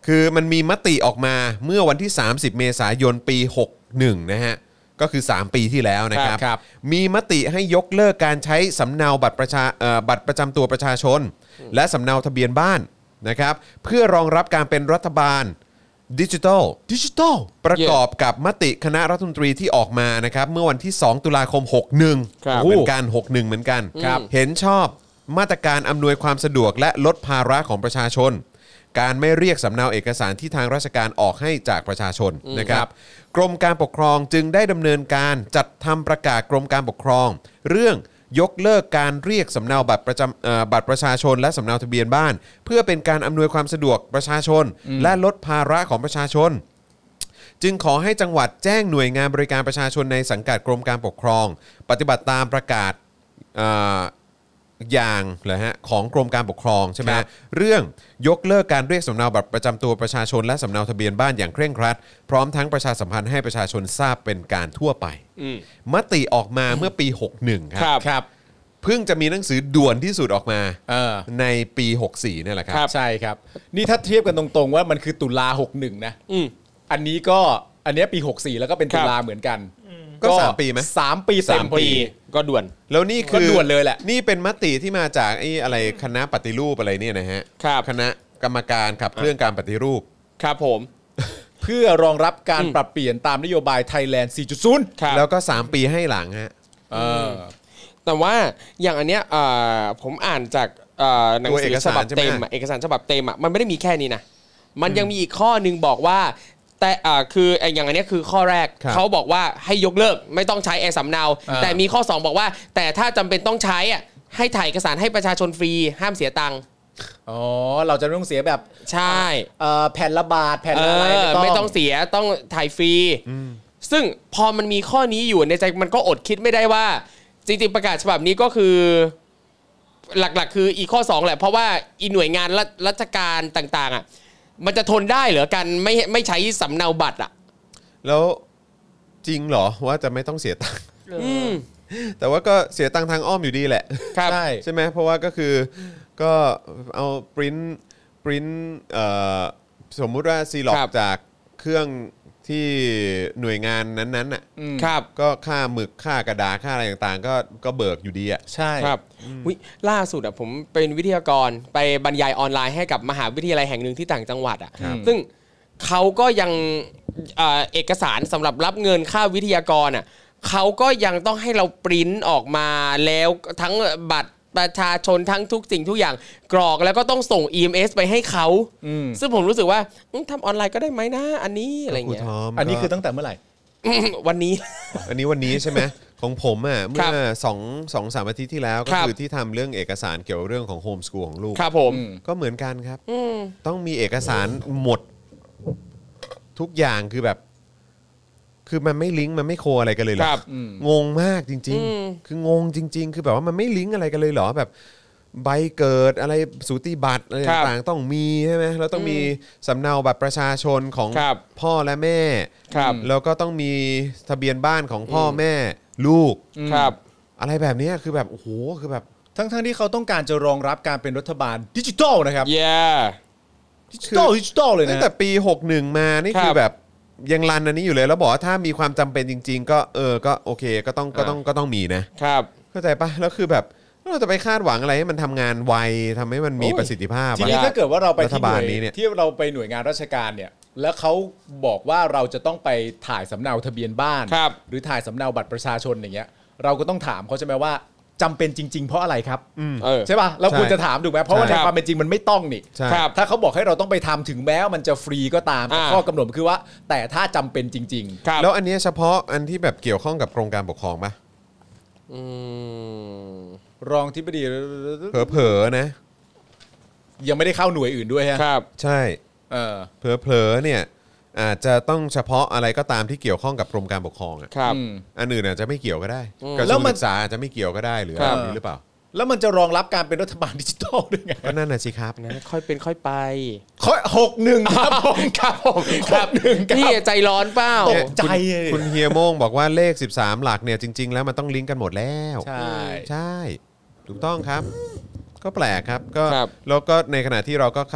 คือมันมีมติออกมาเมื่อวันที่สามสิบเมษายนปีหกสิบเอ็ดนะฮะก็คือสามปีที่แล้วนะครับครับมีมติให้ยกเลิกการใช้สำเนาบัตรประชาเอ่อบัตรประจำตัวประชาชน และสำเนาทะเบียนบ้านนะครับเพื่อรองรับการเป็นรัฐบาลดิจิทัลดิจิทัลประกอบกับมติคณะรัฐมนตรีที่ออกมานะครับเมื่อวันที่สองตุลาคมหกสิบเอ็ดครับเหมือนกันหกสิบเอ็ดเหมือนกันครับเห็นชอบมาตรการอำนวยความสะดวกและลดภาระของประชาชน การไม่เรียกสำเนาเอกสารที่ทางราชการออกให้จากประชาชนนะครับกรมการปกครองจึงได้ดำเนินการจัดทำประกาศกรมการปกครอง เรื่องยกเลิกการเรียกสำเนาบัตรประจำเอ่อบัตรประชาชนและสำเนาทะเบียนบ้าน เพื่อเป็นการอำนวยความสะดวกประชาชน และลดภาระของประชาชน จึงขอให้จังหวัดแจ้งหน่วยงานบริการประชาชนในสังกัดกรมการปกครอง ปฏิบัติตามประกาศเอ่ออย่างเหรอฮะของกรมการปกครองใช่ไหมครับเรื่องยกเลิกการเรียกสำเนาบัตรประจำตัวประชาชนและสำเนาทะเบียนบ้านอย่างเคร่งครัดพร้อมทั้งประชาสัมพันธ์ให้ประชาชนทราบเป็นการทั่วไปอืมมติออกมาเมื่อปีหกสิบเอ็ดคครัรับครับเพิ่งจะมีหนังสือด่วนที่สุดออกมาเออในปีหกสิบสี่นี่แหละครับใช่ครับ นี่ถ้าเทียบกันตรงๆว่ามันคือตุลาหกสิบเอ็ดนะอืมอันนี้ก็อันเนี้ยปีหกสิบสี่แล้วก็เป็นครัตุบลาเหมือนกันก็สามปีไหมสามปีเต็สาม มพอปีดีก็ด่วนแล้วนี่คือก็ด่วนเลยแหละนี่เป็นมติที่มาจากไอ้อะไรคณะปฏิรูปอะไรเนี่ยนะฮะครับคณะกรรมการขับเคลื่อนการปฏิรูปครับผมเพื่อรองรับการอืมปรับเปลี่ยนตามนโยบายไทยแลนด์ สี่จุดศูนย์ครับแล้วก็สามปีให้หลังฮะเออแต่ว่าอย่างอันเนี้ยเอ่อผมอ่านจากเอ่อหนังตัวสืเออก ฉสารบับใช่ไหมเต็มอะเอกสารฉบับเต็มอะมันไม่ได้มีแค่นี้นะมันยังมีอีกข้อหนึ่งบอกว่าแต่อ่าคือไอ้อย่างอันเนี้ยคือข้อแรกครับเขาบอกว่าให้ยกเลิกไม่ต้องใช้ไอ้สำเนาอ่าแต่มีข้อสองบอกว่า แต่ถ้าจำเป็นต้องใช้อ่ะให้ถ่ายเอกสารให้ประชาชนฟรีห้ามเสียตังค์อ๋อ เราจะไม่ต้องเสียแบบใช่เอ่อแผ่นละบาทแผ่นเอละอะไรอไม่ต้องเสียต้องถ่ายฟรี ซึ่งพอมันมีข้อนี้อยู่ในใจมันก็อดคิดไม่ได้ว่า จริงๆประกาศฉบับนี้ก็คือ หลักๆ คืออีกข้อสองแหละเพราะว่าอีหน่วยงานรัฐราชการต่างๆอ่ะมันจะทนได้เหรอกันไม่ไม่ใช้สำเนาบัตรอ่ะแล้วจริงเหรอว่าจะไม่ต้องเสียตังค์อืมแต่ว่าก็เสียตังค์ทางอ้อมอยู่ดีแหละครับใช่ใช่ไหมเพราะว่าก็คือก็เอาปริ้นปริ้นเอ่อสมมุติว่าซีล็อกครับจากเครื่องที่หน่วยงานนั้นๆน่ะครับก็ค่าหมึกค่ากระดาษค่าอะไรต่างๆ ก็ก็เบิกอยู่ดีอ่ะใช่ครับอุ๊ยล่าสุดอ่ะผมเป็นวิทยากรไปบรรยายออนไลน์ให้กับมหาวิทยาลัยแห่งหนึ่งที่ต่างจังหวัดอ่ะครับซึ่งเขาก็ยังเอ่อเอกสารสำหรับรับเงินค่าวิทยากรอ่ะเขาก็ยังต้องให้เราปริ้นออกมาแล้วทั้งบัตรประชาชนทั้งทุกสิ่งทุกอย่างกรอกแล้วก็ต้องส่ง อี เอ็ม เอส ไปให้เขาอืมซึ่งผมรู้สึกว่าอืมทำออนไลน์ก็ได้ไหมนะอันนี้อะไรครูเงี้ยทอมอันนี้คือก็ตั้งแต่เมื่อไหร่วันนี้อันนี้วันนี้ใช่ไหม ของผมอ่ะเมื่ครัอบ สองสองสามอาทิตย์ที่แล้วก็ครับคือที่ทำเรื่องเอกสารเกี่ยวเรื่องของโฮมสกูลของลูกครับผมอืมก็เหมือนกันครับอืมต้องมีเอกสารหมดทุกอย่างคือแบบ คือมันไม่ลิงก์มันไม่โคอะไรกันเลยเหรคอรับงงมากจริงอืมๆ คืองงจริง ๆ คือแบบว่ามันไม่ลิงก์อะไรกันเลยเหรอแบบใบเกิดอะไรสูติบัตรอะไรครับต่างๆต้องมีใช่ไหมแล้วต้องมีสำเนาบัตรประชาชนของครับพ่อและแม่ครับแล้วก็ต้องมีทะเบียนบ้านของพ่อแม่ลูกครับอะไรแบบเนี้ยคือแบบโอ้โหคือแบบทั้งๆที่เขาต้องการจะรองรับการเป็นรัฐบาลดิจิทัลนะครับ yeah ดิจิทัลดิจิทัลเลยตั้นะงแต่ปีหกสิบเอ็ดมานี่ครับคือแบบยังรันอันนี้อยู่เลยแล้วบอกว่าถ้ามีความจำเป็นจริง ๆ ก็เออก็โอเคก็ต้องก็ต้องก็ต้องมีนะครับ เข้าใจปะแล้วคือแบบเราจะไปคาดหวังอะไรให้มันทำงานไวทำให้มันมีโอ้ยประสิทธิภาพทีนี้อะถ้าเกิดว่าเราไปรัฐที่หบาน่ลวยนี้เนี่ยที่เราไปหน่วยงานราชการเนี่ยแล้วเขาบอกว่าเราจะต้องไปถ่ายสำเนาทะเบียนบ้านครับหรือถ่ายสำเนาบัตรประชาชนอย่างเงี้ยเราก็ต้องถามเขาใช่ไหมว่าจำเป็นจริง ๆ เพราะอะไรครับเออใช่ป่ะเราควรจะถามถูกไหมเพราะว่าใช่ในความเป็นจริงมันไม่ต้องนี่ใช่ครับถ้าเขาบอกให้เราต้องไปทำถึงแม้มันจะฟรีก็ตามแต่อ่าข้อกำหนดคือว่า แต่ถ้าจำเป็นจริงครับแล้วอันเนี้ยเฉพาะอันที่แบบเกี่ยวข้องกับกรมการปกครองปะอืมๆ รองที่บดีเผลอๆนะยังไม่ได้เข้าหน่วยอื่นด้วยฮะครับใช่เออเผลอๆเนี่ยอาจจะต้องเฉพาะอะไรก็ตามที่เกี่ยวข้องกับกรมการปกครองอ่ะครับอืมอันอื่นอาจจะไม่เกี่ยวก็ได้อืมกระทแล้รววงมันศึกษาอาจจะไม่เกี่ยวก็ได้หรือคอะรัไรบแบบนี้หรือเปล่าแล้วมันจะรองรับการเป็นรัฐบาลดิจิทัลด้วยไงก็นั่นน่ะสิครับนะค่อยเป็นค่อยไปข้อหกหนึ่งครับผมครับผมครับหนึ่งครับพี่ใจร้อนเปล่าตกใจคุณเฮียโม่งบอกว่าเลขสิบสามหลักเนี่ยจริง ๆ แล้วมันต้องลิงก์กันหมดแล้วใช่ใช่ ถูกต้องครับ ก็แปลกครับก็ครับแล้วก็ในขณะที่เราก็คาด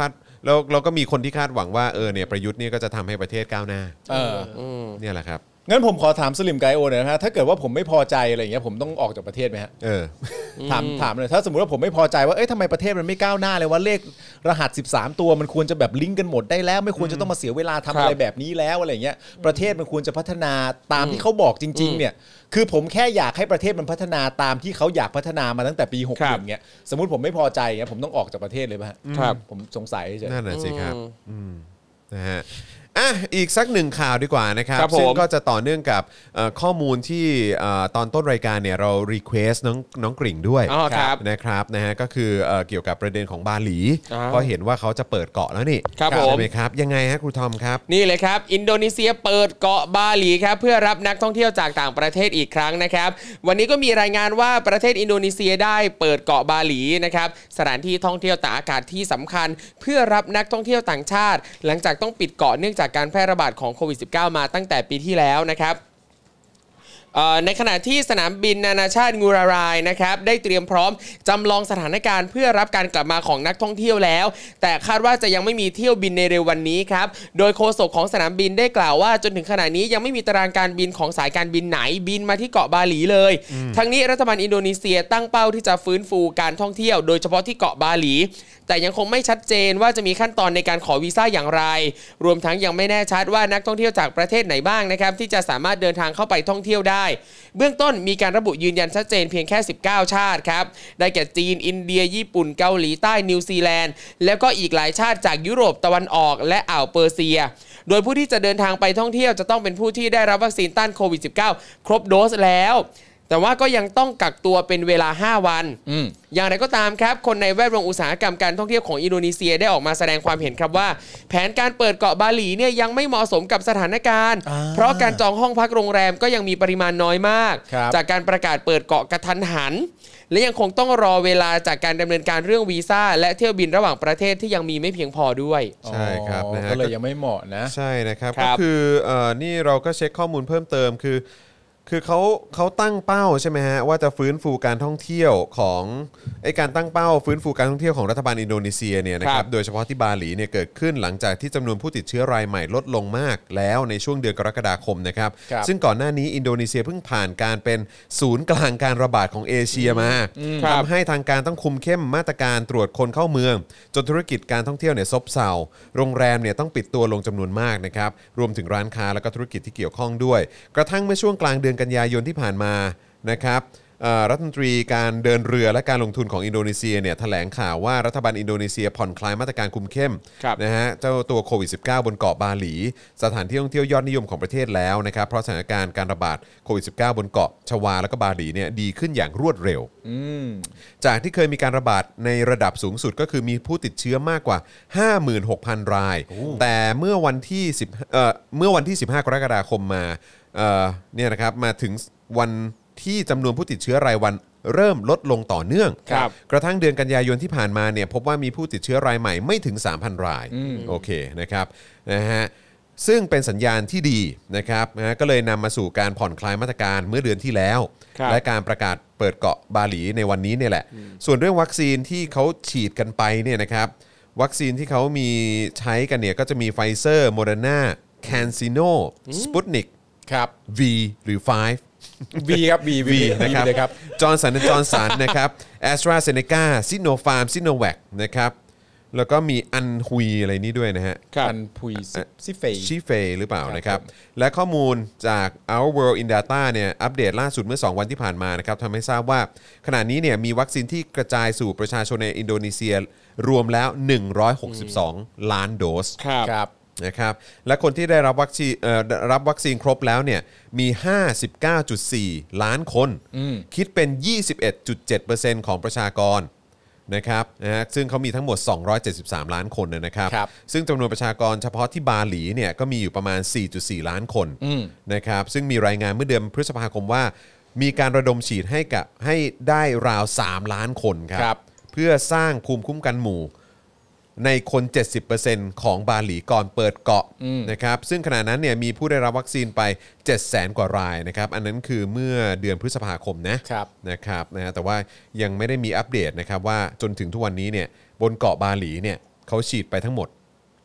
แล้วเราก็มีคนที่คาดหวังว่าเออเนี่ยประยุทธ์เนี่ยก็จะทำให้ประเทศก้าวหน้าเออเนี่ยแหละครับงั้นผมขอถามสลิมไกโอหน่อยนะฮะถ้าเกิดว่าผมไม่พอใจอะไรอย่างเงี้ยผมต้องออกจากประเทศไหมฮะเออถามถามเลยถ้าสมมติว่าผมไม่พอใจว่าเอ้ยทำไมประเทศมันไม่ก้าวหน้าเลยว่าเลขรหัสสิบสามตัวมันควรจะแบบลิงก์กันหมดได้แล้วไม่ควรจะต้องมาเสียเวลาทำอะไรแบบนี้แล้วอะไรเงี้ยประเทศมันควรจะพัฒนาตามที่เขาบอกจริงๆเนี่ยคือผมแค่อยากให้ประเทศมันพัฒนาตามที่เขาอยากพัฒนามาตั้งแต่ปีหกสิบเงี้ยสมมุติผมไม่พอใจเงี้ยผมต้องออกจากประเทศเลยป่ะครับผมสงสัยเฉยนั่นน่ะสิครับอืมนะฮะอ่ะอีกสักหนึ่งข่าวดีกว่านะครับครับผมซึ่งก็จะต่อเนื่องกับเอ่อข้อมูลที่เอ่อตอนต้นรายการเนี่ยเรารีเควสน้องน้องกริ่งด้วยอ๋อครับนะครับนะฮะก็คือเอ่อเกี่ยวกับประเด็นของบาหลีอ๋อเพราะเห็นว่าเขาจะเปิดเกาะแล้วนี่ครับผมใช่ไหมครับยังไงฮะครูทอมครับนี่เลยครับอินโดนีเซียเปิดเกาะบาหลีครับเพื่อรับนักท่องเที่ยวจากต่างประเทศอีกครั้งนะครับวันนี้ก็มีรายงานว่าประเทศอินโดนีเซียได้เปิดเกาะบาหลีนะครับสถานที่ท่องเที่ยวตากอากาศที่สำคัญ เพื่อรับนักท่องเที่ยวต่างชาติ หลังจากต้องปิดเกาะเนื่องจากการแพร่ระบาดของโควิด สิบเก้า มาตั้งแต่ปีที่แล้วนะครับในขณะที่สนามบินนานาชาติงูรารายนะครับได้เตรียมพร้อมจำลองสถานการณ์เพื่อรับการกลับมาของนักท่องเที่ยวแล้วแต่คาดว่าจะยังไม่มีเที่ยวบินในเร็ววันนี้ครับโดยโฆษกของสนามบินได้กล่าวว่าจนถึงขณะนี้ยังไม่มีตารางการบินของสายการบินไหนบินมาที่เกาะบาหลีเลยทั้งนี้รัฐบาลอินโดนีเซียตั้งเป้าที่จะฟื้นฟูการท่องเที่ยวโดยเฉพาะที่เกาะบาหลีแต่ยังคงไม่ชัดเจนว่าจะมีขั้นตอนในการขอวีซ่าอย่างไรรวมทั้งยังไม่แน่ชัดว่านักท่องเที่ยวจากประเทศไหนบ้างนะครับที่จะสามารถเดินทางเข้าไปท่องเที่ยวได้เบื้องต้นมีการระบุยืนยันชัดเจนเพียงแค่สิบเก้าชาติครับได้แก่จีนอินเดียญี่ปุ่นเกาหลีใต้นิวซีแลนด์แล้วก็อีกหลายชาติจากยุโรปตะวันออกและอ่าวเปอร์เซียโดยผู้ที่จะเดินทางไปท่องเที่ยวจะต้องเป็นผู้ที่ได้รับวัคซีนต้านโควิด สิบเก้า ครบโดสแล้วแต่ว่าก็ยังต้องกักตัวเป็นเวลาห้าวันอย่างไรก็ตามครับคนในแวดวงอุตสาหกรรมการท่องเที่ยวของอินโดนีเซียได้ออกมาแสดงความเห็นครับว่าแผนการเปิดเกาะบาหลีเนี่ยยังไม่เหมาะสมกับสถานการณ์เพราะการจองห้องพักโรงแรมก็ยังมีปริมาณน้อยมากจากการประกาศเปิดเกาะกระทันหันและยังคงต้องรอเวลาจากการดำเนินการเรื่องวีซ่าและเที่ยวบินระหว่างประเทศที่ยังมีไม่เพียงพอด้วยใช่ครับนะฮะก็เลยยังไม่เหมาะนะใช่นะครับก็คือเอ่อนี่เราก็เช็คข้อมูลเพิ่มเติมคือคือเขาเขาตั้งเป้าใช่ไหมฮะว่าจะฟื้นฟูการท่องเที่ยวของไอ้การตั้งเป้าฟื้นฟูการท่องเที่ยวของรัฐบาลอินโดนีเซียเนี่ยนะครับโดยเฉพาะที่บาหลีเนี่ยเกิดขึ้นหลังจากที่จำนวนผู้ติดเชื้อรายใหม่ลดลงมากแล้วในช่วงเดือนกรกฎาคมนะครับซึ่งก่อนหน้านี้อินโดนีเซียเพิ่งผ่านการเป็นศูนย์กลางการระบาดของเอเชียมาทำให้ทางการต้องคุมเข้มมาตรการตรวจคนเข้าเมืองจนธุรกิจการท่องเที่ยวเนี่ยซบเซาโรงแรมเนี่ยต้องปิดตัวลงจำนวนมากนะครับรวมถึงร้านค้าแล้วก็ธุรกิจที่เกี่ยวข้องด้วยกระทั่งเมื่อช่วงกลางเดือนกันยายนที่ผ่านมานะครับรัฐมนตรีการเดินเรือและการลงทุนของอินโดนีเซียเนี่ยแถลงข่าวว่ารัฐบาลอินโดนีเซียผ่อนคลายมาตรการคุมเข้มนะฮะเจ้าตัวโควิด สิบเก้า บนเกาะบาหลีสถานที่ท่องเที่ยวยอดนิยมของประเทศแล้วนะครับเพราะสถานการณ์การระบาดโควิด สิบเก้า บนเกาะชวาและก็บาหลีเนี่ยดีขึ้นอย่างรวดเร็วจากที่เคยมีการระบาดในระดับสูงสุดก็คือมีผู้ติดเชื้อมากกว่า ห้าหมื่นหกพัน รายแต่เมื่อวันที่10เอ่อเมื่อวันที่สิบห้ากรกฎาคมมาเอ่อเนี่ยนะครับมาถึงวันที่จำนวนผู้ติดเชื้อรายวันเริ่มลดลงต่อเนื่องกระทั่งเดือนกันยายนที่ผ่านมาเนี่ยพบว่ามีผู้ติดเชื้อรายใหม่ไม่ถึง สามพัน รายโอเคนะครับนะฮะซึ่งเป็นสัญญาณที่ดีนะครับนะก็เลยนำมาสู่การผ่อนคลายมาตรการเมื่อเดือนที่แล้วและการประกาศเปิดเกาะบาหลีในวันนี้เนี่ยแหละส่วนเรื่องวัคซีนที่เขาฉีดกันไปเนี่ยนะครับวัคซีนที่เขามีใช้กันเนี่ยก็จะมีไฟเซอร์โมเดอร์นาแคนซิโนสปุตนิกครับ V หรือไฟว์ V ครับ V V นะครับเลยครับจอร์นสันจอร์นสันนะครับแอสตราเซเนกาซิโนฟาร์มซิโนแวคนะครับแล้วก็มีอันฮุยอะไรนี้ด้วยนะฮะอันฮุยซิเฟชิเฟหรือเปล่านะครับและข้อมูลจาก Our World in Data เนี่ยอัปเดตล่าสุดเมื่อสองวันที่ผ่านมานะครับทำให้ทราบว่าขณะนี้เนี่ยมีวัคซีนที่กระจายสู่ประชาชนในอินโดนีเซียรวมแล้วหนึ่งร้อยหกสิบสองล้านโดสครับนะครับและคนที่ได้รับวัคซีนเอ่อรับวัคซีนครบแล้วเนี่ยมี ห้าสิบเก้าจุดสี่ ล้านคนคิดเป็น ยี่สิบเอ็ดจุดเจ็ดเปอร์เซ็นต์ ของประชากรนะครับนะฮะซึ่งเขามีทั้งหมดสองร้อยเจ็ดสิบสามล้านคนนะครับซึ่งจำนวนประชากรเฉพาะที่บาหลีเนี่ยก็มีอยู่ประมาณ สี่จุดสี่ ล้านคนนะครับซึ่งมีรายงานเมื่อเดือนพฤษภาคมว่ามีการระดมฉีดให้กับให้ได้ราวสามล้านคนครับเพื่อสร้างภูมิคุ้มกันหมู่ในคน เจ็ดสิบเปอร์เซ็นต์ ของบาหลีก่อนเปิดเกาะนะครับซึ่งขณะนั้นเนี่ยมีผู้ได้รับวัคซีนไป เจ็ดแสน กว่ารายนะครับอันนั้นคือเมื่อเดือนพฤษภาคมนะนะครับนะฮะแต่ว่ายังไม่ได้มีอัปเดตนะครับว่าจนถึงทุกวันนี้เนี่ยบนเกาะบาหลีเนี่ยเขาฉีดไปทั้งหมด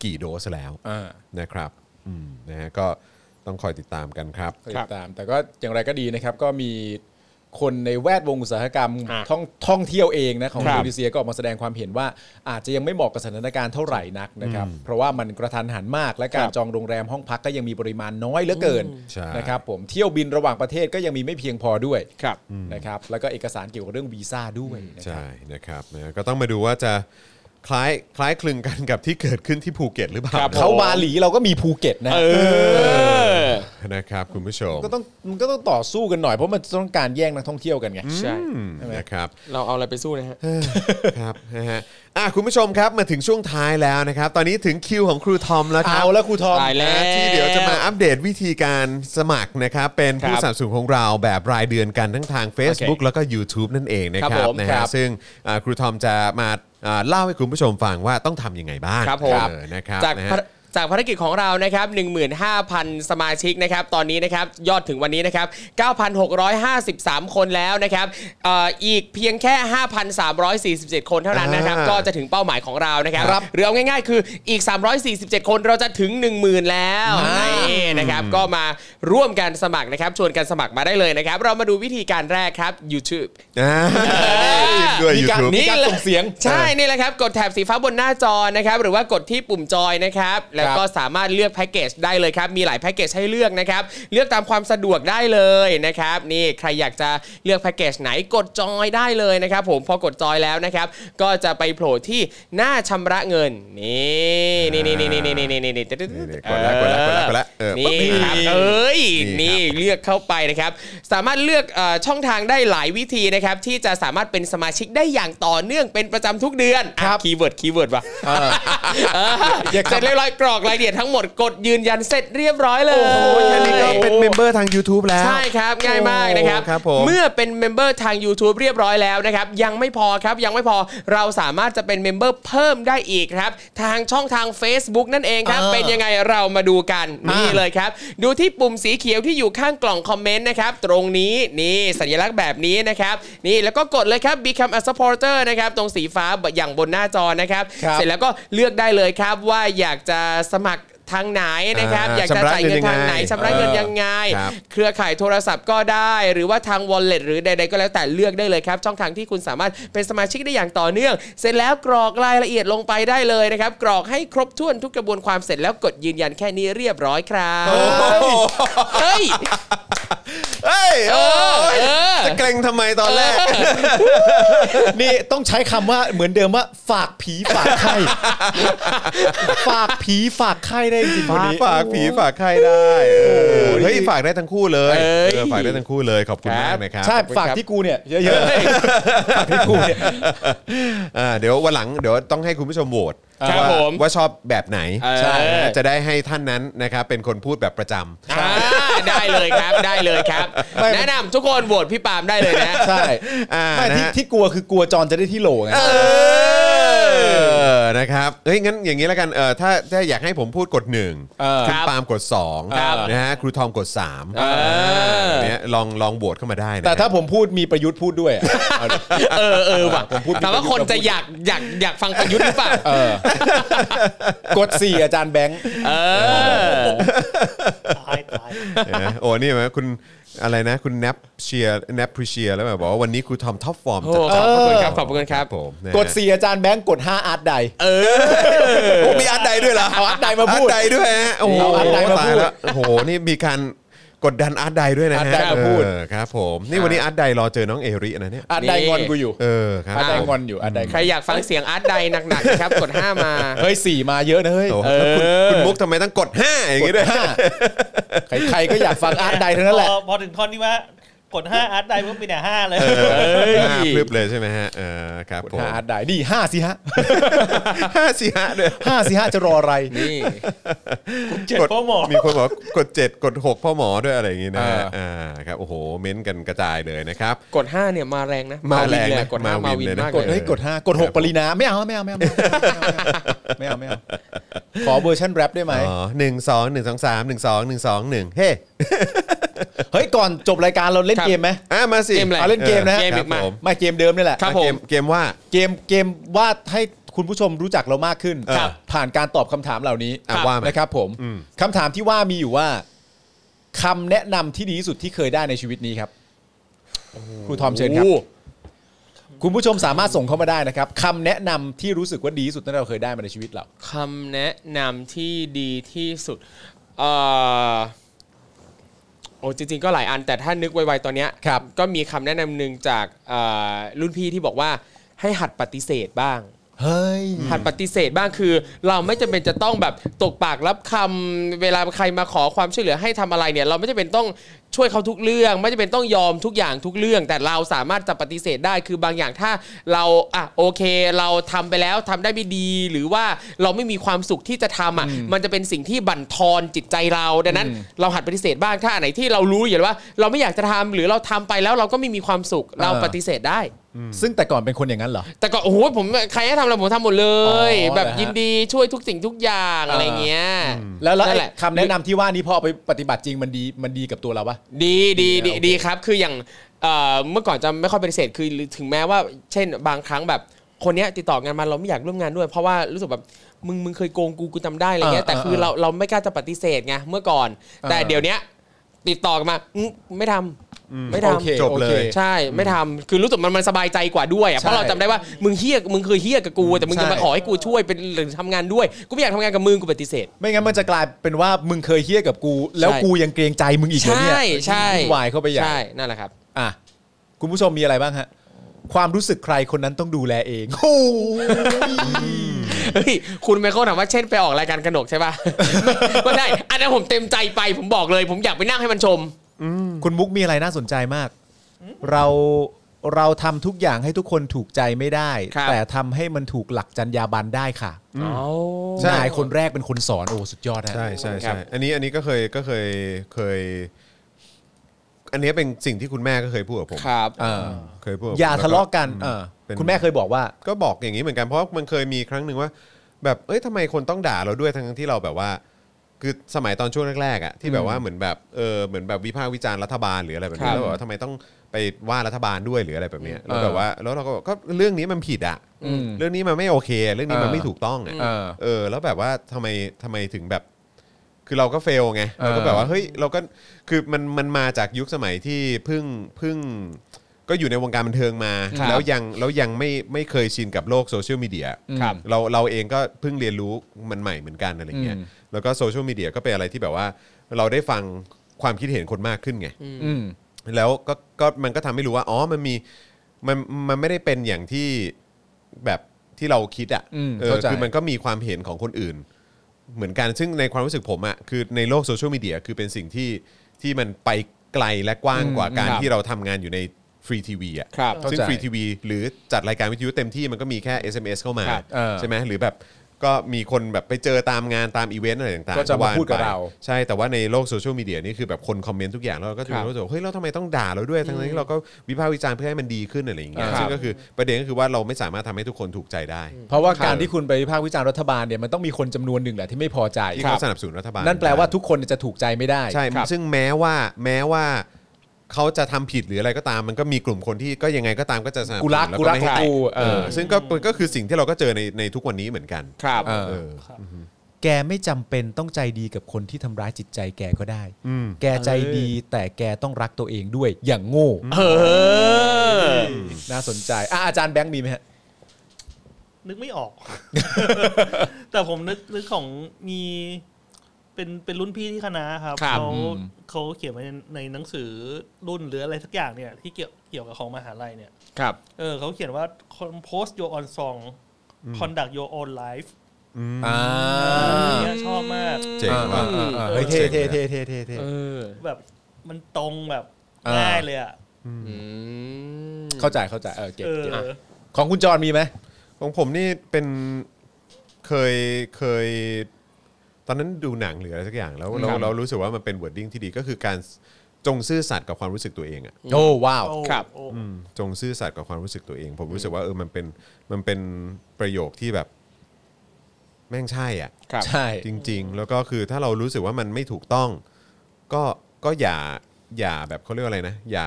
กี่โดสแล้วอ่านะครับอืมนะฮะก็ต้องคอยติดตามกันครับติดตามแต่ก็อย่างไรก็ดีนะครับก็มีคนในแวดวงอุตสาหกรรมอ่ะท่องท่องเที่ยวเองนะของครับอินโดนีเซียก็ออกมาแสดงความเห็นว่าอาจจะยังไม่เหมาะกับสถานการณ์เท่าไหร่นักนะครับเพราะว่ามันกระทันหันมากและการจองโรงแรมห้องพักก็ยังมีปริมาณน้อยเหลือเกินใช่นะครับผมเที่ยวบินระหว่างประเทศก็ยังมีไม่เพียงพอด้วยครับนะครับแล้วก็เอกสารเกี่ยวกับเรื่องวีซ่าด้วยนะครัใช่บนะครับนะก็ต้องมาดูว่าจะคล้ายคล้ายคลึงกันกับที่เกิดขึ้นที่ภูเก็ตหรือเปล่าครับเขาบาหลีเราก็มีภูเก็ตนะเออนะครับคุณผู้ชมก็ต้องมันก็ต้องต่อสู้กันหน่อยเพราะมันต้องการแย่งนักท่องเที่ยวกันไงใช่อืมนะครับเราเอาอะไรไปสู้นะฮะครับนะฮะอ่ะคุณผู้ชมครับมาถึงช่วงท้ายแล้วนะครับ ตอนนี้ถึงคิวของครูทอมแล้วครับเอาแล้วครูทอมตายแล้วนะที่เดี๋ยวจะมาอัปเดตวิธีการสมัครนะครับ เป็นผู้ครับสนับสนุนของเราแบบรายเดือนกันทั้งทาง Facebook แล้วก็ YouTube นั่นเองนะคครัรับบผมนะคฮะรับซึ่งอ่าครูทอมจะมาอ่าเล่าให้คุณผู้ชมฟังว่าต้องทำยังไงบ้างครับผมเออนะครับจากนะภาฮะจากภารกิจของเรานะครับ หนึ่งหมื่นห้าพัน สมาชิกนะครับตอนนี้นะครับยอดถึงวันนี้นะครับ เก้าพันหกร้อยห้าสิบสาม คนแล้วนะครับเอ่ออีกเพียงแค่ ห้าพันสามร้อยสี่สิบเจ็ด คนเท่านั้นนะครับอ่าก็จะถึงเป้าหมายของเรานะครับครับหรือเอาง่ายๆคืออีก สามร้อยสี่สิบเจ็ด คนเราจะถึง หนึ่งหมื่น แล้วอ่านี่นะครับก็มาร่วมกันสมัครนะครับชวนกันสมัครมาได้เลยนะครับเรามาดูวิธีการแรกครับ YouTube อ่านี่ด้วยมีการ YouTube มีการส่งเสียงใช่นี่แหละครับกดแถบสีฟ้าบนหน้าจอนะครับหรือว่ากดที่ปุ่มจอยนะครับแล้วก็สามารถเลือกแพ็กเกจได้เลยครับมีหลายแพ็กเกจให้เลือกนะครับเลือกตามความสะดวกได้เลยนะครับนี่ใครอยากจะเลือกแพ็กเกจไหนกดจอยได้เลยนะครับผมพอกดจอยแล้วนะครับก็จะไปโผล่ที่หน้าชำระเงินนี่นี่นี่นี่นี่นี่นี่นี่นี่นี่กดแล้วกดแล้วกดแล้วกดแล้วเออนี่ครับเอ้ยนี่นี่ครับเลือกเข้าไปนะครับสามารถเลือกเอ่อช่องทางได้หลายวิธีนะครับที่จะสามารถเป็นสมาชิกได้อย่างต่อเนื่องเป็นประจำทุกเดือนครับคีย์เวิร์ดคีย์เวิร์ดว่ะเออเสร็จเรียบร้อยกรอกรายละเอียดทั้งหมดกดยืนยันเสร็จเรียบร้อยเลยโอ้โหแค่นี้ก็เป็นเมมเบอร์ทาง YouTube แล้วใช่ครับง่ายมากนะครับโอ้ครับผมเมื่อเป็นเมมเบอร์ทาง YouTube เรียบร้อยแล้วนะครับยังไม่พอครับยังไม่พอเราสามารถจะเป็นเมมเบอร์เพิ่มได้อีกครับทางช่องทาง Facebook นั่นเองครับอ่าเป็นยังไงเรามาดูกันนี่อ่าเลยครับดูที่ปุ่มสีเขียวที่อยู่ข้างกล่องคอมเมนต์นะครับตรงนี้นี่สัญลักษณ์แบบนี้นะครับนี่แล้วก็กดเลยครับ Become a supporter นะครับตรงสีฟ้าอย่างบนหน้าจอนะครับครับเสร็จแล้วก็เลือกได้เลยครับว่าอยากจะสมัครทางไหนนะครับอ่าอยากจะจ่ายเงินทางไหนชำชำระระเงิเงินนยัยัง งไงไงครับเครือข่ายโทรศัพท์ก็ได้หรือว่าทาง wallet หรือใดๆก็แล้วแต่เลือกได้เลยครับช่องทางที่คุณสามารถเป็นสมาชิกได้อย่างต่อเนื่อง เสร็จแล้วกรอกรายละเอียดลงไปได้เลยนะครับกรอกให้ครบถ้วนทุกกระบวนความเสร็จแล้วกดยืนยันแค่นี้เรียบร้อยครับเฮ้ยเฮ้ยโอ้ยเออจะเกรงทำไมตอนแรกนี่ต้องใช้คำว่าเหมือนเดิมว่าฝากผีฝากไข้ ฝากผีฝากไข้ได้จริงๆคนนี้ฝากผีฝากใครได้เออเฮ้ยฝากได้ทั้งคู่เลยเอ้ยเออฝากได้ทั้งคู่เลยขอบคุณมากนะครับใช่ฝากที่กูเนี่ยเยอะๆฝากที่กูเนี่ยอ่าเดี๋ยววันหลังเดี๋ยวต้องให้คุณผู้ชมโหวตครับว่าผมว่าชอบแบบไหนเออใช่จะได้ให้ท่านนั้นนะครับเป็นคนพูดแบบประจำอ่าได้เลยครับได้เลยครับไม่แนะนำทุกคนโหวตพี่ปาล์มได้เลยนะใช่อ่าไม่นะที่ฮะที่กลัวคือกลัวจอนจะได้ที่โหลไงเออนะครับเฮ้ยงั้นอย่างนี้แล้วกันเออถ้าถ้าอยากให้ผมพูดกดหนึ่งเออคุณปาล์มกดสองครับนะฮะครูทอมกดสามเออเนี่ยลองลองโหวตเข้ามาได้นะแต่ถ้าผมพูดมีประยุทธ์พูดด้วยอะเอาดิเออเออว่ะผมพูดแต่ว่าคนจะอยากอยากอยากฟังประยุทธ์หรือเปล่าเออกดสี่อาจารย์แบงค์เออตายตายนะโอ้นี่ไหมคุณอะไรนะคุณแนปเชียร์แนปพรีเชียร์แล้วแบบบอกว่าวันนี้ครูทอมท็อปฟอร์มโอ้ขอบคุณครับขอบคุณครับผมนะฮะกดสี่อาจารย์แบงค์กดห้าอาร์ตใดเออโอ้มีอาร์ตใดด้วยเหรอเอาอาร์ตใดมาพูดอาร์ตใดด้วยฮะโอ้โหเอาอาร์ตใดมาพูดตยแล้วโอ้โหนี่มีการกดดันอาร์ตใดด้วยนะอาร์ฮะตใดมาพูดเออครับผมนี่วันนี้อาร์ตใดรอเจอน้องเอรินะเนี่ยอาร์ตใดงอนกูอยู่เออครับอาร์ตใดผมงอนอยู่อาร์ตใดงอนใครอยากฟังเสียงอาร์ตใดหนักๆนะครับกดห้ามาเฮ้ยสี่มาเยอะนะเฮ้ยโอ้โหคุณคุณมุกทำไมต้องกดห้าอย่างงี้ด้วยห้าใครๆก็อยากฟังอาร์ตใดทั้งนั้นแหละพอพอถึงท่อนนี้ว่ากดห้าอาร์ตได้ก็มีแต่ห้าเลยห้าพลึบเลยใช่ไหมฮะเออครับกดผมห้าอาร์ตใดนี่ห้าสิฮะห้าสี่ห้าด้วยห้าสิฮะจะรออะไรนี่เจ็ดพ่อหมอมีคนบอกกดเจ็ดกดหกพ่อหมอด้วยอะไรอย่างงี้นะฮะอ่าอ่าครับโอ้โหเม้นต์กันกระจายเลยนะครับกดห้าเนี่ยมาแรงนะมาแรงนะเลยกดห้ามามาวิวินนเลยนะมากกดเลยเฮ้ยกดห้ากดหกปรินาไม่เอาไม่เอาไม่เอาไม่เอาไม่เอาไม่เอาขอเวอร์ชันแรปได้ไหมอ๋อหนึ่งสองหนึ่งสองสามหนึ่งสองหนึ่งสองหนึ่งเฮ้เฮ้ยก่อนจบรายการเราเล่นเกมไหมอ่ะมาสิเกมอะไรเอาเล่นเกมนะเกมคอีรับกมาผมไม่เกมเดิมนี่แหละครับเกมเกมว่าเกมเกมว่าให้คุณผู้ชมรู้จักเรามากขึ้นครับผ่านการตอบคำถามเหล่านี้อ่ะว่ามานะครับผมอืมคำถามที่ว่ามีอยู่ว่าคำแนะนำที่ดีที่สุดที่เคยได้ในชีวิตนี้ครับครูทอมเชิญครับโอ้คุณผู้ชมสามารถส่งเข้ามาได้นะครับคำแนะนำที่รู้สึกว่าดีที่สุดที่เราเคยได้มาในชีวิตเราคำแนะนำที่ดีที่สุดเอ่อโอ้จริงๆก็หลายอันแต่ถ้านึกไวๆตอนเนี้ยครับก็มีคำแนะนำหนึ่งจากเอ่อรุ่นพี่ที่บอกว่าให้หัดปฏิเสธบ้างเฮ้ยหัดปฏิเสธบ้างคือ เราไม่จำเป็นจะต้องแบบตกปากรับคำเวลาใครมาขอความช่วยเหลือให้ทำอะไรเนี่ยเราไม่จำเป็นต้องช่วยเขาทุกเรื่อง ไม่จำเป็นต้องยอมทุกอย่างทุกเรื่อง แต่เราสามารถจะปฏิเสธได้คือบางอย่างถ้าเราอ่ะโอเคเราทำไปแล้วทำได้ไม่ดี หรือว่าเราไม่มีความสุขที่จะทำอ่ะมันจะเป็นสิ่งที่บั่นทอนจิตใจเราดังนั้น เราหัดปฏิเสธบ้างถ้าอันไหนที่เรารู้อยู่แล้วว่า เราไม่อยากจะทำหรือเราทำไปแล้วเราก็ไม่มีความสุขเราปฏิเสธได้ซึ่งแต่ก่อนเป็นคนอย่างนั้นเหรอแต่ก็โอ้โหผมใครให้ทำอะไรผมทำหมดเลยอ๋อแบบเหรอฮะยินดีช่วยทุกสิ่งทุกอย่างอะไรเงี้ยแล้วแล้วนั่นไอ้แหละคำแนะนำที่ว่านี้พอเอาไปปฏิบัติจริงมันดีมันดีกับตัวเราปะดีดีดีโอเคดีครับคืออย่างเอ่อเมื่อก่อนจะไม่ค่อยปฏิเสธคือถึงแม้ว่า เช่นบางครั้งแบบคนเนี้ยติดต่องานมาเราไม่อยากร่วมงานด้วย เพราะว่ารู้สึกแบบมึงมึงเคยโกงกูกูจำได้อะไรเงี้ยแต่คือเราเราไม่กล้าจะปฏิเสธไงเมื่อก่อน แต่เดี๋ยวเนี้ยติดต่อกันมาอืมไม่ทำไม่ทำโอเคจบเลยโอคใช่ไม่ทำคือรู้สึกมันมันสบายใจกว่าด้วยอ่ะเพราะเราจำได้ว่ามึงเฮี้ยมึงเคยเฮี้ยกับกูแต่มึงจะมาขอให้กูช่วยเป็นหรือทำงานด้วยกูไม่อยากทำงานกับมึงกูปฏิเสธไม่งั้นมันจะกลายเป็นว่ามึงเคยเฮี้ยกับกู แล้วกูยังเกรงใจมึงอีกเหรอเนี่ยใช่ใช่วุ่นวายเข้าไปใหญ่ใช่นั่นแหละครับอ่ะคุณผู้ชมมีอะไรบ้างฮะความรู้สึกใครคนนั้นต้องดูแลเองโอ้ยเฮ้ยคุณไมเคิลถามว่าเช่นไปออกรายการกนกใช่ป่ะ ไม่ไม่ได้อันนั้นผมเต็มใจไปผมบอกเลย ผมอยากไปนั่งให้มันชมคุณมุกมีอะไรน่าสนใจมาก เราเราทำทุกอย่างให้ทุกคนถูกใจไม่ได้ครับแต่ทำให้มันถูกหลักจรรยาบรรณได้ค่ะอ๋อใช่นายคนแรกเป็นคนสอนโอ้สุดยอดฮะใช่ใช่ครัใช่บอันนี้อันนี้ก็เคยก็เคยเคย อันนี้เป็นสิ่งที่คุณแม่ก็เคยพูดกับผมครับเออเคยพูดกับผมอย่าแล้วทะเลาะกันเออเป็นคุณแม่เคยบอกว่าก็บอกอย่างนี้เหมือนกันเพราะมันเคยมีครั้งหนึ่งว่า แบบเอ้ยทำไมคนต้องด่าเราด้วยทั้งที่เราแบบว่า คือสมัยตอนช่วงแรกๆอ่ะที่แบบว่าเหมือนแบบเออเหมือนแบบวิพากษ์วิจารณ์รัฐบาลหรืออะไรแบบครันี้บแล้วแบบว่าทำไมต้องไปว่ารัฐบาลด้วยหรืออะไรแบบเนี้ยแล้วเออแบบว่าแล้วเราก็บอกก็เรื่องนี้มันผิดอ่ะอืมเรื่องนี้มันไม่โอเค เรื่องนี้มันเออไม่ถูกต้องอ่ะเออเออแล้วแบบว่าทำไมทำไมถึงแบบ คือเราก็เฟลไงเออเราก็แบบว่าเฮ้ยเราก็คือมันมันมาจากยุคสมัยที่เพิ่งเพิ่งก็อยู่ในวงการบันเทิงมาครับแล้วยังแล้วยังไม่ไม่เคยชินกับโลกโซเชียลมีเดียครับเราเราเองก็เพิ่งเรียนรู้มันใหม่เหมือนกันอะไรเงี้ยอืมแล้วก็โซเชียลมีเดียก็เป็นอะไรที่แบบว่าเราได้ฟังความคิดเห็นคนมากขึ้นไงอืมแล้วก็ก็มันก็ทำให้รู้ว่าอ๋อมันมีมันมันไม่ได้เป็นอย่างที่แบบที่เราคิดอ่ะอืมเออเข้าใจคือมันก็มีความเห็นของคนอื่น เหมือนกันซึ่งในความรู้สึกผมอ่ะคือในโลกโซเชียลมีเดียคือเป็นสิ่งที่ที่มันไปไกลและกว้างกว่าการครับที่เราทำงานอยู่ในฟรีทีวีอ่ะครับซึ่งเข้าใจฟรีทีวีหรือจัดรายการวิทยุเต็มที่มันก็มีแค่ เอส เอ็ม เอส เข้ามาครับเออใช่ไหมหรือแบบก็มีคนแบบไปเจอตามงานตามอีเวนต์อะไรต่างๆก็จะมาว่นพูดกับไปเราใช่แต่ว่าในโลกโซเชียลมีเดียนี่คือแบบคนคอมเมนต์ทุกอย่างแล้วเราก็จะครับรู้สึกว่าเฮ้ยเราทำไมต้องด่าเราด้วยทั้งๆที่เราก็วิพากษ์วิจารณ์เพื่อให้มันดีขึ้นอะไรอย่างเงี้ยครับซึ่งก็คือประเด็นก็คือว่าเราไม่สามารถทำให้ทุกคนถูกใจได้เพราะว่าการที่คุณไปวิพากษ์วิจารณ์รัฐบาลเนี่ยมันต้องมีคนจำนวนหนึ่งแหละที่ไม่พอใจที่เขาสนับสนุนรัฐบาลนั่นแปลว่าทุกคนจะถูกใจไม่ได้ใช่ครับซึ่งแม้ว่าแม้ว่าเขาจะทำผิดหรืออะไรก็ตาม มันก็มีกลุ่มคนที่ก็ยังไงก็ตามก็จะสนับสกูนุนรักแล้วกูก็รักไม่ให้ของกูเอเอออซึ่งก็ก็คือสิ่งที่เราก็เจอในในทุกวันนี้เหมือนกันครับเออเออครับแกไม่จำเป็นต้องใจดีกับคนที่ทำร้ายจิตใจแกก็ได้อืมแกใจดีแต่แกต้องรักตัวเองด้วย อย่างโง่เออน่าสนใจอ่ะอาจารย์แบงค์มีไหมฮะนึกไม่ออก แต่ผมนึกนึกของมีเป็นเป็นรุ่นพี่ที่คณะครับครับเขาอืมเขาเขียนไว้ในในหนังสือรุ่นหรืออะไรสักอย่างเนี่ยที่เกี่ยวเกี่ยวกับของมหาลัยเนี่ยครับเออเขาเขียนว่า compose your own song conduct your own life อ่าเนี่ยชอบมากเจ๋งว่ะอ่าอ่าเฮ้ยเท่เท่เท่เท่เท่เท่เออแบบมันตรงแบบอ่าง่ายเลยอ่ะอืมเข้าใจเข้าใจเออเก็บเออเก็บของคุณจรมีไหมของผมนี่เป็นเคยเคยตอนนั้นดูหนังหรืออะไรสักอย่างแล้วเราครับเรารู้สึกว่ามันเป็น wording ที่ดีก็คือการจงซื่อสัตย์กับความรู้สึกตัวเองอ่ะโอ้ว้าวโอ้ครับโอ้อืมจงซื่อสัตย์กับความรู้สึกตัวเอง ผมรู้สึกว่าเออมันเป็นมันเป็นประโยคที่แบบแม่งใช่อ่ะครับใช่จริง ๆ แล้วก็คือถ้าเรารู้สึกว่ามันไม่ถูกต้อง ก็ก็อย่าอย่าแบบเขาเรียกว่าอะไรนะ อย่าแบบ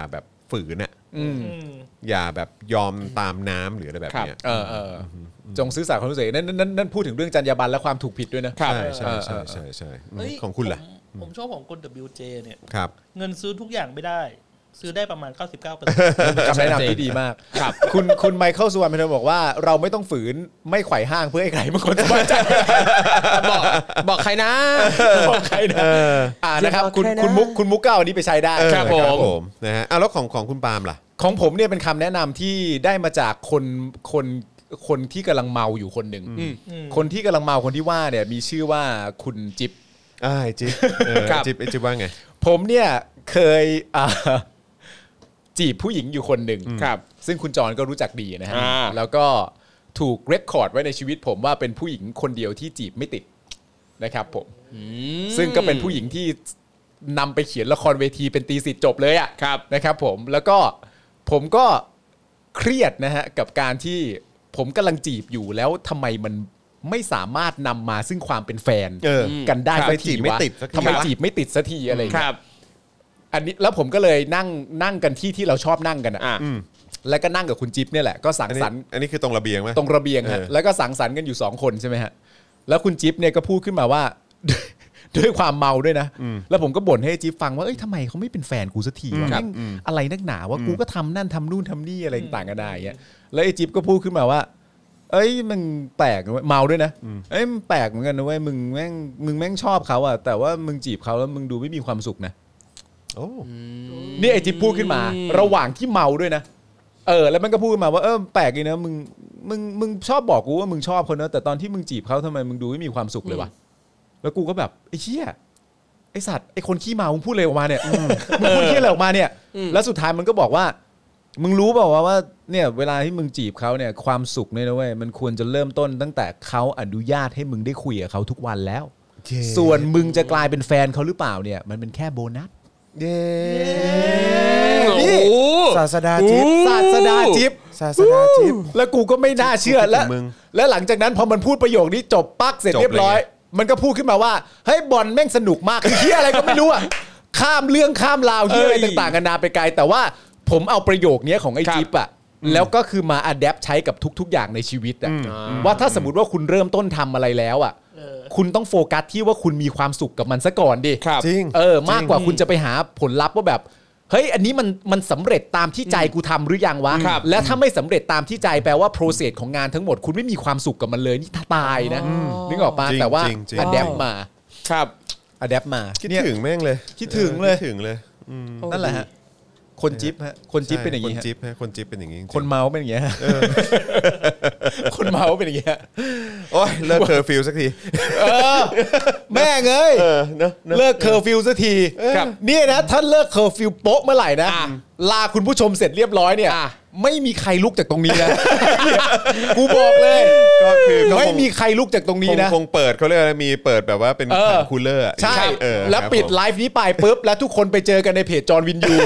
ฝืนอ่ะอืมอย่าแบบยอมตามน้ำหรืออะไรแบบเนี้ยเออเออจงซื่อสัตย์ความรู้สึกนั่นนั่นนั่นพูดถึงเรื่องจรรยาบรรณและความถูกผิดด้วยนะใช่ใช่ใช่ใช่ใช่ของคุณล่ะผมผมชอบของคน ดับเบิลยู เจ เนี่ยครับเงินซื้อทุกอย่างไม่ได้ ซื้อได้ประมาณ เก้าสิบเก้าเปอร์เซ็นต์คำแนะนำที่ดีมากครับคุณคุณไมเคิลสุวรรณเป็นคนบอกว่าเราไม่ต้องฝืนไม่ไขว่ห้างเพื่อให้ใครบางคนสบายใจบอกบอกใครนะบอกใครนะอ่านะครับคุณคุณมุกคุณมุกก็เอาอันนี้ไปใช้ได้ครับผมนะฮะอ่ะแล้วของของคุณปาล์มล่ะของผมเนี่ยเป็นคำแนะนำที่ได้มาจากคนคนคนที่กำลังเมาอยู่คนหนึ่งคนที่กำลังเมาคนที่ว่าเนี่ยมีชื่อว่าคุณจิ๊บอ่าไอ้จิ๊บเออครับจิ๊บไอ้จิ๊บว่าไงผมเนี่ยเคยอ่าจีบผู้หญิงอยู่คนหนึ่งครับซึ่งคุณจรก็รู้จักดีนะฮะอ่าแล้วก็ถูกเรคคอร์ดไว้ในชีวิตผมว่าเป็นผู้หญิงคนเดียวที่จีบไม่ติดนะครับผมซึ่งก็เป็นผู้หญิงที่นำไปเขียนละครเวทีเป็นตีสิทธิ์จบเลยอ่ะครับนะครับผมแล้วก็ผมก็เครียดนะฮะกับการที่ผมกำลังจีบอยู่แล้วทำไมมันไม่สามารถนำมาซึ่งความเป็นแฟนเออกันได้ครับสักทีจีบไม่วะติดสักทีทำไมวะจีบไม่ติดสักทีอะไรอย่างคเงี้ยรับอันนี้แล้วผมก็เลยนั่งนั่งกันที่ที่เราชอบนั่งกันอ่ะอ่ะแล้วก็นั่งกับคุณจิ๊บเนี่ยแหละก็สังอันนี้สรรค์อันนี้คือตรงระเบียงไหมตรงระเบียงฮะเออแล้วก็สังสรรค์กันอยู่สองคนใช่ไหมฮะแล้วคุณจิ๊บเนี่ยก็พูดขึ้นมาว่า ด้วยความเมาด้วยนะแล้วผมก็บ่นให้จิ๊บฟังว่าเอ้ยทำไมเขาไม่เป็นแฟนกูสักทีวะแม่งอะไรนักหนาว่ากูก็ทำนั่นทำนู่นทำนี่อะไรต่างกันได้เงี้ยแล้วไอ้จิ๊บก็พูดขึ้นมาว่า เอ้ยมึงแปลกนะเว้ยเมาด้วยนะเอ้ยมึงแปลกเหมือนกันนะเว้ยมึงแม่งมึงแม่งชอบเขาอะแต่ว่ามึงจีบเขาแล้วมึงดูไม่มีความสุขนะโอ้นี่ไอ้จิ๊บพูดขึ้นมา ระหว่างที่เมาด้วยนะเออแล้วมันก็พูดขึ้นมาว่าเออแปลกเลยนะมึงมึงมึงชอบบอกกูว่ามึงชอบคนนะแต่ตอนที่มึงจีบเขาทำไมมึงดูไม่มีความสุขเลยวะแล้วกูก็แบบไอ้เหี้ยไอ้สัตว์ไอ้คนขี้เมามึงพูดอะไรออกมาเนี่ยมึงพูดเหี้ยอะไรออกมาเนี่ยแล้วสุดท้ายมันก็บอกว่ามึงรู้เปล่าว่าว่าเนี่ยเวลาที่มึงจีบเขาเนี่ยความสุขเนี่ยนะเว้ยมันควรจะเริ่มต้นตั้งแต่เขาอนุญาตให้มึงได้คุยกับเขาทุกวันแล้ว ส่วนมึงจะกลายเป็นแฟนเขาหรือเปล่าเนี่ยมันเป็นแค่โบนัสเย้นี่ศาสดาจิ๊บศาสดาจิ๊บศาสดาจิ๊บแล้วกูก็ไม่น่าเชื่อแล้วคิดถึงมึงแล้วหลังจากนั้นพอมันพูดประโยคนี้จบปักเสร็จจบเลยเรียบร้อย มันก็พูดขึ้นมาว่าเฮ้ยบอลแม่งสนุกมากคือเฮียอะไรก็ไม่รู้อ่ะข้ามเรื่องข้ามราวเฮียอะไรต่างๆกันานาไปไกลแต่ว่าผมเอาประโยคนี้ของไอ้จิ๊บอ่ะแล้วก็คือมาอัดแอปใช้กับทุกๆอย่างในชีวิตอ่ะว่าถ้าสมมติว่าคุณเริ่มต้นทำอะไรแล้วอ่ะคุณต้องโฟกัสที่ว่าคุณมีความสุขกับมันซะก่อนดิจริงเออมากกว่าคุณจะไปหาผลลัพธ์ว่าแบบเฮ้ยอันนี้มันมันสำเร็จตามที่ใจกูทำหรือยังวะครับและถ้าไม่สำเร็จตามที่ใจแปลว่าโปรเซสของงานทั้งหมดคุณไม่มีความสุขกับมันเลยนี่ตายนะนึกออกปะจริงแต่ว่าจริงจริงอัดแอปมาครับอัดแอปมาคิดเนี่ยถึงแม่งเลยคิดถึงเลยคิดถึงเลยอืมนั่นแหละฮะคนจิ๊บฮะคนจิ๊บเป็นอย่างคงี้นฮะจิ๊บฮะคนจิ๊บเป็นอย่างงี้จริงๆคนเมาเป็นอย่างเงี้ยฮะคนเมาเป็นอย่างเงี้ยโอ้ยเลิกเคอร์ฟิวสักทีเออแม่งเอ้ยเออเนอะเนอะเลิกเคอร์ฟิวสักทีครับเนี่ยนะถ้าเลิกเคอร์ฟิวโป๊ะเมื่อไหร่นะอ่ะลาคุณผู้ชมเสร็จเรียบร้อยเนี่ยอ่ะไม่มีใครลุกจากตรงนี้นะ กูบอกเลยก็คือก็คงไม่มีใครลุกจากตรงนี้คงนะคงเปิดเขาเรียกอะไรมีเปิดแบบว่าเป็นเออถังคูลเลอร์อะใช่เออแล้วครับปิดผมไลฟ์นี้ไปปุ๊บแล้วทุกคนไปเจอกันในเพจจอห์นวินยู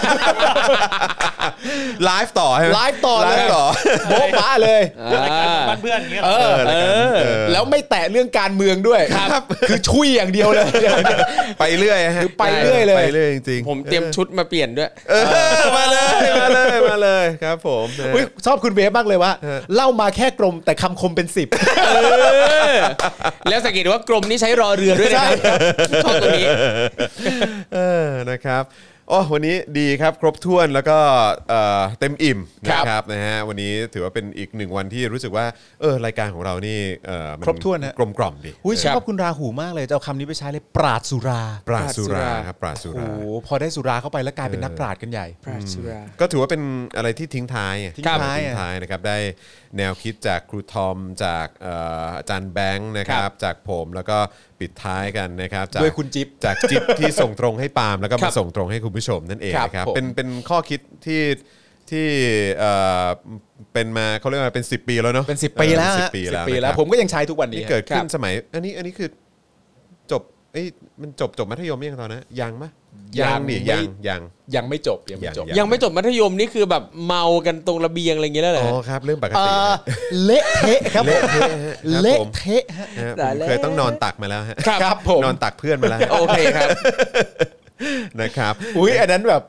ไลฟ์ต่อใช่ไหมไลฟ์ต่อเลยไลฟ์ต่อโบ๊ะบ้าเลยรายการของบ้านเพื่อนอย่างเงี้ยเหรเอออรายการเออแล้วไม่แตะเรื่องการเมืองด้วยคือชุยอย่างเดียวเลยไปเรื่อยฮะคือไปเรื่อยเลยไปเรื่อยจริงๆผมเตรียมชุดมาเปลี่ยนด้วยเออมาเลยมาเลยมาเลยครับผมนะอุ๊ยชอบคุณเวฟมากเลยว่าเล่ามาแค่กลมแต่คำคมเป็นสิบแล้วสังเกตว่ากรมนี้ใช้รอเรือด้วยนะครับชอบตรงนี้เออนะครับโอ้วันนี้ดีครับครบถ้วนแล้วก็เอ่อเต็มอิ่มครับนะครับนะฮะวันนี้ถือว่าเป็นอีกหนึ่งวันที่รู้สึกว่าเออรายการของเรานี่เอ่อมันครบถ้วนฮะกลมกล่อมดีอุ้ยเอชออบคุณราหูมากเลยจะเอาคำนี้ไปใช้เลยปราดสุราปราศสุราครับปราศสุโอ้ราโหพอได้สุราเข้าไปแล้วกลายเป็นนักปราดกันใหญ่พระสุราก็ถือว่าเป็นอะไรที่ทิ้งท้ายทิ้งท้ายทิ้งท้ายนะครับได้แนวคิดจากครูทอมจากเอ่ออาจารย์แบงค์นะครับจากผมแล้วก็ปิดท้ายกันนะครับจากด้วยคุณจิ๊บจากจิ๊บที่ส่งตรงให้ปาล์มแล้วก็ครัมาบส่งตรงให้คุณผู้ชมนั่นเองครับนะครับผมเป็นเป็นข้อคิดที่ที่เอ่อเป็นมาเขาเรียกว่าเป็นสิบปีแล้วเนาะเป็นสิบปีแล้วเออฮะสิบปีสิบแล้วปีนะแล้คว รับผมก็ยังใช้ทุกวันนี้นี่เกิดขึ้นครับสมัยอันนี้อันนี้คือจบเอ้ยมันจบจบมัธยมยังตอนนั้นยังมะยัยัง งนี่ไม่ยังยังยังไม่จบยังไม่จบยังยังไม่จบมัธยมนี่คือแบบเมากันตรงระเบียงอะไรอย่างเงี้ยแล้วเหรอ๋ออครับเรื่องปกเอ่ติอฮะเละเทะครับผมเละเทะฮะครับเละผมเทะฮะฮะผได้มแล้วเคยต้องนอนตักมาแล้วฮะครับผมนอนตักเพื่อนมาแล้วฮะโอเคครับนะครับอุ้ยอันนั้นแบบ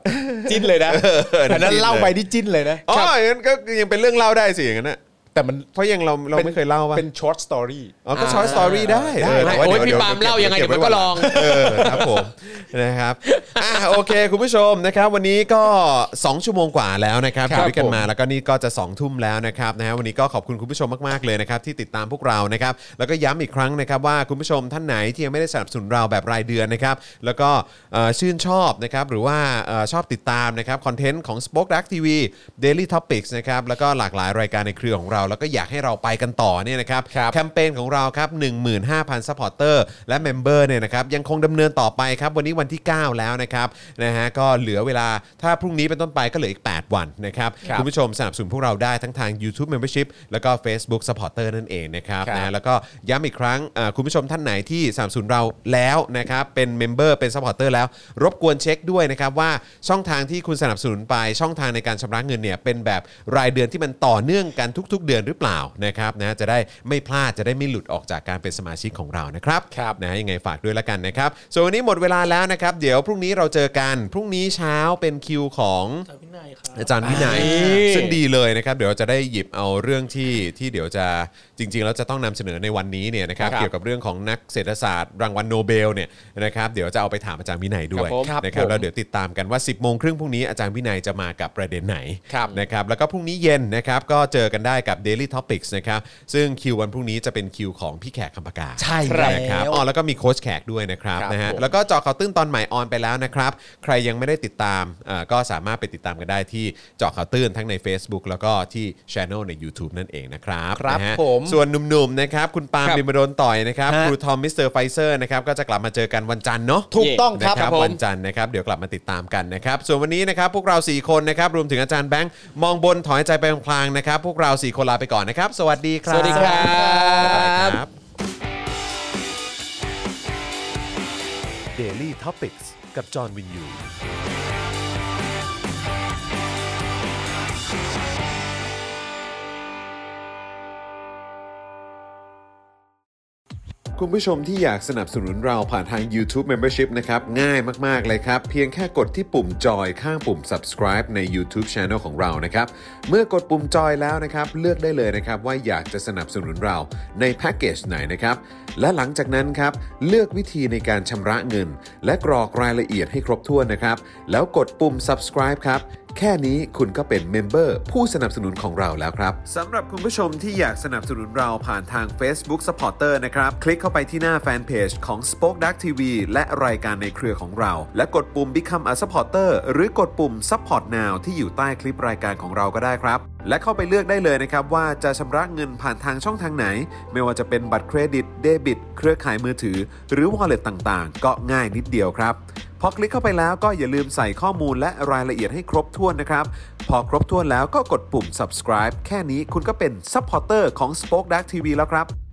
จิ้นเลยนะอันนั้นเล่าไปนี่จิ้นเลยนะอ๋ออย่างนั้นก็ยังเป็นเรื่องเล่าได้สิอย่างนั้นนะแต่มันเพราะยังเราเราไม่เคยเล่าป่ะเป็นช็อตสตอรี่อ๋อก็ช็อตสตอรี่ได้แต่ว่าพี่ปาล์มเล่ายังไงเดี๋ยวมันก็ลองเออครับผมนะครับอ่ะโอเคคุณผู้ชมนะครับวันนี้ก็สองชั่วโมงกว่าแล้วนะครับอยู่ด้วยกันมาแล้วก็นี่ก็จะสองทุ่มแล้วนะครับนะฮะวันนี้ก็ขอบคุณคุณผู้ชมมากๆเลยนะครับที่ติดตามพวกเรานะครับแล้วก็ย้ำอีกครั้งนะครับว่าคุณผู้ชมท่านไหนที่ยังไม่ได้สนับสนุนเราแบบรายเดือนนะครับแล้วก็ชื่นชอบนะครับหรือว่าชอบติดตามนะครับคอนเทนต์ของ Spoke Dark ที วี Daily Topics นะครับแล้วก็หลากหลายรายการในเครือของเราแล้วก็อยากให้เราไปกันต่อเนี่ยนะครับแคมเปญของเราครับ หนึ่งหมื่นห้าพัน ซัพพอร์เตอร์และเมมเบอร์เนี่ยนะครับยังคงดำเนินต่อไปครับวันนี้วันที่เก้าแล้วนะครับนะฮะก็เหลือเวลาถ้าพรุ่งนี้เป็นต้นไปก็เหลืออีกแปดวันนะครับคุณผู้ชมสนับสนุนพวกเราได้ทั้งทาง YouTube Membership แล้วก็ Facebook Supporter นั่นเองนะครับนะแล้วก็ย้ำอีกครั้งคุณผู้ชมท่านไหนที่สนับสนุนเราแล้วนะครับเป็นเมมเบอร์เป็น Supporter แล้วรบกวนเช็คด้วยนะครับว่าช่องทางที่คุณสนับสนุนไปช่องทางในการชำระเงินเนี่ยเป็นแบบรายเดือนที่มันต่อเนื่องกันทุกๆเดือนหรือเปล่านะครับนะจะได้ไม่พลาดจะได้ไม่หลุดออกจากการเป็นสมาชิกของเรานะครับนะยังไงฝากด้วยละกันนะครับส่วนวันนี้หมดเวลาแล้วนะครับเดี๋ยวพรุ่งนี้เราเจอกันพรุ่งนี้เช้าเป็นคิวของอาจารย์วินัยซึ่งดีเลยนะครับเดี๋ยวจะได้หยิบเอาเรื่องที่ที่เดี๋ยวจะจริงๆแล้วจะต้องนำเสนอในวันนี้เนี่ยนะครับเกี่ยวกับเรื่องของนักเศรษฐศาสตร์รางวัลโนเบลเนี่ยนะครับเดี๋ยวจะเอาไปถามอาจารย์วินัยด้วยนะครับแล้วเดี๋ยวติดตามกันว่า สิบโมงครึ่งพรุ่งนี้อาจารย์วินัยจะมากับประเด็นไหนนะครับแล้วก็พรุ่งนี้เย็นนะครับก็เจอกันได้กับ Daily Topics นะครับซึ่งคิววันพรุ่งนี้จะเป็นคิวของพี่แขกคำปากาใช่นะครับอ๋อแล้วก็มีโค้ชแขกด้วยนะครับนะฮะแล้วก็เจาะข่าวตื้นตอนใหม่ออนไปแล้วนะครับใครยังไม่ได้ติดตามก็สามารถไปติดตามกันได้ที่เจาะข่าวตื้นทั้งใน Facebook แล้วก็ที่ Channel ใน YouTube นั่นเองนะครับนะฮะส่วนหนุ่มๆนะครับคุณปาล์มบิมโดนต่อยนะครับครูทอมมิสเตอร์ไฟเซอร์นะครับก็จะกลับมาเจอกันวันจันทร์เนาะถูกต้องครับวันจันทร์นะครับเดี๋ยวกลับมาติดตามกันนะครับส่วนวันนี้นะครับพวกเราสี่คนนะครับรวมถึงอาจารย์แบงค์มองบนถอยใจไปพลางๆนะครับพวกเราสี่คนลาไปก่อนนะครับสวัสดีครับสวัสดีครับ Daily Topics กับจอห์นวินยูคุณผู้ชมที่อยากสนับสนุนเราผ่านทาง YouTube Membership นะครับง่ายมากๆเลยครับเพียงแค่กดที่ปุ่มจอยข้างปุ่ม Subscribe ใน YouTube Channel ของเรานะครับเมื่อกดปุ่มจอยแล้วนะครับเลือกได้เลยนะครับว่าอยากจะสนับสนุนเราในแพ็กเกจไหนนะครับและหลังจากนั้นครับเลือกวิธีในการชำระเงินและกรอกรายละเอียดให้ครบถ้วนนะครับแล้วกดปุ่ม Subscribe ครับแค่นี้คุณก็เป็นเมมเบอร์ผู้สนับสนุนของเราแล้วครับสำหรับคุณผู้ชมที่อยากสนับสนุนเราผ่านทาง Facebook Supporter นะครับคลิกเข้าไปที่หน้าแฟนเพจของ Spoke Dark ที วี และรายการในเครือของเราและกดปุ่ม Become a Supporter หรือกดปุ่ม Support Now ที่อยู่ใต้คลิปรายการของเราก็ได้ครับและเข้าไปเลือกได้เลยนะครับว่าจะชำระเงินผ่านทางช่องทางไหนไม่ว่าจะเป็นบัตรเครดิตเดบิตเครือข่ายมือถือหรือ Wallet ต่างๆก็ง่ายนิดเดียวครับพอคลิกเข้าไปแล้วก็อย่าลืมใส่ข้อมูลและรายละเอียดให้ครบถ้วนนะครับพอครบถ้วนแล้วก็กดปุ่ม Subscribe แค่นี้คุณก็เป็น Supporter ของ Spoke Dark ที วี แล้วครับ